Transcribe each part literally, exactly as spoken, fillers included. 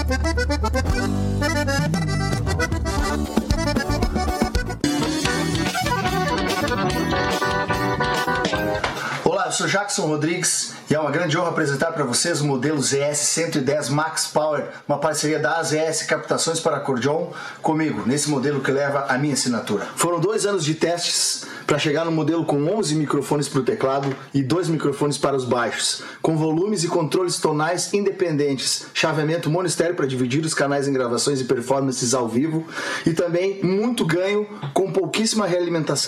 Olá, eu sou Jackson Rodrigues e é uma grande honra apresentar para vocês o modelo Z S cento e dez Max Power, uma parceria da A Z S Captações para Acordeon comigo, nesse modelo que leva a minha assinatura. Foram dois anos de testes para chegar no modelo com onze microfones para o teclado e dois microfones para os baixos, com volumes e controles tonais independentes, chaveamento mono-estéreo para dividir os canais em gravações e performances ao vivo e também muito ganho com pouquíssima realimentação.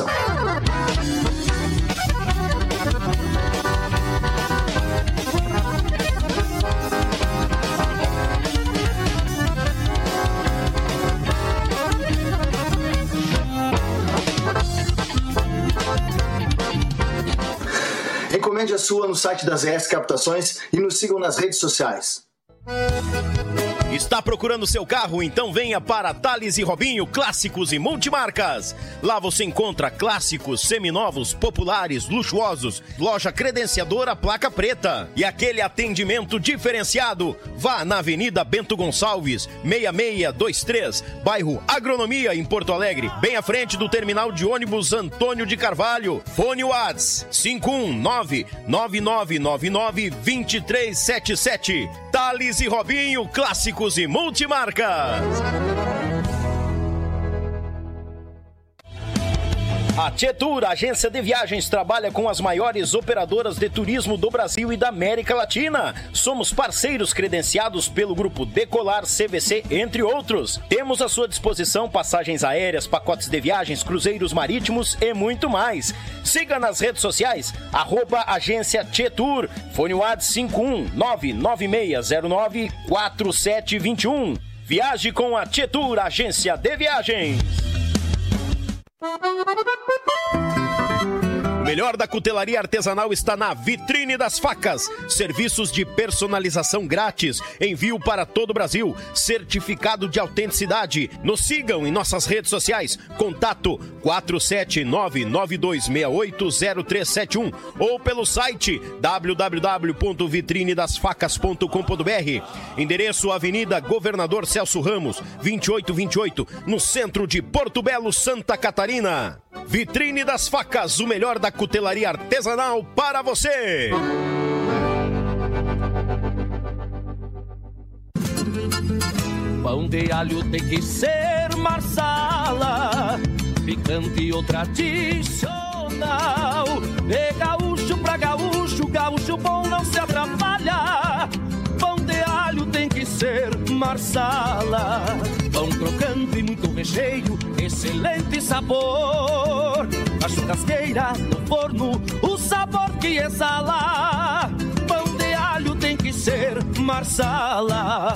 Encomende a sua no site da Z S Captações e nos sigam nas redes sociais. Está procurando seu carro? Então venha para Thales e Robinho Clássicos e Multimarcas. Lá você encontra clássicos, seminovos, populares, luxuosos, loja credenciadora placa preta e aquele atendimento diferenciado. Vá na Avenida Bento Gonçalves, seis seis dois três, bairro Agronomia, em Porto Alegre, bem à frente do terminal de ônibus Antônio de Carvalho. Fone Whats cinco um nove, nove nove nove nove, dois três sete sete. Thales e Robinho Clássicos e Multimarcas. A Tietur, agência de viagens, trabalha com as maiores operadoras de turismo do Brasil e da América Latina. Somos parceiros credenciados pelo Grupo Decolar, C V C, entre outros. Temos à sua disposição passagens aéreas, pacotes de viagens, cruzeiros marítimos e muito mais. Siga nas redes sociais, arroba agência Tietur. Fone Whats cinco um nove, nove seis zero nove, quatro sete dois um. Viaje com a Tietur, agência de viagens. O melhor da cutelaria artesanal está na Vitrine das Facas. Serviços de personalização grátis. Envio para todo o Brasil. Certificado de autenticidade. Nos sigam em nossas redes sociais. Contato quatro sete nove, nove dois seis oito, zero três sete um ou pelo site w w w ponto vitrine das facas ponto com ponto b r. Endereço Avenida Governador Celso Ramos, vinte e oito vinte e oito, no centro de Porto Belo, Santa Catarina. Vitrine das Facas, o melhor da cutelaria artesanal para você. Pão de alho tem que ser marsala, picante ou tradicional. De gaúcho pra gaúcho, gaúcho bom não se atrapalha. Pão de alho tem que ser marsala. Pão crocante e muito recheio, excelente sabor. Na churrasqueira, no forno, o sabor que exala. Pão de alho tem que ser marsala.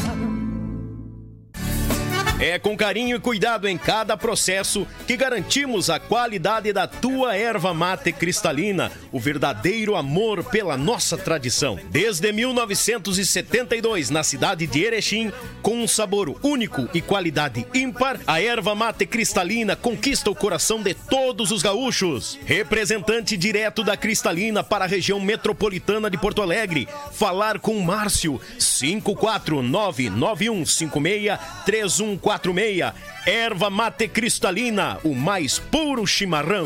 É com carinho e cuidado em cada processo que garantimos a qualidade da tua erva mate cristalina, o verdadeiro amor pela nossa tradição. Desde mil novecentos e setenta e dois, na cidade de Erechim, com um sabor único e qualidade ímpar, a erva mate cristalina conquista o coração de todos os gaúchos. Representante direto da Cristalina para a região metropolitana de Porto Alegre. Falar com Márcio, cinco quatro nove, nove um cinco seis, três um quatro seis. Erva mate cristalina, o mais puro chimarrão.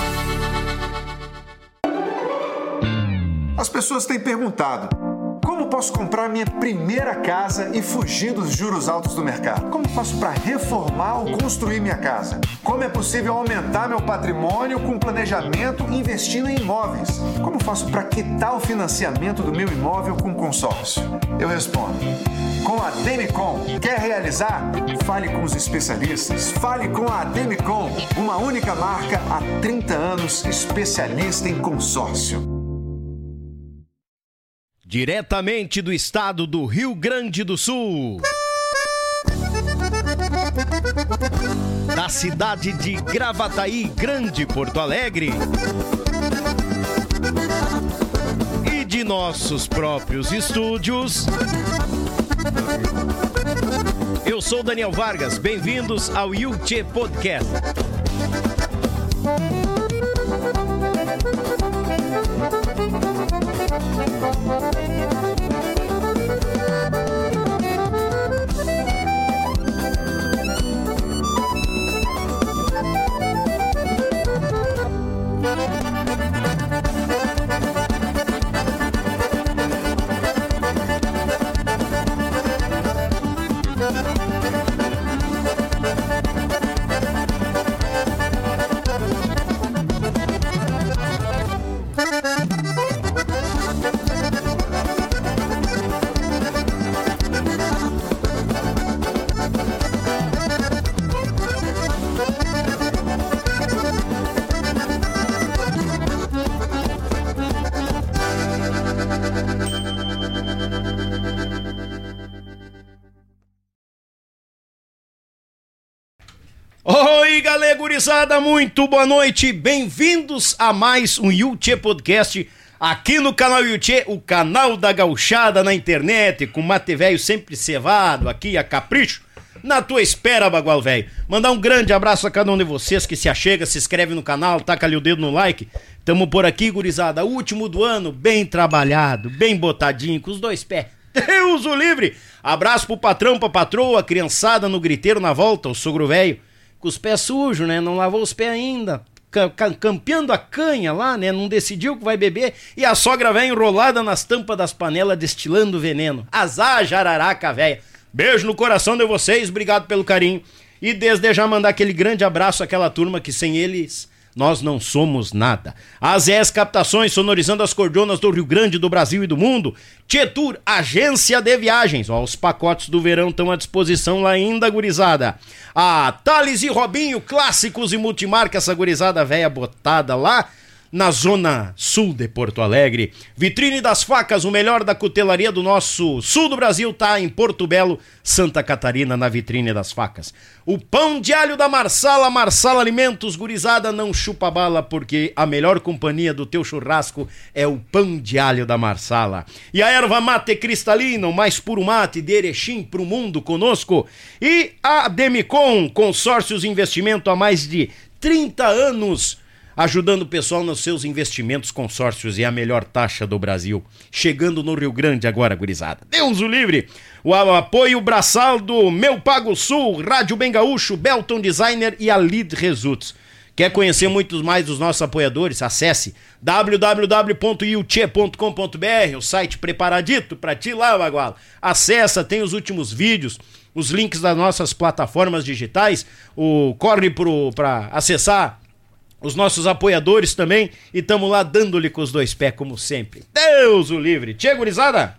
As pessoas têm perguntado: como posso comprar minha primeira casa e fugir dos juros altos do mercado? Como faço para reformar ou construir minha casa? Como é possível aumentar meu patrimônio com planejamento investindo em imóveis? Como faço para quitar o financiamento do meu imóvel com consórcio? Eu respondo: com a Demicon. Quer realizar? Fale com os especialistas. Fale com a Demicon, uma única marca há trinta anos, especialista em consórcio. Diretamente do estado do Rio Grande do Sul, da cidade de Gravataí, Grande Porto Alegre, e de nossos próprios estúdios, eu sou Daniel Vargas, bem-vindos ao Yuchê Podcast. Oi, galera gurizada, muito boa noite, bem-vindos a mais um Yuchê Podcast aqui no canal Yuchê, o canal da gauchada na internet, com mate velho sempre cevado aqui a capricho, na tua espera, bagual velho. Mandar um grande abraço a cada um de vocês que se achega, se inscreve no canal, taca ali o dedo no like. Tamo por aqui, gurizada, último do ano, bem trabalhado, bem botadinho, com os dois pés. Deus o livre! Abraço pro patrão, pra patroa, criançada no griteiro na volta, o sogro velho. Com os pés sujos, né? Não lavou os pés ainda. Campeando a canha lá, né? Não decidiu que vai beber. E a sogra velha enrolada nas tampas das panelas, destilando veneno. Azar, jararaca, velha. Beijo no coração de vocês, obrigado pelo carinho. E desde já mandar aquele grande abraço àquela turma que sem eles nós não somos nada. A Z S Captações, sonorizando as cordionas do Rio Grande, do Brasil e do mundo. Tietur, agência de viagens. Ó, os pacotes do verão estão à disposição lá ainda, gurizada. A Thales e Robinho, clássicos e multimarca, essa gurizada velha botada lá na zona sul de Porto Alegre. Vitrine das Facas, o melhor da cutelaria do nosso sul do Brasil, tá em Porto Belo, Santa Catarina, na Vitrine das Facas. O pão de alho da Marsala, Marsala Alimentos, gurizada, não chupa bala, porque a melhor companhia do teu churrasco é o pão de alho da Marsala. E a erva mate cristalina, o mais puro mate de Erechim pro mundo conosco. E a Demicon, consórcios investimento há mais de trinta anos, ajudando o pessoal nos seus investimentos, consórcios e a melhor taxa do Brasil. Chegando no Rio Grande agora, gurizada. Deus o livre! O apoio braçal do Meu Pago Sul, Rádio Bem Gaúcho, Belton Designer e a Lead Results. Quer conhecer muitos mais dos nossos apoiadores? Acesse w w w ponto yuchê ponto com ponto b r, o site preparadito pra ti lá, baguala. Acessa, tem os últimos vídeos, os links das nossas plataformas digitais, o corre pro, pra acessar os nossos apoiadores também, e tamo lá dando-lhe com os dois pés, como sempre. Deus o livre! Tchê, gurizada!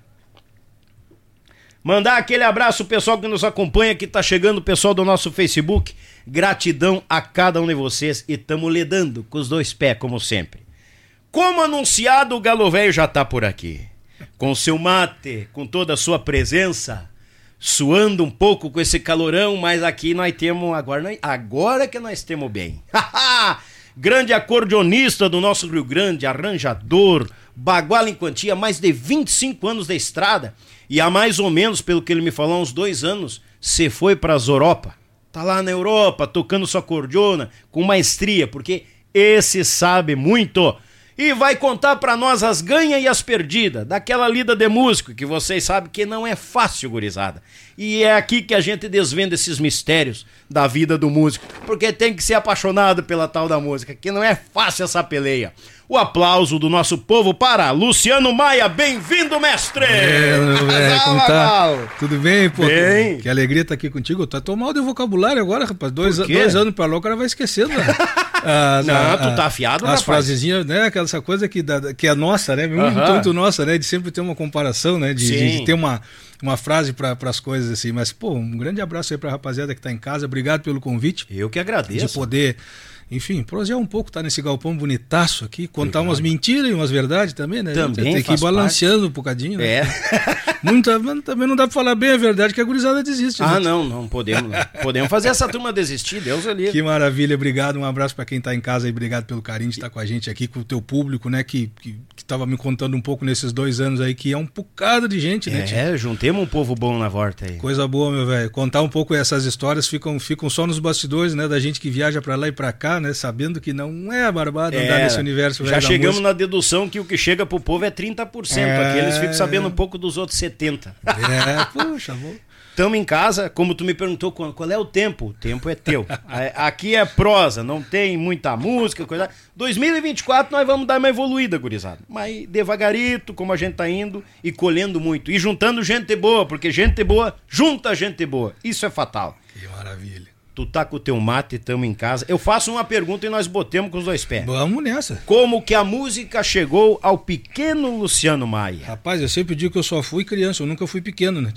Mandar aquele abraço ao pessoal que nos acompanha, que tá chegando, o pessoal do nosso Facebook. Gratidão a cada um de vocês, e tamo lhe dando com os dois pés, como sempre. Como anunciado, o Galo Velho já tá por aqui. Com seu mate, com toda a sua presença, suando um pouco com esse calorão, mas aqui nós temos, agora, agora que nós temos bem. Haha! Grande acordeonista do nosso Rio Grande, arranjador, baguala em quantia, mais de vinte e cinco anos de estrada, e há mais ou menos, pelo que ele me falou, uns dois anos, se foi para as Europa. Tá lá na Europa, tocando sua acordeona, com maestria, porque esse sabe muito. E vai contar pra nós as ganhas e as perdidas, daquela lida de músico, que vocês sabem que não é fácil, gurizada. E é aqui que a gente desvenda esses mistérios da vida do músico, porque tem que ser apaixonado pela tal da música, que não é fácil essa peleia. O aplauso do nosso povo para Luciano Maia. Bem-vindo, mestre! É, meu velho, como tá? Tudo bem, pô? Bem. Que alegria estar aqui contigo. Tá tão mal de vocabulário agora, rapaz. Dois, dois anos pra lá, o cara vai esquecendo. Né? Ah, não, a, tu tá afiado, As rapaz. frasezinhas, né? Aquela essa coisa que, da, que é nossa, né? Muito, uh-huh. muito nossa, né? De sempre ter uma comparação, né? De, de, de ter uma, uma frase para as coisas assim. Mas, pô, um grande abraço aí pra rapaziada que tá em casa. Obrigado pelo convite. Eu que agradeço. De poder, enfim, prosear um pouco, tá nesse galpão bonitaço aqui, contar Obrigado. umas mentiras e umas verdades também, né? Também tem que ir balanceando parte. um bocadinho, né? É. Muita, também não dá pra falar bem a verdade, que a gurizada desiste. Ah, gente. não, não podemos. Não. Podemos fazer essa turma desistir, Deus ali. Que maravilha, obrigado, um abraço pra quem tá em casa e obrigado pelo carinho de estar com a gente aqui, com o teu público, né, que, que, que tava me contando um pouco nesses dois anos aí, que é um bocado de gente, né? É, tia? Juntemos um povo bom na volta aí. Coisa boa, meu velho. Contar um pouco essas histórias ficam, ficam só nos bastidores, né, da gente que viaja pra lá e pra cá, né, sabendo que não é barbado andar É, nesse universo. já chegamos na dedução que o que chega pro povo é trinta por cento, É... aqui eles ficam sabendo um pouco dos outros setenta por cento. É, puxa, vou... Estamos em casa, como tu me perguntou, qual, qual é o tempo? O tempo é teu. Aqui é prosa, não tem muita música, coisa. dois mil e vinte e quatro nós vamos dar uma evoluída, gurizada. Mas devagarito, como a gente tá indo e colhendo muito. E juntando gente boa, porque gente boa junta gente boa. Isso é fatal. Que maravilha. Tu tá com o teu mate, tamo em casa. Eu faço uma pergunta e nós botemos com os dois pés. Vamos nessa. Como que a música chegou ao pequeno Luciano Maia? Rapaz, eu sempre digo que eu só fui criança, eu nunca fui pequeno, né?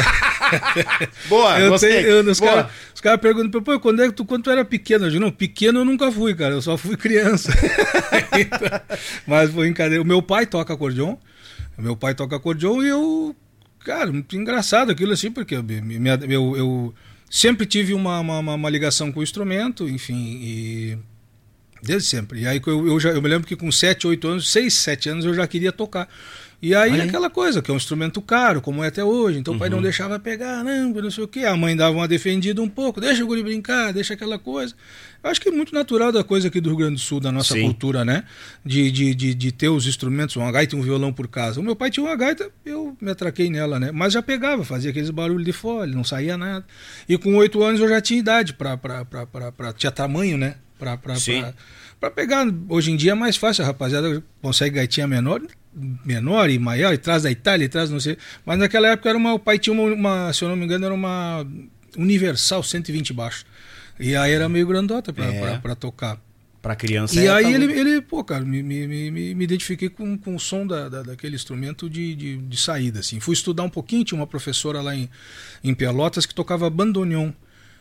Boa, eu gostei. Tenho, eu, os Boa. caras cara perguntam, pô, quando é que tu, quando tu era pequeno? Eu digo, não, pequeno eu nunca fui, cara, eu só fui criança. Então, mas foi brincadeira. O meu pai toca acordeon, o meu pai toca acordeon e eu, cara, muito engraçado aquilo assim, porque minha, eu, eu sempre tive uma, uma, uma ligação com o instrumento, enfim, e desde sempre. E aí eu, eu, já, eu me lembro que com sete, oito anos, seis, sete anos eu já queria tocar. E aí, aí aquela coisa, que é um instrumento caro, como é até hoje, então uhum. o pai não deixava pegar, não, não sei o quê, a mãe dava uma defendida um pouco, deixa o guri brincar, deixa aquela coisa. Eu acho que é muito natural da coisa aqui do Rio Grande do Sul, da nossa Sim. cultura, né? De, de, de, de ter os instrumentos, uma gaita e um violão por casa. O meu pai tinha uma gaita, eu me atraquei nela, né? Mas já pegava, fazia aqueles barulhos de folha, não saía nada. E com oito anos eu já tinha idade para, para, para, para, para tinha tamanho, né? Para, para, para, para pegar. Hoje em dia é mais fácil, a rapaziada consegue gaitinha menor, menor e maior, e traz da Itália, e traz não sei. Mas naquela época era uma, o pai tinha uma, uma, se eu não me engano, era uma Universal cento e vinte baixo. E aí era meio grandota pra, é. pra, pra tocar. Pra criança. E é aí ele, ele, pô, cara, me, me, me, me identifiquei com, com o som da, da, daquele instrumento de, de, de saída, assim. Fui estudar um pouquinho, tinha uma professora lá em, em Pelotas que tocava bandoneon.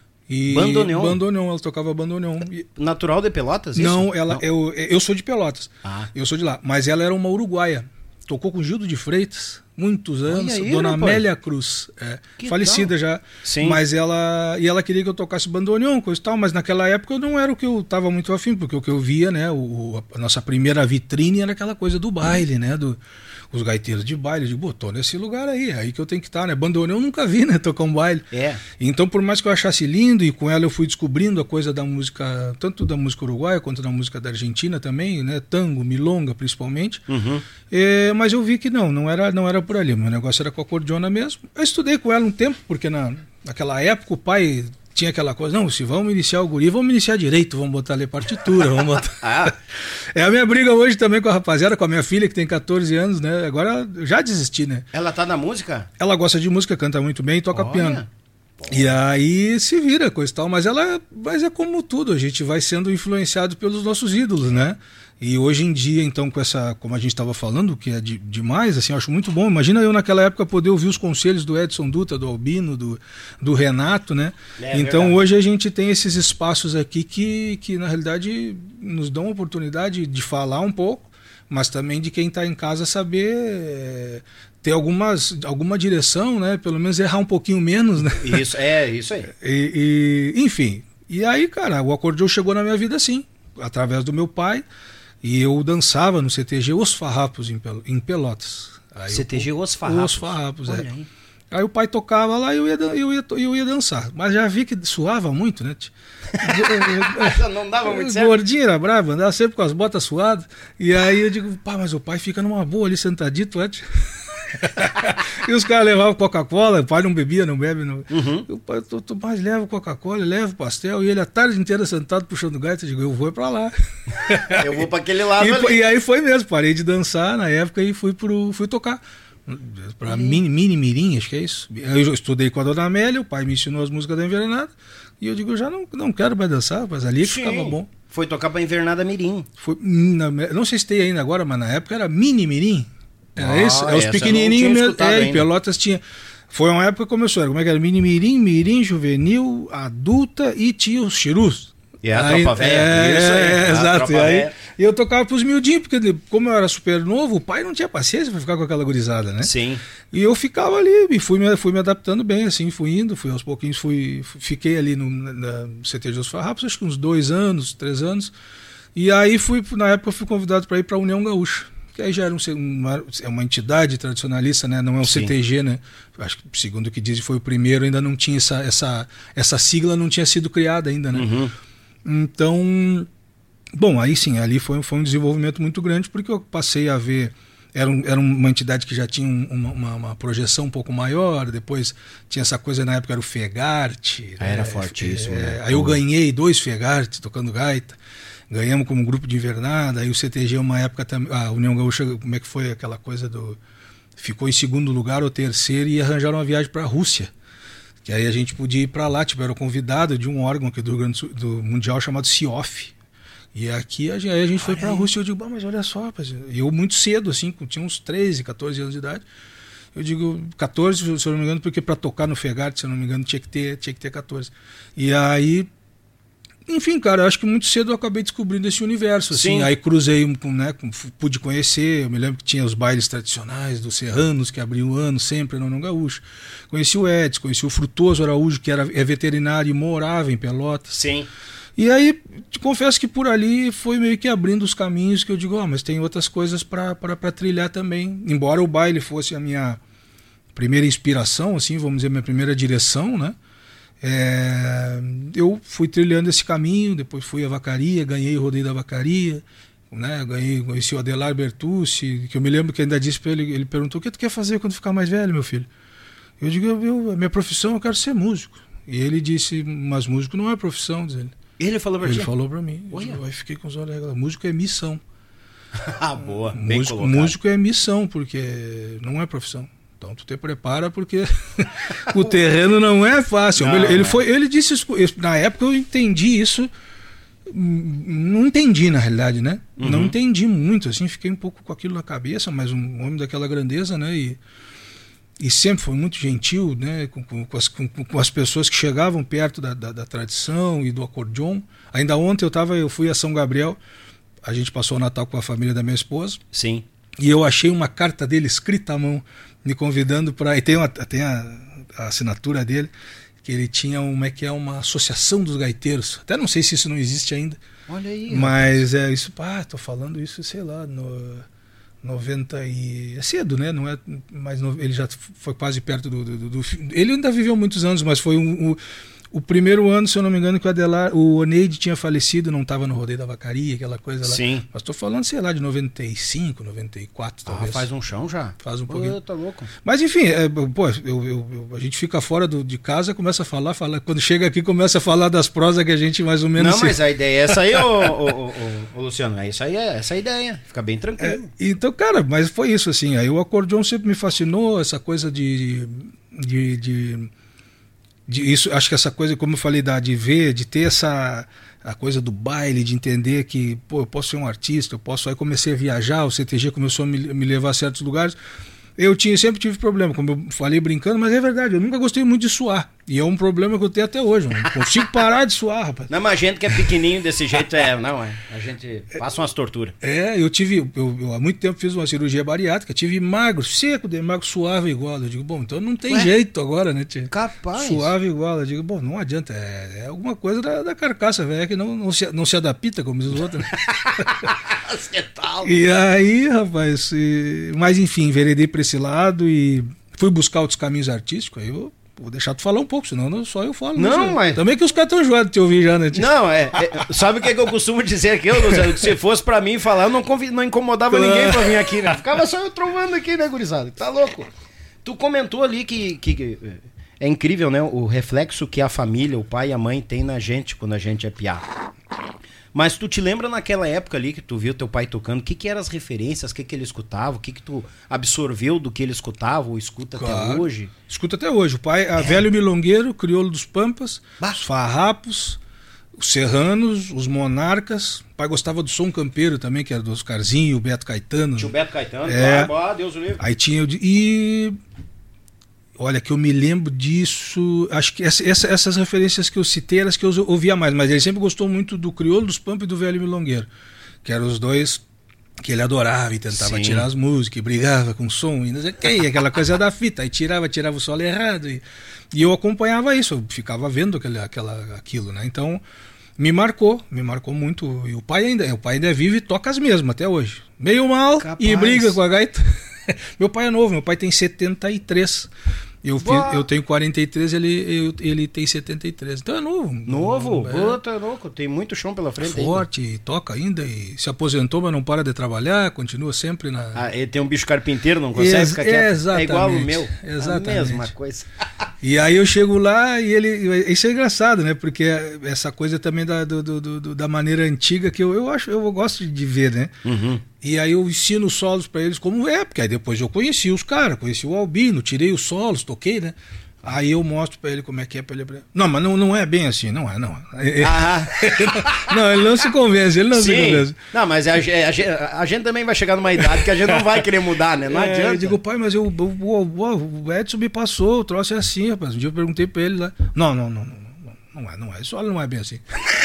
E bandoneon? Bandoneon, ela tocava bandoneon. Natural de Pelotas, isso? Não, ela, não. Eu, eu sou de Pelotas. Ah. Eu sou de lá. Mas ela era uma uruguaia. Tocou com Gildo de Freitas, muitos anos. Aí, Dona rapaz. Amélia Cruz, é, falecida tal? já. Sim. Mas ela, e ela queria que eu tocasse bandoneon, coisa e tal, mas naquela época não era o que eu estava muito afim, porque o que eu via, né, o, a nossa primeira vitrine era aquela coisa do baile, né, do, os gaiteiros de baile. Eu digo, pô, tô nesse lugar aí, é aí que eu tenho que estar, né, bandoneon eu nunca vi, né, tocar um baile. É. Então, por mais que eu achasse lindo, e com ela eu fui descobrindo a coisa da música, tanto da música uruguaia quanto da música da Argentina também, né, tango, milonga principalmente, uhum. é, mas eu vi que não, não era, não era por ali, meu negócio era com a acordeona mesmo. Eu estudei com ela um tempo, porque na, naquela época o pai tinha aquela coisa, não, se vamos iniciar o guri, vamos iniciar direito, vamos botar ali partitura, vamos botar... ah. É a minha briga hoje também com a rapaziada, com a minha filha que tem catorze anos, né, agora eu já desisti, né. Ela tá na música? Ela gosta de música, canta muito bem e toca Olha. piano. E aí se vira, coisa e tal, mas ela, mas é como tudo, a gente vai sendo influenciado pelos nossos ídolos, né? E hoje em dia, então, com essa, como a gente estava falando, que é de, demais, assim, eu acho muito bom. Imagina eu naquela época poder ouvir os conselhos do Edson Dutra, do Albino, do, do Renato, né? É, então verdade. Hoje a gente tem esses espaços aqui que, que, na realidade, nos dão a oportunidade de falar um pouco, mas também de quem está em casa saber é, ter algumas, alguma direção, né? Pelo menos errar um pouquinho menos, né? Isso, é, isso aí. E, e, enfim, e aí, cara, o acordeão chegou na minha vida assim, através do meu pai. E eu dançava no C T G Os Farrapos, em Pelotas. Aí C T G eu, Os Farrapos? Os Farrapos, é. Aí. Aí o pai tocava lá e eu ia, eu, ia, eu ia dançar. Mas já vi que suava muito, né? Não dava muito certo. Gordinho era bravo, andava sempre com as botas suadas. E aí eu digo, pá, mas o pai fica numa boa ali sentadito, é? E os caras levavam Coca-Cola, o pai não bebia, não bebe. Não... Uhum. O pai, tu, tu mais leva Coca-Cola, leva pastel, e ele a tarde inteira sentado puxando gaita. Eu digo, eu vou pra lá. Eu vou pra aquele lado e, ali. E aí foi mesmo, parei de dançar na época e fui, pro, fui tocar. Pra uhum. mini, mini Mirim, acho que é isso. Eu estudei com a Dona Amélia, o pai me ensinou as músicas da Invernada. E eu digo, eu já não, não quero mais dançar, mas ali é que ficava bom. Foi tocar pra Invernada Mirim. Foi, na, não sei se tem ainda agora, mas na época era mini Mirim. Era ah, isso, é os pequenininhos mesmo. É, em Pelotas tinha. Foi uma época que começou, era, como é que era? Mini Mirim, Mirim, Juvenil, Adulta e tinha os Chirus. E a aí, tropa velha. É, isso aí, é, a exato. E aí e eu tocava pros miudinhos, porque como eu era super novo, o pai não tinha paciência pra ficar com aquela gurizada, né? Sim. E eu ficava ali, e fui me, fui me adaptando bem, assim, fui indo, fui aos pouquinhos, fui, fiquei ali no na C T G dos Farrapos, acho que uns dois anos, três anos. E aí fui, na época, eu fui convidado para ir pra União Gaúcha. Que aí já era um, uma, é uma entidade tradicionalista, né? Não é um Sim. C T G, né? Acho que, segundo o que dizem, foi o primeiro, ainda não tinha essa, essa, essa sigla, não tinha sido criada ainda, né? Uhum. Então, bom, aí sim, ali foi, foi um desenvolvimento muito grande, porque eu passei a ver, era, um, era uma entidade que já tinha uma, uma, uma projeção um pouco maior, depois tinha essa coisa, na época era o Fegarte. Ah, né? Era fortíssimo. É, né? Aí eu ganhei dois Fegarte tocando gaita. Ganhamos como grupo de Invernada, aí o C T G uma época também, a União Gaúcha, como é que foi aquela coisa do... Ficou em segundo lugar ou terceiro e arranjaram uma viagem para a Rússia. Que aí a gente podia ir para lá, tipo, era convidado de um órgão aqui do, Rio Grande do, Sul, do Mundial chamado C I O F. E aqui a gente, aí a gente foi para a Rússia e eu digo, bah, mas olha só, rapaz, eu muito cedo, assim, tinha uns treze, catorze anos de idade. Eu digo catorze, se eu não me engano, porque para tocar no Fegarte, se eu não me engano, tinha que ter, tinha que ter catorze. E aí... Enfim, cara, eu acho que muito cedo eu acabei descobrindo esse universo, assim. Sim. Aí cruzei, né, pude conhecer, eu me lembro que tinha os bailes tradicionais dos serranos, que abriam o ano sempre no Ano Gaúcho. Conheci o Edson, conheci o Frutuoso Araújo, que era, é veterinário e morava em Pelotas. Sim. E aí, te confesso que por ali foi meio que abrindo os caminhos que eu digo, ó, oh, mas tem outras coisas para trilhar também. Embora o baile fosse a minha primeira inspiração, assim, vamos dizer, minha primeira direção, né? É, eu fui trilhando esse caminho, depois fui à vacaria, ganhei o rodeio da vacaria, né, ganhei, conheci o Adelar Bertucci, que eu me lembro que ainda disse para ele, ele perguntou, o que tu quer fazer quando ficar mais velho, meu filho? Eu digo, eu, eu, a minha profissão, eu quero ser músico. E ele disse, mas músico não é profissão, diz ele. Ele falou pra Ele ti? falou pra mim. Eu, eu fiquei com os olhos regalados. Músico é missão. Ah, boa, bem músico, colocado. músico é missão, porque não é profissão. Então tu te prepara porque o terreno não é fácil. Não, ele, ele, foi, ele disse isso, na época eu entendi isso, não entendi na realidade, né? Uhum. Não entendi muito, assim, fiquei um pouco com aquilo na cabeça, mas um homem daquela grandeza, né? E, e sempre foi muito gentil, né? Com, com, com, as, com, com as pessoas que chegavam perto da, da, da tradição e do acordeon. Ainda ontem eu, tava, eu fui a São Gabriel, a gente passou o Natal com a família da minha esposa. Sim. E eu achei uma carta dele escrita à mão, me convidando para... E tem, uma, tem a, a assinatura dele, que ele tinha uma, é que é uma associação dos gaiteiros. Até não sei se isso não existe ainda. Olha aí. Mas é isso... Ah, tô falando isso, sei lá, no noventa e... É cedo, né? Não é, mas no, ele já foi quase perto do, do, do, do... Ele ainda viveu muitos anos, mas foi um... um o primeiro ano, se eu não me engano, que o Adelar, o Oneide tinha falecido, não estava no rodeio da vacaria, aquela coisa lá. Sim. Mas estou falando, sei lá, de noventa e cinco, noventa e quatro, talvez. Ah, faz um chão já. Faz um pouquinho. Pô, tá louco. Mas enfim, é, pô, eu, eu, eu, a gente fica fora do, de casa, começa a falar, fala, quando chega aqui começa a falar das prosas que a gente mais ou menos... Não, se... mas a ideia é essa aí, ô, ô, ô, ô, ô, Luciano, é isso aí, é essa a ideia, fica bem tranquilo. É, então, cara, mas foi isso, assim, aí o acordeon sempre me fascinou, essa coisa de... de, de De isso, acho que essa coisa, como eu falei, da, de ver, de ter essa a coisa do baile, de entender que, pô, eu posso ser um artista, eu posso... Aí comecei a viajar, o C T G começou a me, me levar a certos lugares. Eu tinha, sempre tive problema, como eu falei brincando, mas é verdade, eu nunca gostei muito de suar. E é um problema que eu tenho até hoje, eu não consigo parar de suar, rapaz. Não, mas a gente que é pequenininho desse jeito, é, não, é, a gente passa umas torturas. É, eu tive, eu, eu há muito tempo fiz uma cirurgia bariátrica, tive magro, seco, de magro, suave igual. Eu digo, bom, então não tem Ué? jeito agora, né, tia? Capaz. Suave igual. Eu digo, bom, não adianta, é, é alguma coisa da, da carcaça, velho, que não, não, se, não se adapta, como diz os outros, né? E aí, rapaz, e, mas enfim, enveredei pra esse lado e fui buscar outros caminhos artísticos, aí eu vou deixar tu falar um pouco, senão não, só eu falo. Não, né, mas... Também que os caras estão enjoados de te ouvir já, né? Tia? Não, é, é... Sabe o que, é que eu costumo dizer aqui, Luciano? Que se fosse pra mim falar, eu não, conv... não incomodava ninguém pra vir aqui, né? Ficava só eu trovando aqui, né, gurizada? Tá louco? Tu comentou ali que, que, que é incrível, né? O reflexo que a família, o pai e a mãe tem na gente quando a gente é piá. Mas tu te lembra naquela época ali que tu viu teu pai tocando, o que que eram as referências, o que que ele escutava, o que que tu absorveu do que ele escutava ou escuta claro. até hoje? Escuta até hoje. O pai, a é. Velho Milongueiro, Crioulo dos Pampas, bah. os Farrapos, os Serranos, os Monarcas. O pai gostava do som campeiro também, que era do Oscarzinho, o Beto Caetano. Tinha o Beto Caetano, é. claro, Deus o livre. Aí tinha o... E... Olha, que eu me lembro disso, acho que essa, essa, essas referências que eu citei eram as que eu ouvia mais, mas ele sempre gostou muito do Crioulo dos Pampas e do Velho Milongueiro, que eram os dois que ele adorava e tentava Sim. tirar as músicas, e brigava com o som, e não sei o que, aquela coisa da fita, aí tirava, tirava o solo errado, e, e eu acompanhava isso, eu ficava vendo aquele, aquela, aquilo, né, então me marcou, me marcou muito, e o pai ainda, o pai ainda vive e toca as mesmas até hoje, meio mal Capaz. e briga com a gaita. Meu pai é novo, meu pai tem setenta e três. Eu, fiz, eu tenho quarenta e três, ele, eu, ele tem setenta e três. Então é novo. Novo? É. Puta, é louco. Tem muito chão pela frente. Forte, ainda. Toca ainda. E se aposentou, mas não para de trabalhar. Continua sempre na... Ah, ele tem um bicho carpinteiro, não consegue Ex ficar quieto. Exatamente. É igual o meu. Exatamente. A mesma coisa. E aí eu chego lá e ele... Isso é engraçado, né? Porque essa coisa também da, do, do, do, da maneira antiga que eu, eu acho, eu gosto de ver, né? Uhum. E aí eu ensino os solos pra eles como é, porque aí depois eu conheci os caras, conheci o Albino, tirei os solos, toquei, né? Aí eu mostro pra ele como é que é pra ele. Não, mas não, não é bem assim, não é, não. Ah. Não, ele não se convence, ele não Sim. se convence. Não, mas a, a, a gente também vai chegar numa idade que a gente não vai querer mudar, né? Não é, adianta. Eu digo, pai, mas eu, o, o, o Edson me passou, o troço é assim, rapaz. Um dia eu perguntei pra ele lá. Não, não, não, não, não é, não é. Solo não é bem assim.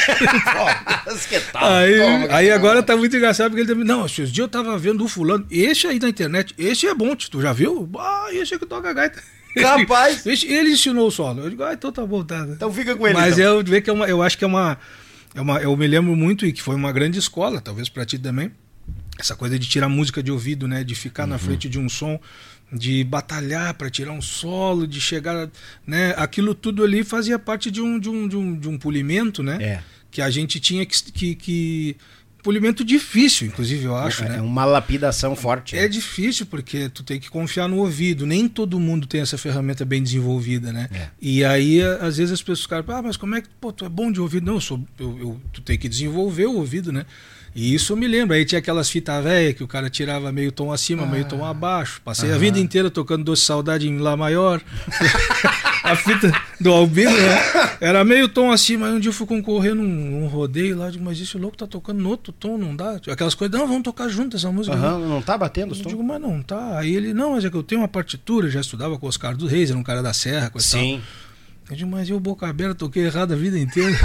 que tal? Aí, Toma, aí que agora tal. tá muito engraçado porque ele também. Não, esses dias eu tava vendo o fulano. Esse aí na internet, esse é bom, tu já viu? Ah, esse é que toca gaita. Capaz. Esse, ele ensinou o solo. Eu digo, ah, então tá bom, tá. Então fica com ele. Mas então. eu, vê que é uma, eu acho que é uma, é uma. Eu me lembro muito e que foi uma grande escola, talvez pra ti também. Essa coisa de tirar música de ouvido, né? De ficar uhum. na frente de um som, de batalhar para tirar um solo, de chegar, né? Aquilo tudo ali fazia parte de um, de um, de um, de um polimento, né? É. Que a gente tinha que, que, que... Polimento difícil, inclusive, eu acho, é, né? É uma lapidação forte. É né? difícil porque tu tem que confiar no ouvido. Nem todo mundo tem essa ferramenta bem desenvolvida, né? É. E aí, às vezes as pessoas falam, ah, mas como é que, pô, tu é bom de ouvido? Não, eu sou, eu, eu, tu tem que desenvolver o ouvido, né? E isso eu me lembro. Aí tinha aquelas fitas velhas que o cara tirava meio tom acima, ah. meio tom abaixo. Passei ah. a vida inteira tocando Doce Saudade em Lá Maior. A fita do Albino, né? Era meio tom acima. Aí um dia eu fui concorrer num, num rodeio lá. Digo, mas esse louco tá tocando no outro tom, não dá? Aquelas coisas, não, vamos tocar junto essa música. Uhum, não tá batendo os tons? Eu tons? digo, mas não tá. Aí ele, não, mas é que eu tenho uma partitura. Já estudava com o Oscar dos Reis, era um cara da Serra. Coisa Sim. Tal. Eu digo, mas eu, boca aberta, toquei errado a vida inteira.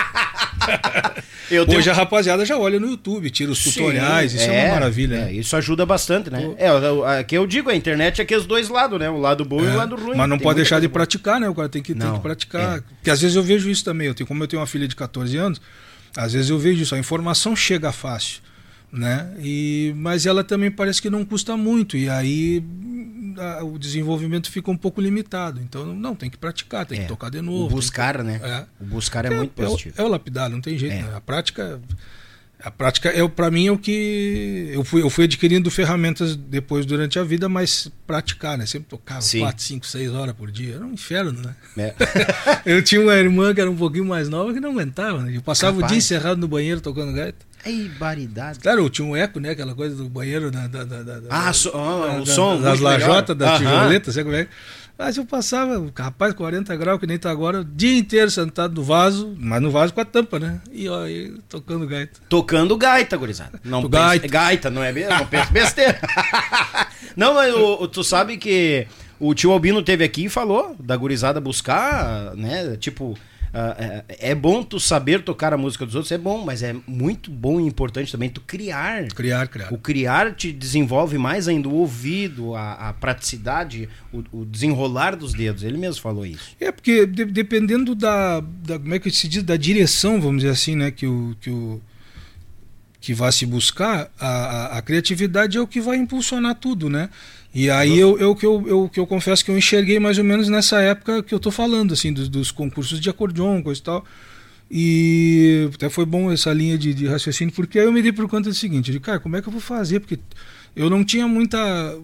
Eu tenho... Hoje a rapaziada já olha no YouTube, tira os tutoriais, Sim, isso é, é uma maravilha. É, né? Isso ajuda bastante, né? É, o que eu digo, a internet é que os dois lados, né? O lado bom é, e o lado ruim. Mas não tem pode deixar de boa. praticar, né? O cara tem que, tem que praticar. É. Porque às vezes eu vejo isso também. Eu tenho, como eu tenho uma filha de catorze anos, às vezes eu vejo isso. A informação chega fácil, né? E, mas ela também parece que não custa muito. E aí a, o desenvolvimento fica um pouco limitado. Então, não, tem que praticar, tem é. que tocar de novo. O buscar, que, né? É. O buscar é, é muito positivo. É o, é o lapidar, não tem jeito. É. Né? A prática... A prática, é, para mim, é o que... Eu fui, eu fui adquirindo ferramentas depois, durante a vida, mas praticar, né? Sempre tocava quatro, cinco, seis horas por dia. Era um inferno, né? É. Eu tinha uma irmã que era um pouquinho mais nova que não aguentava, né? Eu passava Capaz. o dia encerrado no banheiro tocando gaita. Ei, baridade. Claro, eu tinha um eco, né? Aquela coisa do banheiro... Da, da, da, da, ah, da, so, oh, da, o som. Das lajotas, das uh-huh. tijoletas, sabe como é? Mas eu passava, rapaz, quarenta graus, que nem tá agora, o dia inteiro sentado no vaso, mas no vaso com a tampa, né? E ó, aí, tocando gaita. Tocando gaita, gurizada. Não pense, gaita. gaita, não é mesmo? Não pense besteira. Não, mas o, tu sabe que o tio Albino teve aqui e falou da gurizada buscar, né? Tipo, uh, é, é bom tu saber tocar a música dos outros, é bom, mas é muito bom e importante também tu criar. Criar, criar. O criar te desenvolve mais ainda o ouvido, a, a praticidade, o, o desenrolar dos dedos. Ele mesmo falou isso. É, porque de, dependendo da, da, como é que se diz, da direção, vamos dizer assim, né, que o... Que o que vai se buscar, a, a, a criatividade é o que vai impulsionar tudo, né? E aí eu, eu, eu, eu, que eu confesso que eu enxerguei mais ou menos nessa época que eu tô falando, assim, dos, dos concursos de acordeon, coisa e tal. E até foi bom essa linha de, de raciocínio, porque aí eu me dei por conta do seguinte, de cara, como é que eu vou fazer? Porque eu não tinha muita...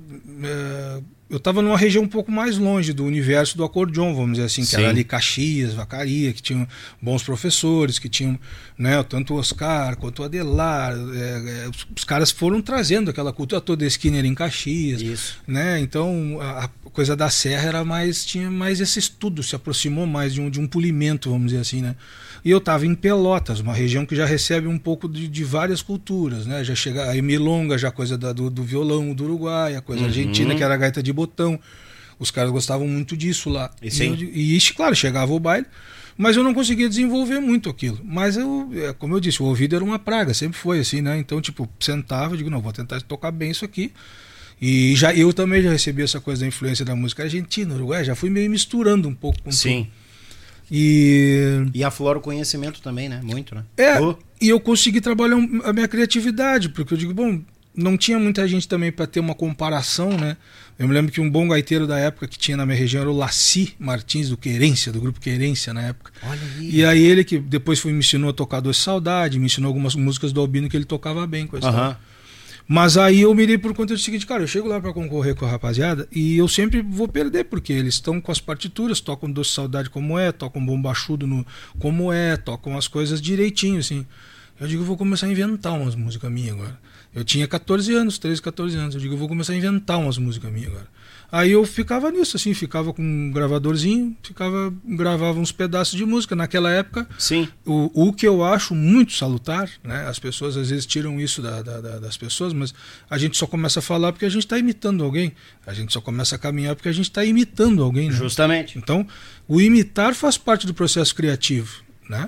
É, eu estava numa região um pouco mais longe do universo do acordeon, vamos dizer assim, que Sim. era ali Caxias, Vacaria, que tinham bons professores, que tinham, né, tanto o Oscar quanto o Adelar, é, é, os, os caras foram trazendo aquela cultura toda, Skinner em Caxias, Isso. né, então a, a coisa da Serra era mais, tinha mais esse estudo, se aproximou mais de um, de um polimento, vamos dizer assim, né. E eu estava em Pelotas, uma região que já recebe um pouco de, de várias culturas, né? Já chega aí milonga, já coisa da, do, do violão do Uruguai, a coisa uhum. argentina, que era a gaita de botão. Os caras gostavam muito disso lá. E, sim. e, e claro, chegava o baile, mas eu não conseguia desenvolver muito aquilo. Mas eu, como eu disse, o ouvido era uma praga, sempre foi assim, né? Então, tipo, sentava e digo, não, vou tentar tocar bem isso aqui. E já, eu também já recebi essa coisa da influência da música argentina, Uruguai, já fui meio misturando um pouco com Sim. tudo. E... e aflora o conhecimento também, né? Muito, né? É, oh. e eu consegui trabalhar a minha criatividade, porque eu digo, bom, não tinha muita gente também para ter uma comparação, né? Eu me lembro que um bom gaiteiro da época que tinha na minha região era o Laci Martins, do Querência, do grupo Querência na época. Olha aí. E aí ele que depois foi, me ensinou a tocar Doce Saudade, me ensinou algumas músicas do Albino que ele tocava bem com essa. Aham. Mas aí eu me dei por conta do seguinte, cara, eu chego lá para concorrer com a rapaziada e eu sempre vou perder, porque eles estão com as partituras, tocam Doce Saudade como é, tocam Bombachudo no, como é, tocam as coisas direitinho, assim. Eu digo, eu vou começar a inventar umas músicas minhas agora. Eu tinha catorze anos, treze, catorze anos, eu digo, eu vou começar a inventar umas músicas minhas agora. Aí eu ficava nisso, assim, ficava com um gravadorzinho, ficava, gravava uns pedaços de música. Naquela época, Sim. O, o que eu acho muito salutar, né? As pessoas às vezes tiram isso da, da, da, das pessoas, mas a gente só começa a falar porque a gente está imitando alguém. A gente só começa a caminhar porque a gente está imitando alguém. Né? Justamente. Então, o imitar faz parte do processo criativo, né?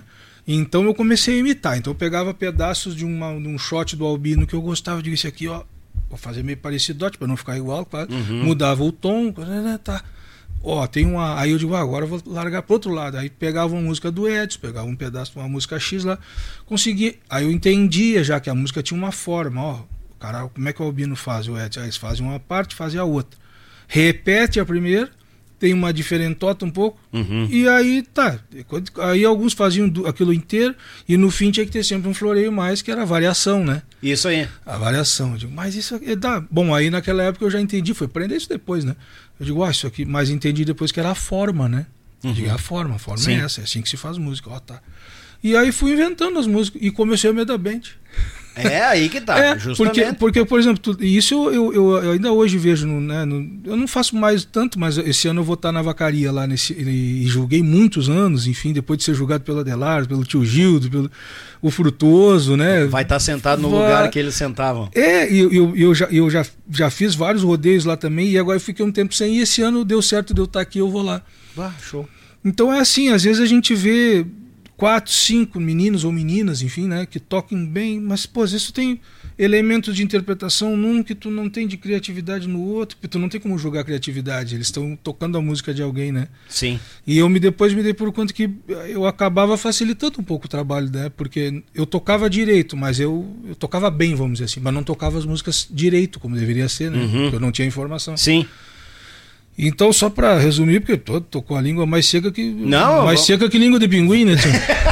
Então eu comecei a imitar. Então eu pegava pedaços de, uma, de um shot do Albino que eu gostava, de esse aqui, ó, vou fazer meio parecido, para não ficar igual, claro. Uhum. Mudava o tom, tá. Ó, tem uma. Aí eu digo, ah, agora eu vou largar pro outro lado. Aí pegava uma música do Edson, pegava um pedaço de uma música X lá, consegui. Aí eu entendia já que a música tinha uma forma, ó. Cara, como é que o Albino faz, o Edson? Aí eles fazem uma parte, fazem a outra. Repete a primeira, tem uma diferentota um pouco, uhum. e aí tá. Aí alguns faziam aquilo inteiro, e no fim tinha que ter sempre um floreio mais, que era a variação, né? Isso aí. A variação. Eu digo, mas isso aqui dá. Bom, aí naquela época eu já entendi, foi aprender isso depois, né? Eu digo, ah, isso aqui, mas entendi depois que era a forma, né? Uhum. Eu digo, a forma, a forma Sim. é essa, é assim que se faz música, ó, tá. E aí fui inventando as músicas e comecei a me dar bem. É aí que tá, é, justamente. Porque, porque, por exemplo, tu, isso eu, eu, eu ainda hoje vejo, no, né, no, eu não faço mais tanto, mas esse ano eu vou estar na vacaria lá, nesse, e julguei muitos anos, enfim, depois de ser julgado pelo Adelardo, pelo tio Gildo, pelo o Frutuoso, né? Vai estar sentado no Vai... lugar que eles sentavam. É, eu, eu, eu, já, eu já, já fiz vários rodeios lá também, e agora eu fiquei um tempo sem, e esse ano deu certo de eu estar aqui, eu vou lá. Ah, show. Então é assim, às vezes a gente vê quatro, cinco meninos ou meninas, enfim, né, que tocam bem, mas, pô, às vezes tu tem elementos de interpretação num que tu não tem de criatividade no outro, porque tu não tem como julgar a criatividade, eles estão tocando a música de alguém, né? Sim. E eu me depois me dei por conta que eu acabava facilitando um pouco o trabalho, né, porque eu tocava direito, mas eu, eu tocava bem, vamos dizer assim, mas não tocava as músicas direito, como deveria ser, né, uhum. porque eu não tinha informação. Sim. Então, só pra resumir, porque todo tocou a língua mais seca que. Não, mais vamos... seca que língua de pinguim, né, tio?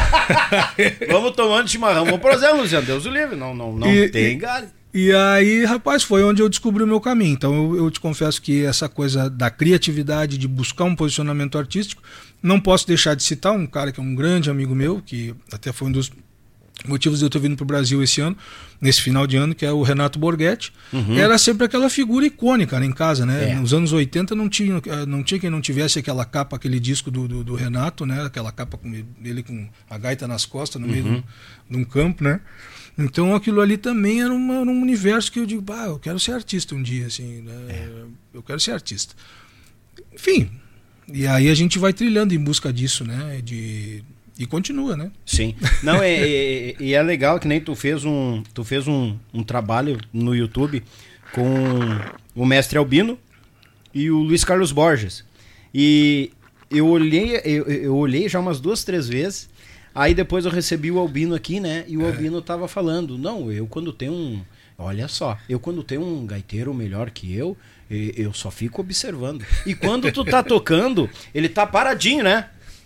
Vamos tomando chimarrão, vamos por exemplo, Luciano, Deus o livre, não, não, não e, tem galho. E, e aí, rapaz, foi onde eu descobri o meu caminho. Então, eu, eu te confesso que essa coisa da criatividade, de buscar um posicionamento artístico, não posso deixar de citar um cara que é um grande amigo meu, que até foi um dos motivos de eu ter vindo para o Brasil esse ano, nesse final de ano, que é o Renato Borghetti. Uhum. Era sempre aquela figura icônica, né, em casa, né? É. Nos anos oitenta não tinha, não tinha quem não tivesse aquela capa, aquele disco do, do, do Renato, né? Aquela capa com ele com a gaita nas costas, no uhum. meio de, de um campo, né? Então aquilo ali também era, uma, era um universo que eu digo, bah, eu quero ser artista um dia, assim, né? É. Eu quero ser artista. Enfim, e aí a gente vai trilhando em busca disso, né? De... E continua, né? Sim. Não, é, é, e é legal que nem tu fez um, tu fez um, um trabalho no YouTube com o Mestre Albino e o Luiz Carlos Borges. E eu olhei, eu, eu olhei já umas duas, três vezes. Aí depois eu recebi o Albino aqui, né? E o é. Albino tava falando, não, eu quando tenho um... Olha só, eu quando tenho um gaiteiro melhor que eu, eu só fico observando. E quando tu tá tocando, ele tá paradinho, né?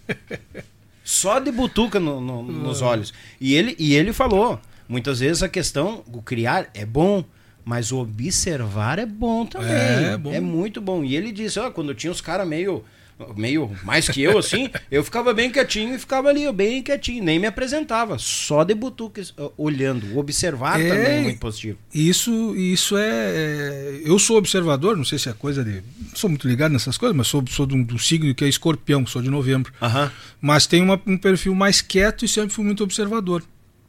Só de butuca no, no, nos olhos. E ele, e ele falou, muitas vezes a questão, o criar é bom, mas o observar é bom também. É, é, bom. É muito bom. E ele disse, ó, quando tinha os caras meio, meio mais que eu, assim, eu ficava bem quietinho e ficava ali, bem quietinho, nem me apresentava. Só de butuca, olhando. Observar é, também é muito positivo. Isso, isso é, é... Eu sou observador, não sei se é coisa de... Não sou muito ligado nessas coisas, mas sou, sou do, do signo que é escorpião, sou de novembro. Uhum. Mas tenho uma, um perfil mais quieto e sempre fui muito observador.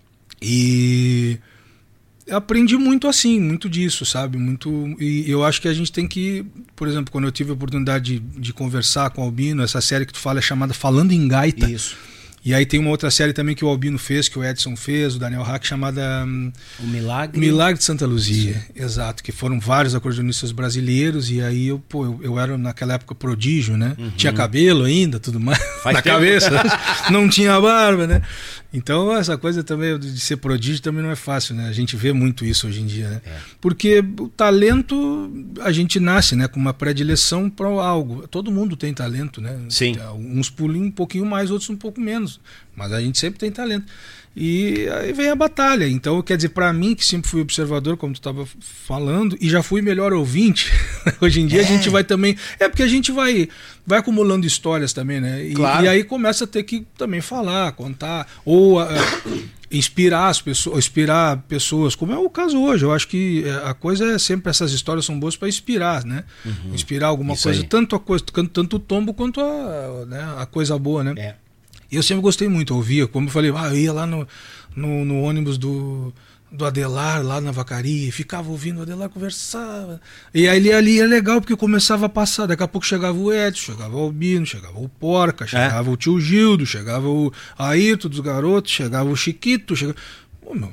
E... aprendi muito assim, muito disso, sabe? Muito, e eu acho que a gente tem que, por exemplo, quando eu tive a oportunidade de, de conversar com o Albino, essa série que tu fala é chamada Falando em Gaita. Isso. E aí tem uma outra série também que o Albino fez, que o Edson fez, o Daniel Hack, chamada um, O Milagre. Milagre de Santa Luzia. Sim. Exato, que foram vários acordeonistas brasileiros, e aí eu, pô, eu, eu era naquela época prodígio, né? Uhum. Tinha cabelo ainda, tudo mais, Faz na tempo. cabeça, não tinha barba, né? Então essa coisa também de ser prodígio também não é fácil, né? A gente vê muito isso hoje em dia, né? É. Porque o talento, a gente nasce, né, com uma predileção para algo. Todo mundo tem talento, né? Sim. Uns pulam um pouquinho mais, outros um pouco menos, mas a gente sempre tem talento. E aí vem a batalha. Então, quer dizer, para mim, que sempre fui observador, como tu estava falando, e já fui melhor ouvinte, hoje em dia é. a gente vai também... É porque a gente vai, vai acumulando histórias também, né? E, claro. e aí começa a ter que também falar, contar, ou uh, inspirar as pessoas, inspirar pessoas, como é o caso hoje. Eu acho que a coisa é sempre, essas histórias são boas para inspirar, né? Uhum. Inspirar alguma Isso coisa, tanto, a coisa, tanto o tombo quanto a, né, a coisa boa, né? É. Eu sempre gostei muito, eu ouvia, como eu falei, ah, eu ia lá no, no, no ônibus do, do Adelar lá na vacaria, e ficava ouvindo o Adelar conversava. E aí ali é legal porque começava a passar, daqui a pouco chegava o Edson, chegava o Albino, chegava o Porca, chegava é. o tio Gildo, chegava o Ayrton dos garotos, chegava o Chiquito, chegava... Pô, meu...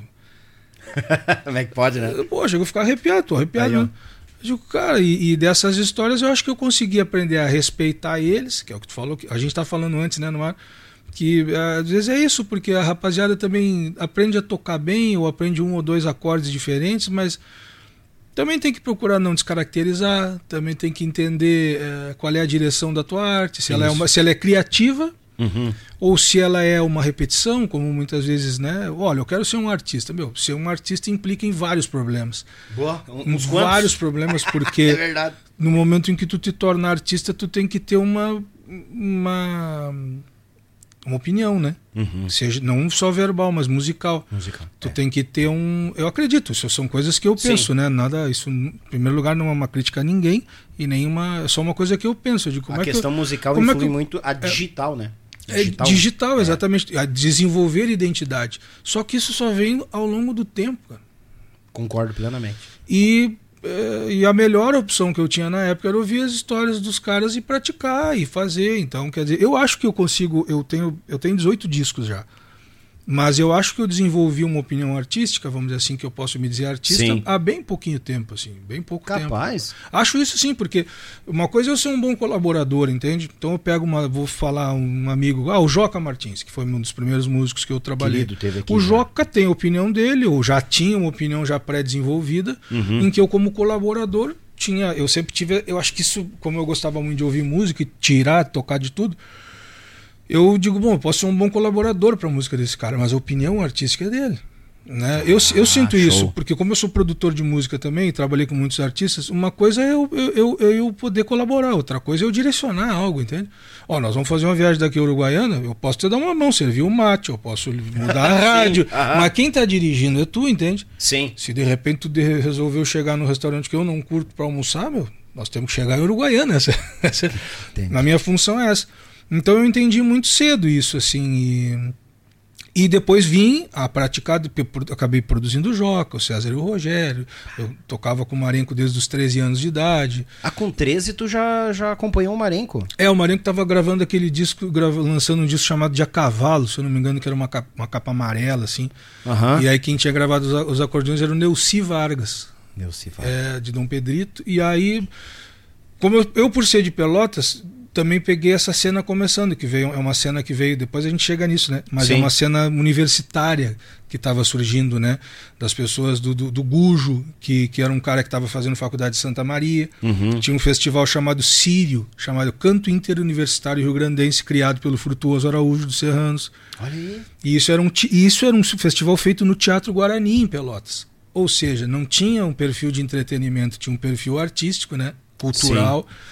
Como é que pode, né? Pô, chegou a ficar arrepiado, tô arrepiado, aí, né? Eu digo, cara, e, e dessas histórias eu acho que eu consegui aprender a respeitar eles, que é o que tu falou, que a gente tá falando antes, né, no ar, que às vezes é isso, porque a rapaziada também aprende a tocar bem, ou aprende um ou dois acordes diferentes, mas também tem que procurar não descaracterizar, também tem que entender é, qual é a direção da tua arte, se ela é, uma, se ela é criativa, uhum. ou se ela é uma repetição, como muitas vezes, né? Olha, eu quero ser um artista. Meu, ser um artista implica em vários problemas. Boa, uns vários problemas, porque é verdade. No momento em que tu te torna artista, tu tem que ter uma... uma uma opinião, né? Uhum. Seja, não só verbal, mas musical. musical tu é. tem que ter um... Eu acredito, isso são coisas que eu penso, Sim. né? Nada, isso, em primeiro lugar, não é uma crítica a ninguém e nenhuma... É só uma coisa que eu penso. Eu digo, como a é questão que eu, musical como influi é que eu, muito a digital, é, né? Digital, é digital, exatamente. É. A desenvolver identidade. Só que isso só vem ao longo do tempo, cara. Concordo plenamente. E... E a melhor opção que eu tinha na época era ouvir as histórias dos caras e praticar e fazer. Então, quer dizer, eu acho que eu consigo, eu tenho, eu tenho dezoito discos já. Mas eu acho que eu desenvolvi uma opinião artística, vamos dizer assim, que eu posso me dizer artista, sim. há bem pouquinho tempo, assim, bem pouco Capaz. tempo. Capaz? Acho isso sim, porque uma coisa é eu ser um bom colaborador, entende? Então eu pego uma, vou falar um amigo, ah, o Joca Martins, que foi um dos primeiros músicos que eu trabalhei. Teve aqui, o Joca né? tem a opinião dele, ou já tinha uma opinião já pré-desenvolvida, uhum. em que eu como colaborador tinha, eu sempre tive, eu acho que isso, como eu gostava muito de ouvir música e tirar, tocar de tudo, eu digo, bom, eu posso ser um bom colaborador para a música desse cara, mas a opinião artística é dele. Né? Eu, eu ah, sinto show. isso, porque como eu sou produtor de música também, trabalhei com muitos artistas, uma coisa é eu, eu, eu, eu poder colaborar, outra coisa é eu direcionar algo, entende? Ó, nós vamos fazer uma viagem daqui a Uruguaiana, eu posso te dar uma mão, servir o mate, eu posso mudar a rádio, mas quem está dirigindo é tu, entende? Sim. Se de repente tu de, resolveu chegar no restaurante que eu não curto para almoçar, meu, nós temos que chegar em Uruguaiana, essa, essa, na minha função é essa. Então eu entendi muito cedo isso, assim, e, e depois vim a praticar, acabei produzindo o Joca, o César e o Rogério, eu tocava com o Marenco desde os treze anos de idade. Ah, com treze tu já, já acompanhou o Marenco? É, o Marenco estava gravando aquele disco, grava, lançando um disco chamado De A Cavalo, se eu não me engano, que era uma capa, uma capa amarela, assim, uhum. e aí quem tinha gravado os, os acordeões era o Neuci Vargas, Neuci Vargas. É, de Dom Pedrito, e aí, como eu, eu por ser de Pelotas... também peguei essa cena começando, que veio, é uma cena que veio, depois a gente chega nisso, né? Mas Sim. é uma cena universitária que estava surgindo, né? Das pessoas do, do, do Gujo, que, que era um cara que estava fazendo faculdade de Santa Maria. Uhum. Tinha um festival chamado Sírio, chamado Canto Interuniversitário Rio-Grandense, criado pelo Frutuoso Araújo dos Serranos. Olha aí. E isso era, um, isso era um festival feito no Teatro Guarani, em Pelotas. Ou seja, não tinha um perfil de entretenimento, tinha um perfil artístico, né? Cultural. Sim.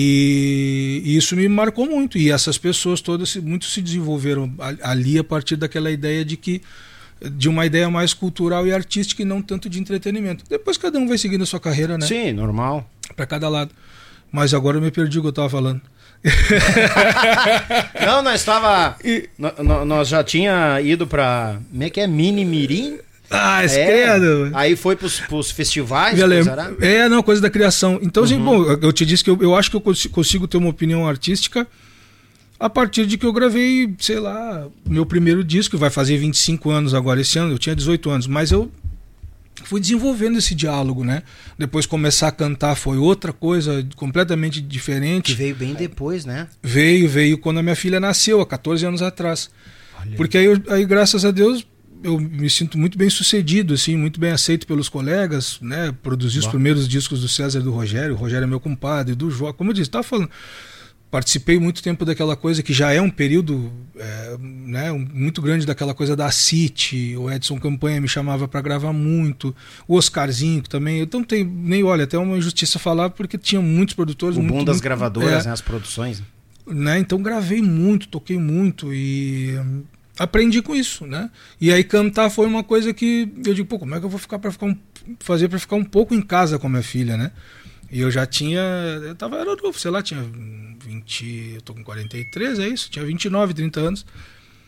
E, e isso me marcou muito, e essas pessoas todas muito se desenvolveram ali a partir daquela ideia de que de uma ideia mais cultural e artística e não tanto de entretenimento. Depois cada um vai seguindo a sua carreira, né? Sim, normal. Para cada lado. Mas agora eu me perdi o que eu estava falando. Não, nós estava e... nós já tinha ido para como é que é Mini Mirim? Ah, esquerdo. É, aí foi pros, pros festivais? É, não, coisa da criação. Então, uhum. assim, bom, eu te disse que eu, eu acho que eu consigo ter uma opinião artística a partir de que eu gravei, sei lá, meu primeiro disco, vai fazer vinte e cinco anos agora esse ano, eu tinha dezoito anos, mas eu fui desenvolvendo esse diálogo, né? Depois começar a cantar foi outra coisa completamente diferente. Que veio bem depois, né? Veio, veio quando a minha filha nasceu, há catorze anos atrás. Olha. Porque aí, aí, graças a Deus, eu me sinto muito bem sucedido, assim, muito bem aceito pelos colegas, né? Produzi os Bom. primeiros discos do César e do Rogério, o Rogério é meu compadre, do João, como eu disse, estava falando, participei muito tempo daquela coisa que já é um período é, né, um, muito grande daquela coisa da City, o Edson Campanha me chamava para gravar muito, o Oscarzinho também, então tem, nem olha, até uma injustiça falar porque tinha muitos produtores. O muito, bom das muito, gravadoras, é, né, as produções. Né, então gravei muito, toquei muito e aprendi com isso, né? E aí cantar foi uma coisa que eu digo, pô, como é que eu vou ficar para ficar um, fazer para ficar um pouco em casa com a minha filha, né? E eu já tinha, eu tava, era novo, sei lá, tinha vinte, eu tô com quarenta e três, é isso? Tinha vinte e nove, trinta anos.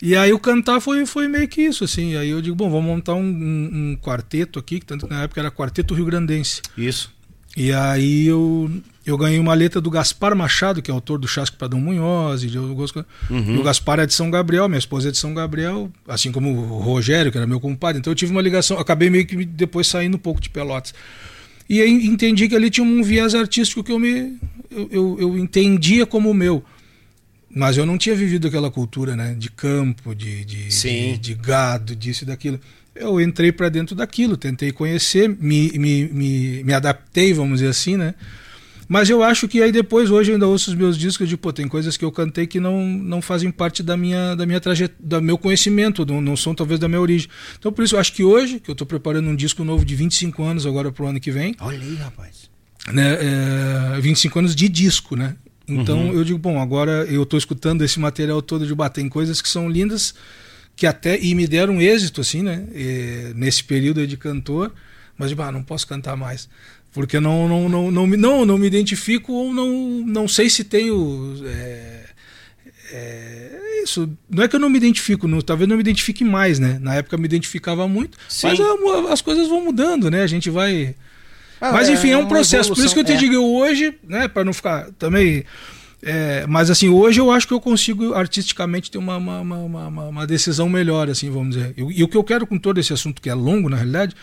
E aí o cantar foi, foi meio que isso, assim. Aí eu digo, bom, vamos montar um, um, um quarteto aqui, que tanto que na época era Quarteto Rio Grandense. Isso. E aí eu, eu ganhei uma letra do Gaspar Machado, que é autor do Chasque Pradão Munhoz. E, de, uhum. e o Gaspar é de São Gabriel, minha esposa é de São Gabriel, assim como o Rogério, que era meu compadre. Então eu tive uma ligação, acabei meio que depois saindo um pouco de Pelotas. E aí entendi que ali tinha um viés artístico que eu me eu, eu, eu entendia como o meu. Mas eu não tinha vivido aquela cultura, né, de campo, de, de, de, de gado, disso e daquilo. Eu entrei para dentro daquilo, tentei conhecer, me, me, me, me adaptei, vamos dizer assim, né? Mas eu acho que aí depois, hoje eu ainda ouço os meus discos de, pô, tem coisas que eu cantei que não, não fazem parte da minha, da minha trajetória, do meu conhecimento, não, não são talvez da minha origem. Então por isso eu acho que hoje, que eu estou preparando um disco novo de vinte e cinco anos agora pro ano que vem. Olha aí, rapaz. Né, é, vinte e cinco anos de disco, né? Então uhum. eu digo, bom, agora eu estou escutando esse material todo de bater em coisas que são lindas, que até e me deram êxito, assim, né? E, nesse período aí de cantor, mas digo, ah, não posso cantar mais. Porque não, não, não, não, não, não, não me identifico ou não, não sei se tenho. É, é, isso. Não é que eu não me identifico, não, talvez não me identifique mais, né? Na época eu me identificava muito, Sim. mas a, as coisas vão mudando, né? A gente vai. Ah, mas enfim, é, é um processo. Por isso que eu te é. digo hoje, né, para não ficar também. É, mas assim, hoje eu acho que eu consigo artisticamente ter uma, uma, uma, uma, uma decisão melhor, assim, vamos dizer. E, e o que eu quero com todo esse assunto, que é longo, na realidade,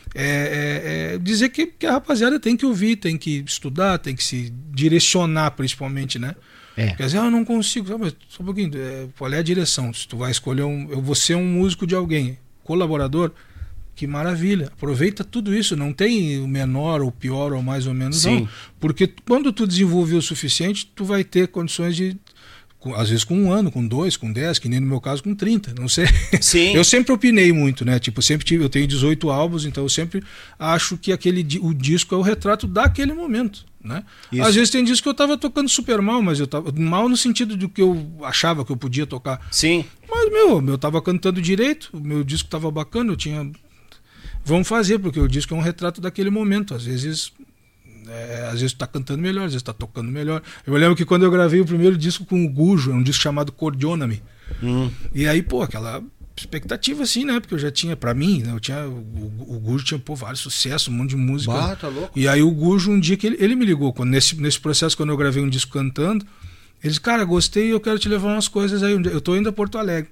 é, é, é dizer que, que a rapaziada tem que ouvir, tem que estudar, tem que se direcionar, principalmente, né? É. Quer dizer, ah, eu não consigo. Sabe, só um pouquinho. É, qual é a direção? Se tu vai escolher um. Eu vou ser um músico de alguém, colaborador. Que maravilha, aproveita tudo isso, não tem o menor ou pior ou mais ou menos, Sim. não, porque quando tu desenvolver o suficiente, tu vai ter condições de, às vezes com um ano, com dois, com dez, que nem no meu caso com trinta, não sei. Sim. Eu sempre opinei muito, né, tipo, sempre tive, eu tenho dezoito álbuns, então eu sempre acho que aquele, o disco é o retrato daquele momento, né. Isso. Às vezes tem disco que eu tava tocando super mal, mas eu tava mal no sentido do que eu achava que eu podia tocar. Sim. Mas, meu, eu tava cantando direito, o meu disco tava bacana, eu tinha... Vamos fazer, porque o disco é um retrato daquele momento. Às vezes é, às vezes tu tá cantando melhor, às vezes tá tocando melhor. Eu lembro que quando eu gravei o primeiro disco com o Gujo, é um disco chamado Cordionami. Hum. E aí, pô, aquela expectativa assim, né? Porque eu já tinha, pra mim, né? Eu tinha, o, o Gujo tinha, pô, vários sucessos, um monte de música. Bah, tá louco. E aí o Gujo, um dia que ele, ele me ligou, quando, nesse, nesse processo, quando eu gravei um disco cantando, ele disse, cara, gostei, eu quero te levar umas coisas aí. Eu tô indo a Porto Alegre.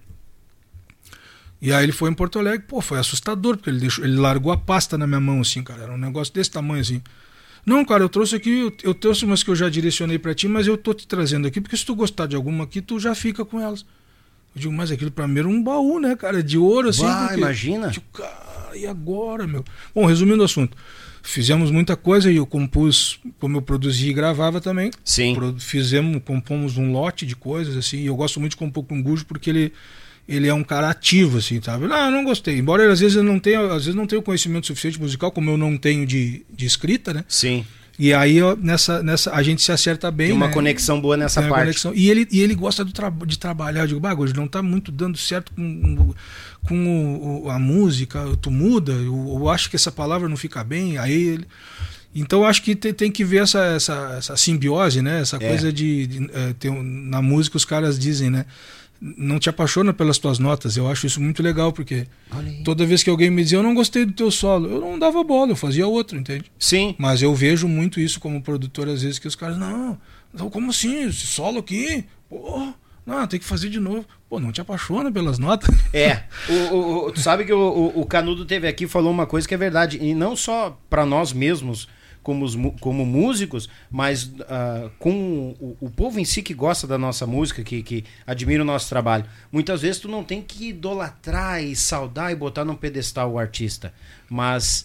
E aí ele foi em Porto Alegre, pô, foi assustador, porque ele, deixou, ele largou a pasta na minha mão, assim, cara, era um negócio desse tamanho, assim. Não, cara, eu trouxe aqui, eu, eu trouxe umas que eu já direcionei pra ti, mas eu tô te trazendo aqui, porque se tu gostar de alguma aqui, tu já fica com elas. Eu digo, mas aquilo pra mim era um baú, né, cara, de ouro, assim. Ah, porque, imagina. Tipo, cara, e agora, meu? Bom, resumindo o assunto, fizemos muita coisa e eu compus, como eu produzia e gravava também. Sim. Fizemos, compomos um lote de coisas, assim, e eu gosto muito de compor com o Gujo, porque ele... ele é um cara ativo, assim, sabe? Ah, não gostei. Embora ele, às vezes eu não tenha, às vezes não tenha o conhecimento suficiente musical, como eu não tenho de, de escrita, né? Sim. E aí ó, nessa, nessa, a gente se acerta bem. Tem uma né? conexão boa nessa Tem parte. Conexão. E, ele, e ele gosta do tra de trabalhar. Eu digo, bah, hoje não tá muito dando certo com, com o, o, a música, tu muda, eu, eu acho que essa palavra não fica bem. Aí ele... Então eu acho que tem, tem que ver essa, essa, essa simbiose, né? Essa é. coisa de. de é, ter um, na música os caras dizem, né? Não te apaixona pelas tuas notas. Eu acho isso muito legal, porque toda vez que alguém me dizia, eu não gostei do teu solo, eu não dava bola, eu fazia outro, entende? Sim. Mas eu vejo muito isso como produtor, às vezes, que os caras, não, não como assim? Esse solo aqui? Pô, não, tem que fazer de novo. Pô, não te apaixona pelas notas. É. O, o, tu sabe que o, o, o Canudo teve aqui e falou uma coisa que é verdade. E não só para nós mesmos, como, os, como músicos, mas uh, com o, o povo em si que gosta da nossa música, que, que admira o nosso trabalho. Muitas vezes tu não tem que idolatrar e saudar e botar num pedestal o artista, mas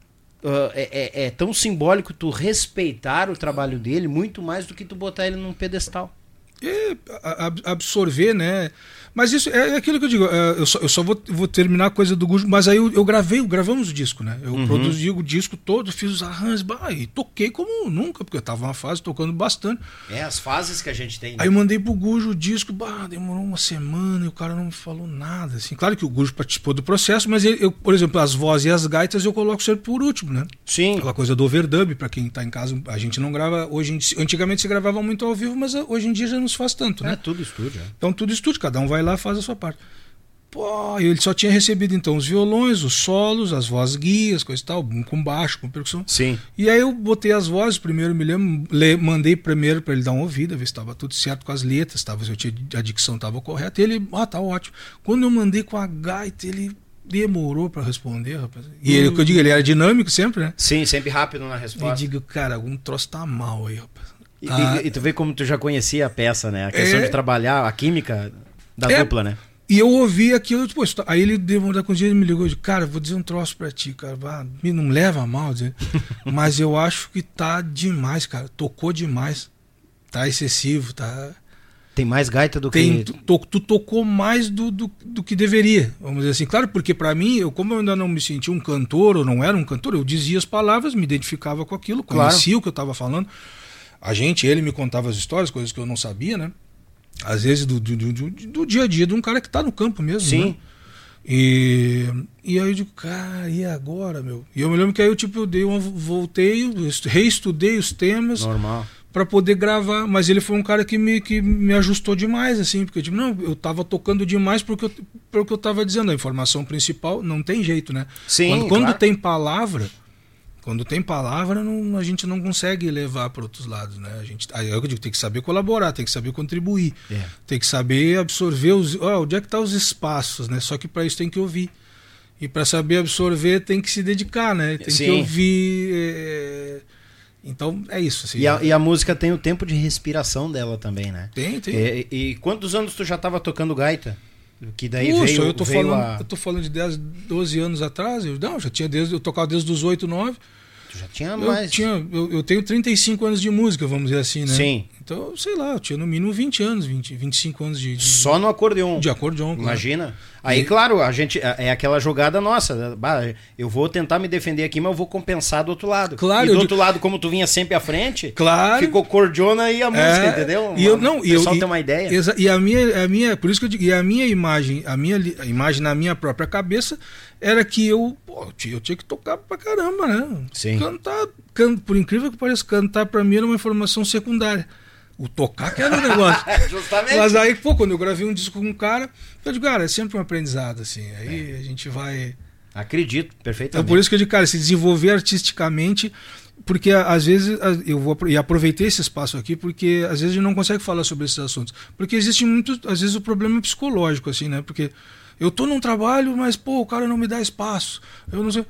uh, é, é, é tão simbólico tu respeitar o trabalho dele muito mais do que tu botar ele num pedestal. É, absorver, né? Mas isso é aquilo que eu digo. Eu só, eu só vou, vou terminar a coisa do Gujo, mas aí eu, eu gravei, gravamos o disco, né? Eu uhum. produzi o disco todo, fiz os arranjos, bah, e toquei como nunca, porque eu tava numa fase tocando bastante. É, as fases que a gente tem. Né? Aí eu mandei pro Gujo o disco, bah, demorou uma semana e o cara não me falou nada, assim. Claro que o Gujo participou do processo, mas ele, eu, por exemplo, as vozes e as gaitas eu coloco sempre por último, né? Sim. Aquela coisa do overdub, pra quem tá em casa, a gente não grava, hoje, antigamente se gravava muito ao vivo, mas hoje em dia já não se faz tanto, né? É tudo estúdio. É. Então tudo estúdio, cada um vai vai lá, faz a sua parte. Pô, ele só tinha recebido então os violões, os solos, as vozes guias, coisa e tal, com baixo, com percussão. Sim. E aí eu botei as vozes, primeiro me lembro, le, mandei primeiro para ele dar uma ouvida, ver se estava tudo certo com as letras, tava, se eu tinha, a dicção estava correta. E ele, ah, tá ótimo. Quando eu mandei com a gaita, ele demorou para responder, rapaz. E ele, hum. que eu digo, ele era dinâmico sempre, né? Sim, sempre rápido na resposta. Eu digo, cara, algum troço tá mal aí, rapaz. E, ah, e, e tu vê como tu já conhecia a peça, né? A questão é, de trabalhar, a química da é, dupla, né? E eu ouvi aquilo, tipo, aí ele deu uma com ele me ligou, eu disse, cara, vou dizer um troço pra ti, cara, ah, me não leva a mal, dizer, mas eu acho que tá demais, cara, tocou demais, tá excessivo, tá... Tem mais gaita do Tem, que... Tu, tu, tu tocou mais do, do, do que deveria, vamos dizer assim, claro, porque pra mim, eu, como eu ainda não me sentia um cantor, ou não era um cantor, eu dizia as palavras, me identificava com aquilo, conhecia claro. O que eu tava falando, a gente, ele me contava as histórias, coisas que eu não sabia, né? Às vezes do, do, do, do dia a dia de um cara que tá no campo mesmo. Sim. Né? E, e aí eu digo, cara, e agora, meu? E eu me lembro que aí eu, tipo, eu dei uma, voltei, reestudei os temas para poder gravar. Mas ele foi um cara que me, que me ajustou demais, assim, porque tipo, não, eu tava tocando demais porque eu, porque eu tava dizendo, a informação principal não tem jeito, né? Sim, quando, quando claro. tem palavra. Quando tem palavra, não, a gente não consegue levar para outros lados, né? A gente, aí eu digo, tem que saber colaborar, tem que saber contribuir, é. Tem que saber absorver os, oh, onde é que tá os espaços, né? Só que para isso tem que ouvir. E para saber absorver tem que se dedicar, né? Tem Sim. que ouvir. É... Então é isso. Assim, e, a, né? e a música tem o tempo de respiração dela também, né? Tem, tem. E, e quantos anos tu já estava tocando gaita? Que daí Puxa, veio, eu tô veio falando, a... eu tô falando de dez, doze anos atrás, eu não, já tinha desde, eu tocava desde os oito, nove. Tu já tinha eu mais. Tinha, eu, eu tenho trinta e cinco anos de música, vamos dizer assim, né? Sim. Então, sei lá, eu tinha no mínimo vinte anos, vinte, vinte e cinco anos de, de só no acordeon. De acordeon, claro. Imagina. Aí, e... claro, a gente é aquela jogada nossa. Eu vou tentar me defender aqui, mas eu vou compensar do outro lado. Claro. E do eu... outro lado, como tu vinha sempre à frente, claro. Ficou cordiona e a música, é... entendeu? E eu não, o pessoal eu, tem uma ideia. Exa... E a minha, a minha, por isso que eu digo, e a minha imagem, a minha a imagem na minha própria cabeça era que eu, pô, eu tinha que tocar pra caramba, né? Sim. Cantar, can... por incrível que pareça, cantar pra mim era uma informação secundária. O tocar que era o negócio. Justamente. Mas aí, pô, quando eu gravei um disco com um cara, eu digo, cara, é sempre um aprendizado, assim. Aí é. a gente vai... Acredito, perfeitamente. É por isso que eu digo, cara, se desenvolver artisticamente, porque às vezes eu vou... E aproveitei esse espaço aqui, porque às vezes a gente não consegue falar sobre esses assuntos. Porque existe muito, às vezes, o problema é psicológico, assim, né? Porque eu tô num trabalho, mas, pô, o cara não me dá espaço. Eu não sei...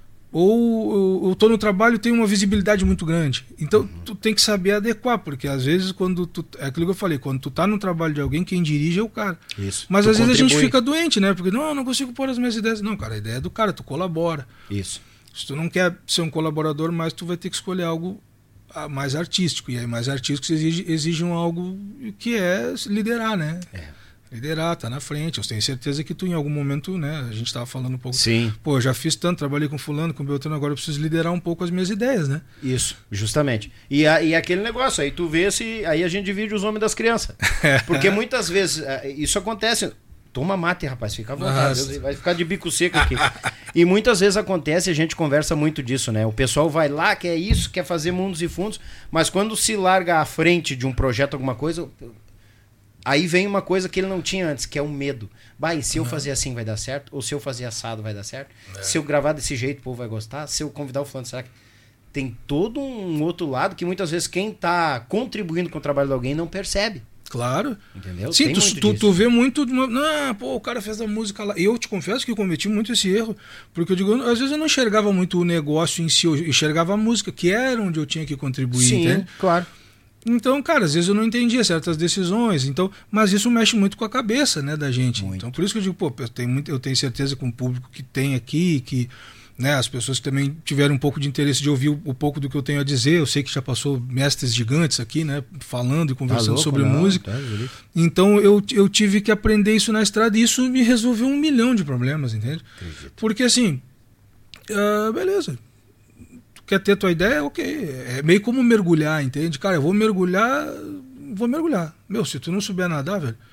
Ou eu estou no trabalho e tenho uma visibilidade muito grande. Então, tu tem que saber adequar, porque às vezes, quando tu. É aquilo que eu falei, quando tu tá no trabalho de alguém, quem dirige é o cara. Isso. Mas tu às contribui. vezes a gente fica doente, né? Porque não, eu não consigo pôr as minhas ideias. Não, cara, a ideia é do cara, tu colabora. Isso. Se tu não quer ser um colaborador, mais tu vai ter que escolher algo mais artístico. E aí, mais artístico exige, exige um algo que é liderar, né? É. Liderar, tá na frente. Eu tenho certeza que tu em algum momento, né, a gente estava falando um pouco. Sim. Pô, eu já fiz tanto, trabalhei com fulano, com Beltrano, agora eu preciso liderar um pouco as minhas ideias, né? Isso, justamente. E, a, e aquele negócio, aí tu vê se, aí a gente divide os homens das crianças. Porque muitas vezes isso acontece. Toma mate, rapaz, fica à vontade, Nossa. Vai ficar de bico seco aqui. E muitas vezes acontece, a gente conversa muito disso, né? O pessoal vai lá, quer isso, quer fazer mundos e fundos, mas quando se larga à frente de um projeto, alguma coisa... Aí vem uma coisa que ele não tinha antes, que é o medo. Bah, e se eu fazer assim vai dar certo? Ou se eu fazer assado vai dar certo? É. Se eu gravar desse jeito o povo vai gostar? Se eu convidar o fulano, será que... Tem todo um outro lado que muitas vezes quem está contribuindo com o trabalho de alguém não percebe. Claro. Entendeu? Sim, tu, tu, tu vê muito... Não, pô, o cara fez a música lá. Eu te confesso que eu cometi muito esse erro. Porque eu digo, às vezes eu não enxergava muito o negócio em si, eu enxergava a música, que era onde eu tinha que contribuir. Sim, entende? Claro. Então, cara, às vezes eu não entendia certas decisões, então, mas isso mexe muito com a cabeça, né, da gente. Muito. Então, por isso que eu digo, pô, eu tenho, muito, eu tenho certeza que o público que tem aqui, que, né, as pessoas que também tiveram um pouco de interesse de ouvir o, o pouco do que eu tenho a dizer, eu sei que já passou mestres gigantes aqui, né, falando e conversando tá louco, sobre não, música. Tá então, eu, eu tive que aprender isso na estrada e isso me resolveu um milhão de problemas, entende? Acredito. Porque assim, uh, beleza. Quer ter tua ideia? Ok. É meio como mergulhar, entende? Cara, eu vou mergulhar, vou mergulhar. Meu, se tu não souber nadar, velho,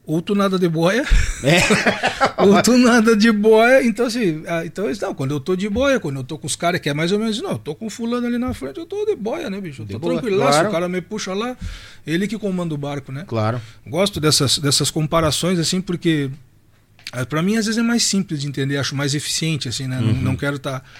ou tu nada de boia, É. ou tu nada de boia. Então, assim, ah, então, não, quando eu tô de boia, quando eu tô com os caras que é mais ou menos, não, eu tô com fulano ali na frente, eu tô de boia, né, bicho? Eu tô tranquilaço, claro. O cara me puxa lá, ele que comanda o barco, né? Claro. Gosto dessas, dessas comparações, assim, porque pra mim às vezes é mais simples de entender, acho mais eficiente, assim, né? Uhum. Não, não quero estar, tá,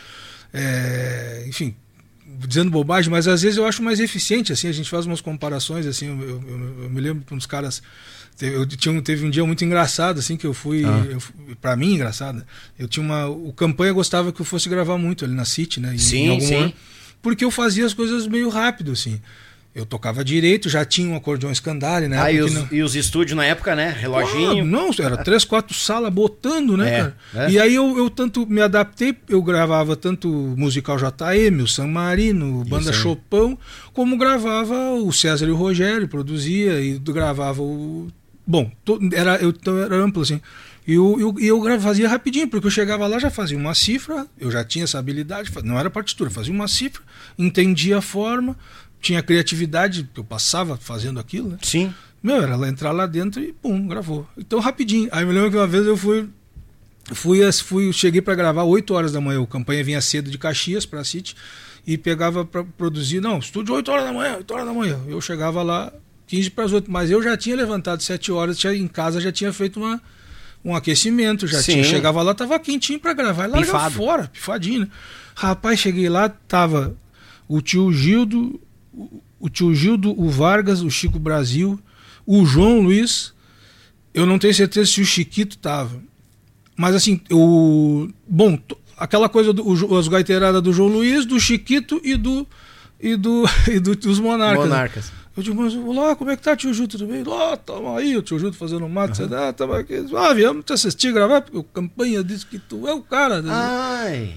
é, enfim, dizendo bobagem, mas às vezes eu acho mais eficiente, assim, a gente faz umas comparações, assim, eu, eu, eu, eu me lembro que uns caras, eu tinha, teve um dia muito engraçado, assim, que eu fui, ah. eu, pra mim engraçado, eu tinha uma, o Campanha gostava que eu fosse gravar muito ali na City, né, em, sim, em algum sim. momento, porque eu fazia as coisas meio rápido, assim. Eu tocava direito, já tinha um acordeão Scandale, né? Ah, e os, não... e os estúdios na época, né? Reloginho. Ah, não, era três, quatro salas botando, né, é, cara? É. E aí eu, eu tanto me adaptei, eu gravava tanto o Musical J M, o San Marino, o Banda Chopão, como gravava o César e o Rogério, produzia e gravava o... Bom, to... era, eu, era amplo, assim. E eu, eu, eu fazia rapidinho, porque eu chegava lá, já fazia uma cifra, eu já tinha essa habilidade, não era partitura, fazia uma cifra, entendia a forma, tinha criatividade, eu passava fazendo aquilo, né? Sim. Meu, era lá entrar lá dentro e pum, gravou. Então rapidinho. Aí eu me lembro que uma vez eu fui, fui, fui cheguei para gravar oito horas da manhã, o Campanha vinha cedo de Caxias pra City e pegava para produzir, não, estúdio oito horas da manhã, oito horas da manhã. Eu chegava lá quinze para as oito, mas eu já tinha levantado sete horas, já, em casa já tinha feito uma, um aquecimento, já tinha, chegava lá, tava quentinho para gravar, e largava fora, pifadinho, né? Rapaz, cheguei lá, tava o tio Gildo, o tio Gildo, o Vargas, o Chico Brasil, o João Luiz, eu não tenho certeza se o Chiquito tava, mas assim, o bom, aquela coisa do, as gaiteiradas do João Luiz, do Chiquito e do e do e do, dos Monarcas. Monarcas. Eu digo, mas olá, como é que tá, tio Gildo, tudo bem? Ó, oh, tamo aí, o tio Gildo fazendo um mato, uhum. Você dá, tamo aqui. Ah, viemos te assistir, gravar, porque o Campanha disse que tu é o cara. Ai.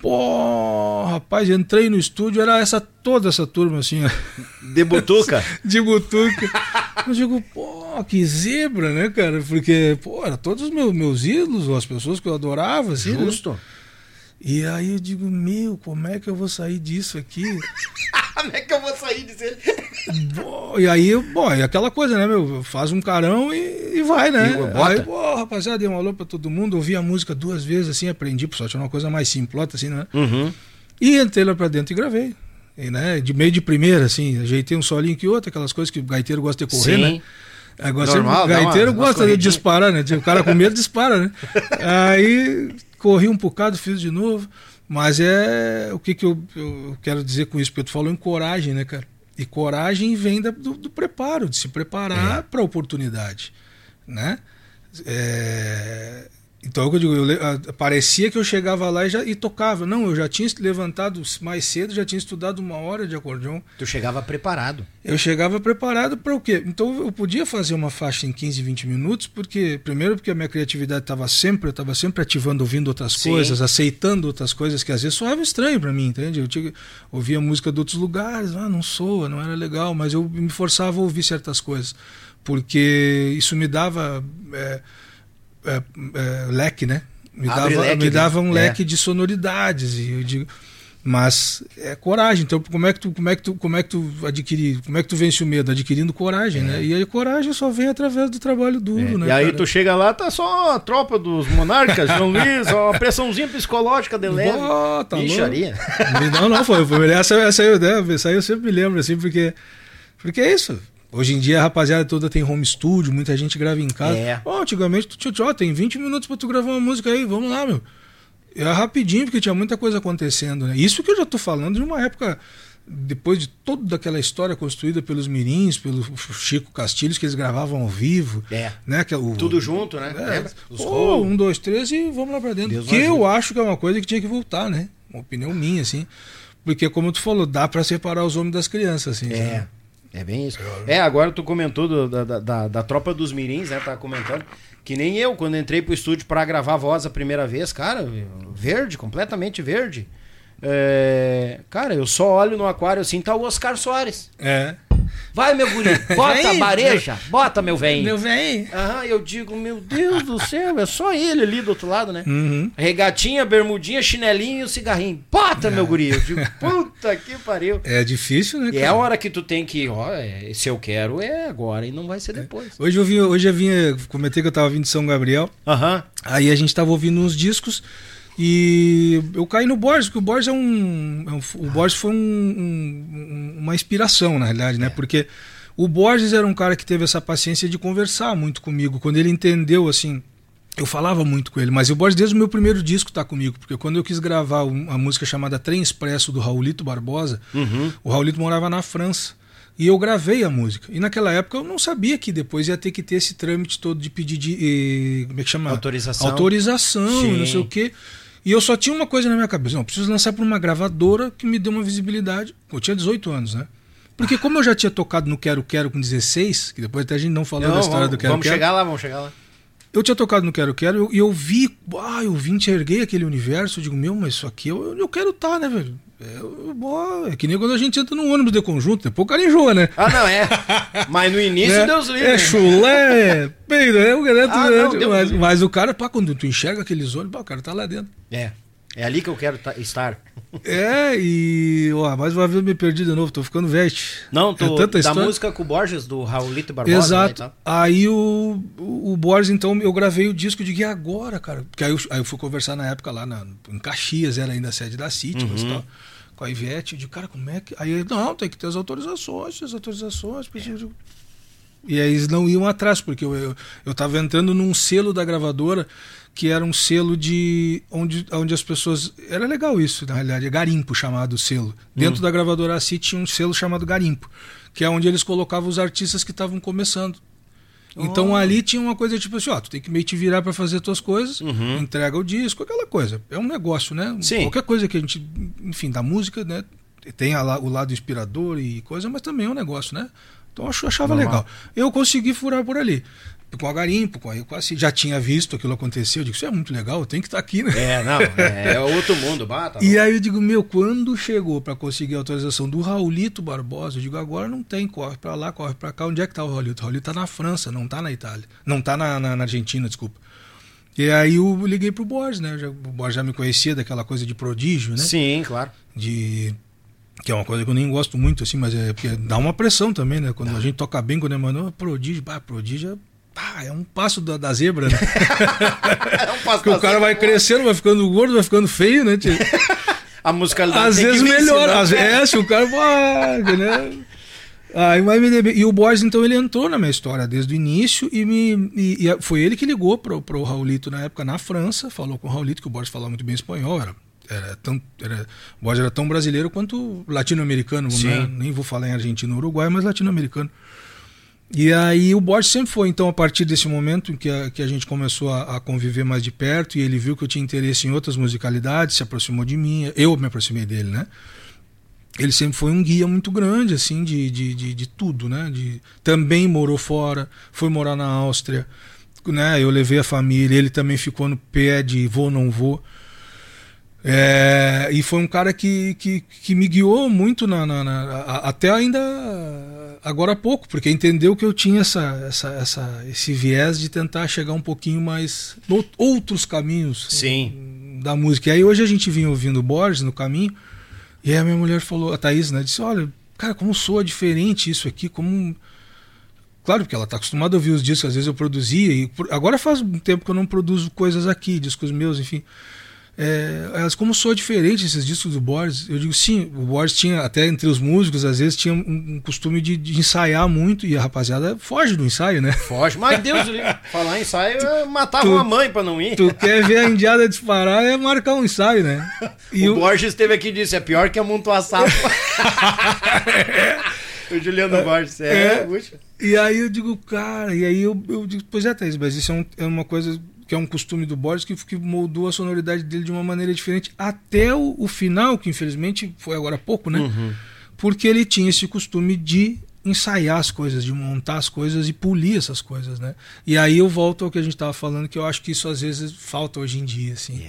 Pô, rapaz, entrei no estúdio, era essa toda essa turma assim, de butuca. De butuca. Eu digo, pô, que zebra, né, cara? Porque, pô, eram todos os meus, meus ídolos, as pessoas que eu adorava, assim. Justo. Né? E aí eu digo, meu, como é que eu vou sair disso aqui? Como é que eu vou sair disso? E aí, bom, é aquela coisa, né, meu? Faz um carão e, e vai, né? E aí, pô, rapaziada, dei um alô pra todo mundo, ouvi a música duas vezes, assim, aprendi, por sorte, era uma coisa mais simplota, assim, né? Uhum. E entrei lá pra dentro e gravei. E, né, de meio de primeira, assim, ajeitei um solinho que outro, aquelas coisas que o gaiteiro gosta de correr, sim. Né? Agora, normal, o gaiteiro uma, gosta de disparar, né? O cara com medo dispara, né? Aí corri um bocado, fiz de novo. Mas é o que, que eu, eu quero dizer com isso, porque tu falou em coragem, né, cara? E coragem vem da, do, do preparo, de se preparar é. para a oportunidade, né? É... Então, eu digo, eu, parecia que eu chegava lá e, já, e tocava. Não, eu já tinha levantado mais cedo, já tinha estudado uma hora de acordeão. Tu chegava preparado. Eu chegava preparado para o quê? Então eu podia fazer uma faixa em quinze, vinte minutos, porque primeiro porque a minha criatividade estava sempre, eu estava sempre ativando, ouvindo outras Sim. coisas, aceitando outras coisas que às vezes soavam estranho para mim, entende? Eu tinha, ouvia música de outros lugares, ah, não soa, não era legal, mas eu me forçava a ouvir certas coisas, porque isso me dava... É, É, é, leque, né? Me dava, leque, me dava um é. leque de sonoridades e eu digo, mas é coragem. Então como é que tu, como é que tu, como é que tu adquire, como é que tu vence o medo? Adquirindo coragem, é. né? E aí coragem só vem através do trabalho duro, é. né? E aí cara? Tu chega lá, tá só a tropa dos Monarcas, João Luiz, uma pressãozinha psicológica de leve. Oh, tá Ixaria. Não, não foi, foi essa, essa, eu, né? Essa aí eu sempre me lembro assim, porque porque é isso. Hoje em dia a rapaziada toda tem home studio, muita gente grava em casa. É. Oh, antigamente tu tinha, ó, tem vinte minutos pra tu gravar uma música aí, vamos lá, meu. Era rapidinho, porque tinha muita coisa acontecendo, né? Isso que eu já tô falando de uma época, depois de toda aquela história construída pelos mirins, pelo Chico Castilhos, que eles gravavam ao vivo. É. Né? Que, o, Tudo junto, né? É, pô, um, dois, três e vamos lá pra dentro. Deus que eu acho que é uma coisa que tinha que voltar, né? Uma opinião minha, assim. Porque, como tu falou, dá pra separar os homens das crianças, assim. É. Né? É bem isso. É, agora tu comentou do, da, da, da tropa dos mirins, né? Tá comentando. Que nem eu, quando entrei pro estúdio pra gravar a voz a primeira vez, cara, verde, completamente verde. É, cara, eu só olho no aquário assim, tá o Oscar Soares. É. Vai, meu guri, bota a Vem, bareja, bota, meu velhinho. Meu velho. Aham, eu digo, meu Deus do céu, é só ele ali do outro lado, né? Uhum. Regatinha, bermudinha, chinelinho e o cigarrinho. Bota, É. meu guri. Eu digo, puta que pariu. É difícil, né, E cara? é a hora que tu tem que, ó, é, se eu quero é agora e não vai ser depois. Hoje eu vim, hoje eu vinha, comentei que eu tava vindo de São Gabriel, Aham. aí a gente tava ouvindo uns discos e eu caí no Borges, porque o Borges é um, é um- o Borges foi um- um- uma inspiração, na realidade, né? Porque o Borges era um cara que teve essa paciência de conversar muito comigo, quando ele entendeu, assim, eu falava muito com ele, mas o Borges desde o meu primeiro disco tá comigo, porque quando eu quis gravar uma música chamada Trem Expresso do Raulito Barbosa, Uhum. o Raulito morava na França. E eu gravei a música. E naquela época eu não sabia que depois ia ter que ter esse trâmite todo de pedir de. eh, como é que chama? Autorização. Autorização, Sim. e não sei o quê. E eu só tinha uma coisa na minha cabeça. Não, eu preciso lançar para uma gravadora que me dê uma visibilidade. Eu tinha dezoito anos, né? Porque como eu já tinha tocado no Quero Quero com dezesseis, que depois até a gente não falou Não, da história vamos, do Quero vamos Quero. chegar lá, vamos chegar lá. Eu tinha tocado no Quero Quero e eu, eu vi, ah, eu vi, enxerguei aquele universo, eu digo, meu, mas isso aqui eu, eu quero estar, né, velho? É, eu- ó, é que nem quando a gente entra num ônibus de conjunto, depois o cara enjoa, né? Ah, não, é. Mas no início, É, Deus livre. é chulé, peido, é o cara, Ah, não, Deus mas, livre. mas o cara, pá, quando tu enxerga aqueles olhos, pá, o cara tá lá dentro. É. É ali que eu quero ta- estar. É, e, ó, mais uma vez eu me perdi de novo, tô ficando velho. Não, tô, É tanta da história. música com o Borges, do Raulito Barbosa. Exato. Né, e tal. Aí o, o, o Borges, então, eu gravei o disco de e agora, cara? Porque aí eu, aí eu fui conversar na época lá na, em Caxias, era ainda a sede da City, Uhum. e tal, com a Ivete. Eu digo, cara, como é que. Aí ele, não, tem que ter as autorizações, as autorizações. preciso- E aí eles não iam atrás, porque eu, eu, eu tava entrando num selo da gravadora que era um selo de onde, onde as pessoas. Era legal isso, na realidade, é garimpo chamado selo. Dentro da gravadora A C I tinha um selo chamado garimpo, que é onde eles colocavam os artistas que estavam começando. Então ali tinha uma coisa tipo assim, ó, tu tem que meio te virar para fazer tuas coisas, entrega o disco, aquela coisa. É um negócio, né? Sim. Qualquer coisa que a gente, enfim, da música, né? Tem a, o lado inspirador e coisa, mas também é um negócio, né? Então eu achava Normal. legal. Eu consegui furar por ali. Com a garimpo, com a, com a, já tinha visto aquilo acontecer, eu digo, isso é muito legal, eu tenho que estar aqui, né? É, não, é, é outro mundo, bata. E aí eu digo, meu, quando chegou para conseguir a autorização do Raulito Barbosa, eu digo, agora não tem, corre para lá, corre para cá. Onde é que tá o Raulito? O Raulito tá na França, não tá na Itália. Não tá na, na, na Argentina, desculpa. E aí eu liguei pro Borges, né? Já, o Borges já me conhecia daquela coisa de prodígio, né? Sim, claro. De... Que é uma coisa que eu nem gosto muito, assim, mas é porque dá uma pressão também, né? Quando a gente toca bem, quando é mano, prodígio, pá, prodígio é... Ah, é um passo da, da zebra, né? É um passo Porque o cara vai crescendo, vai ficando gordo, vai ficando feio, né? tio? A musicalidade Às tem vezes que vir melhora. ensinando. Às vezes, é, se o cara. Ah, né? Aí, mas me dei bem. E o Borges, então, ele entrou na minha história desde o início e, me, e, e foi ele que ligou pro, pro Raulito na época na França, falou com o Raulito, que o Borges falava muito bem espanhol, era. Era tão, era, o Borges era tão brasileiro quanto latino-americano, vamos Sim. lá, nem vou falar em argentino ou uruguai, mas latino-americano. E aí o Borges sempre foi, então, a partir desse momento em que a, que a gente começou a, a conviver mais de perto e ele viu que eu tinha interesse em outras musicalidades, se aproximou de mim, eu me aproximei dele, né? Ele sempre foi um guia muito grande, assim, de, de, de, de tudo, né? De, também morou fora, foi morar na Áustria, né? Eu levei a família, ele também ficou no pé de vou, não vou. É, e foi um cara que, que, que me guiou muito na, na, na, a- até ainda agora há pouco, porque entendeu que eu tinha essa, essa, essa, esse viés de tentar chegar um pouquinho mais no, outros caminhos Sim. da música. E aí hoje a gente vinha ouvindo o Borges no caminho, e aí a minha mulher falou, a Thaís, né, disse, olha, cara, como soa diferente isso aqui, como... Claro, porque ela está acostumada a ouvir os discos, às vezes eu produzia, e por- agora faz um tempo que eu não produzo coisas aqui, discos meus, enfim. É, elas, como soa diferente esses discos do Borges, eu digo sim, o Borges tinha, até entre os músicos, às vezes tinha um, um costume de, de ensaiar muito, e a rapaziada foge do ensaio, né? Foge, mas Deus do livre. Falar em ensaio, eu matava tu- uma mãe pra não ir. Tu quer ver a indiada disparar, é marcar um ensaio, né? E o Borges esteve aqui e disse, é pior que amontoar sapo. O Juliano Borges, é, É. puxa. E aí eu digo, cara, e aí eu, eu digo, pois é, Thaís, mas isso é, um- é uma coisa que é um costume do Borges que, que moldou a sonoridade dele de uma maneira diferente até o, o final, que infelizmente foi agora há pouco, né? Uhum. Porque ele tinha esse costume de ensaiar as coisas, de montar as coisas e polir essas coisas, né? E aí eu volto ao que a gente estava falando, que eu acho que isso às vezes falta hoje em dia, assim. Yeah.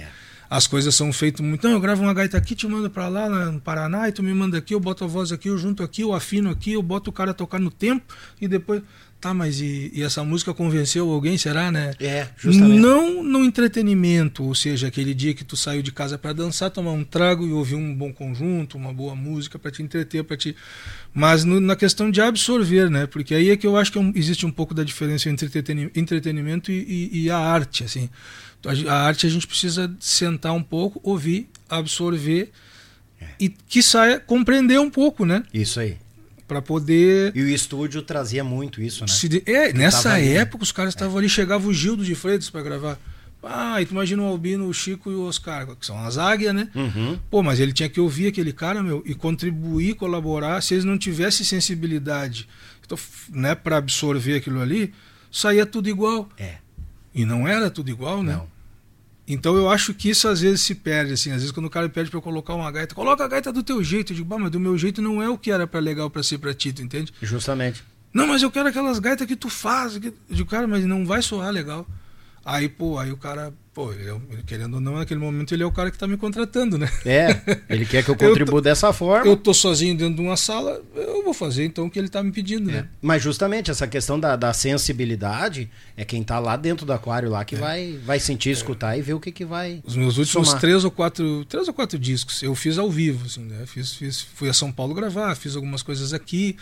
as coisas são feitas muito. Não, eu gravo uma gaita aqui, te mando pra lá no Paraná, e tu me manda aqui, eu boto a voz aqui, eu junto aqui, eu afino aqui, eu boto o cara a tocar no tempo, e depois... Tá, mas e, e essa música convenceu alguém, será, né? É, justamente. Não no entretenimento, ou seja, aquele dia que tu saiu de casa para dançar, tomar um trago e ouvir um bom conjunto, uma boa música para te entreter, para te... Mas no, na questão de absorver, né? Porque aí é que eu acho que é um, existe um pouco da diferença entre entretenimento e, e, e a arte, assim. A, a arte a gente precisa sentar um pouco, ouvir, absorver é. e que saia compreender um pouco, né? Isso aí. Para poder... E o estúdio trazia muito isso, né? Se de... É, nessa época ali, os caras estavam é. ali, chegava o Gildo de Freitas para gravar. Ah, e tu imagina o Albino, o Chico e o Oscar, que são as águias, né? Uhum. Pô, mas ele tinha que ouvir aquele cara, meu, e contribuir, colaborar. Se eles não tivessem sensibilidade, então, né, para absorver aquilo ali, saía tudo igual. É. E não era tudo igual, né? Não. Então eu acho que isso às vezes se perde, assim, às vezes quando o cara pede para eu colocar uma gaita, coloca a gaita do teu jeito, eu digo, bah, mas do meu jeito não é o que era para legal para ser para ti, tu entende? Justamente. Não, mas eu quero aquelas gaitas que tu faz, eu digo, cara, mas não vai soar legal. Aí, pô, aí o cara, pô, ele, querendo ou não, naquele momento ele é o cara que tá me contratando, né? É, ele quer que eu contribua eu tô, dessa forma. Eu tô sozinho dentro de uma sala, eu vou fazer então o que ele tá me pedindo, é. né? Mas justamente essa questão da, da sensibilidade é quem tá lá dentro do aquário lá que é. vai, vai sentir, escutar é. e ver o que que vai Os meus últimos somar. três ou quatro, três ou quatro discos eu fiz ao vivo, assim, né? Fiz, fiz, fui a São Paulo gravar, fiz algumas coisas aqui.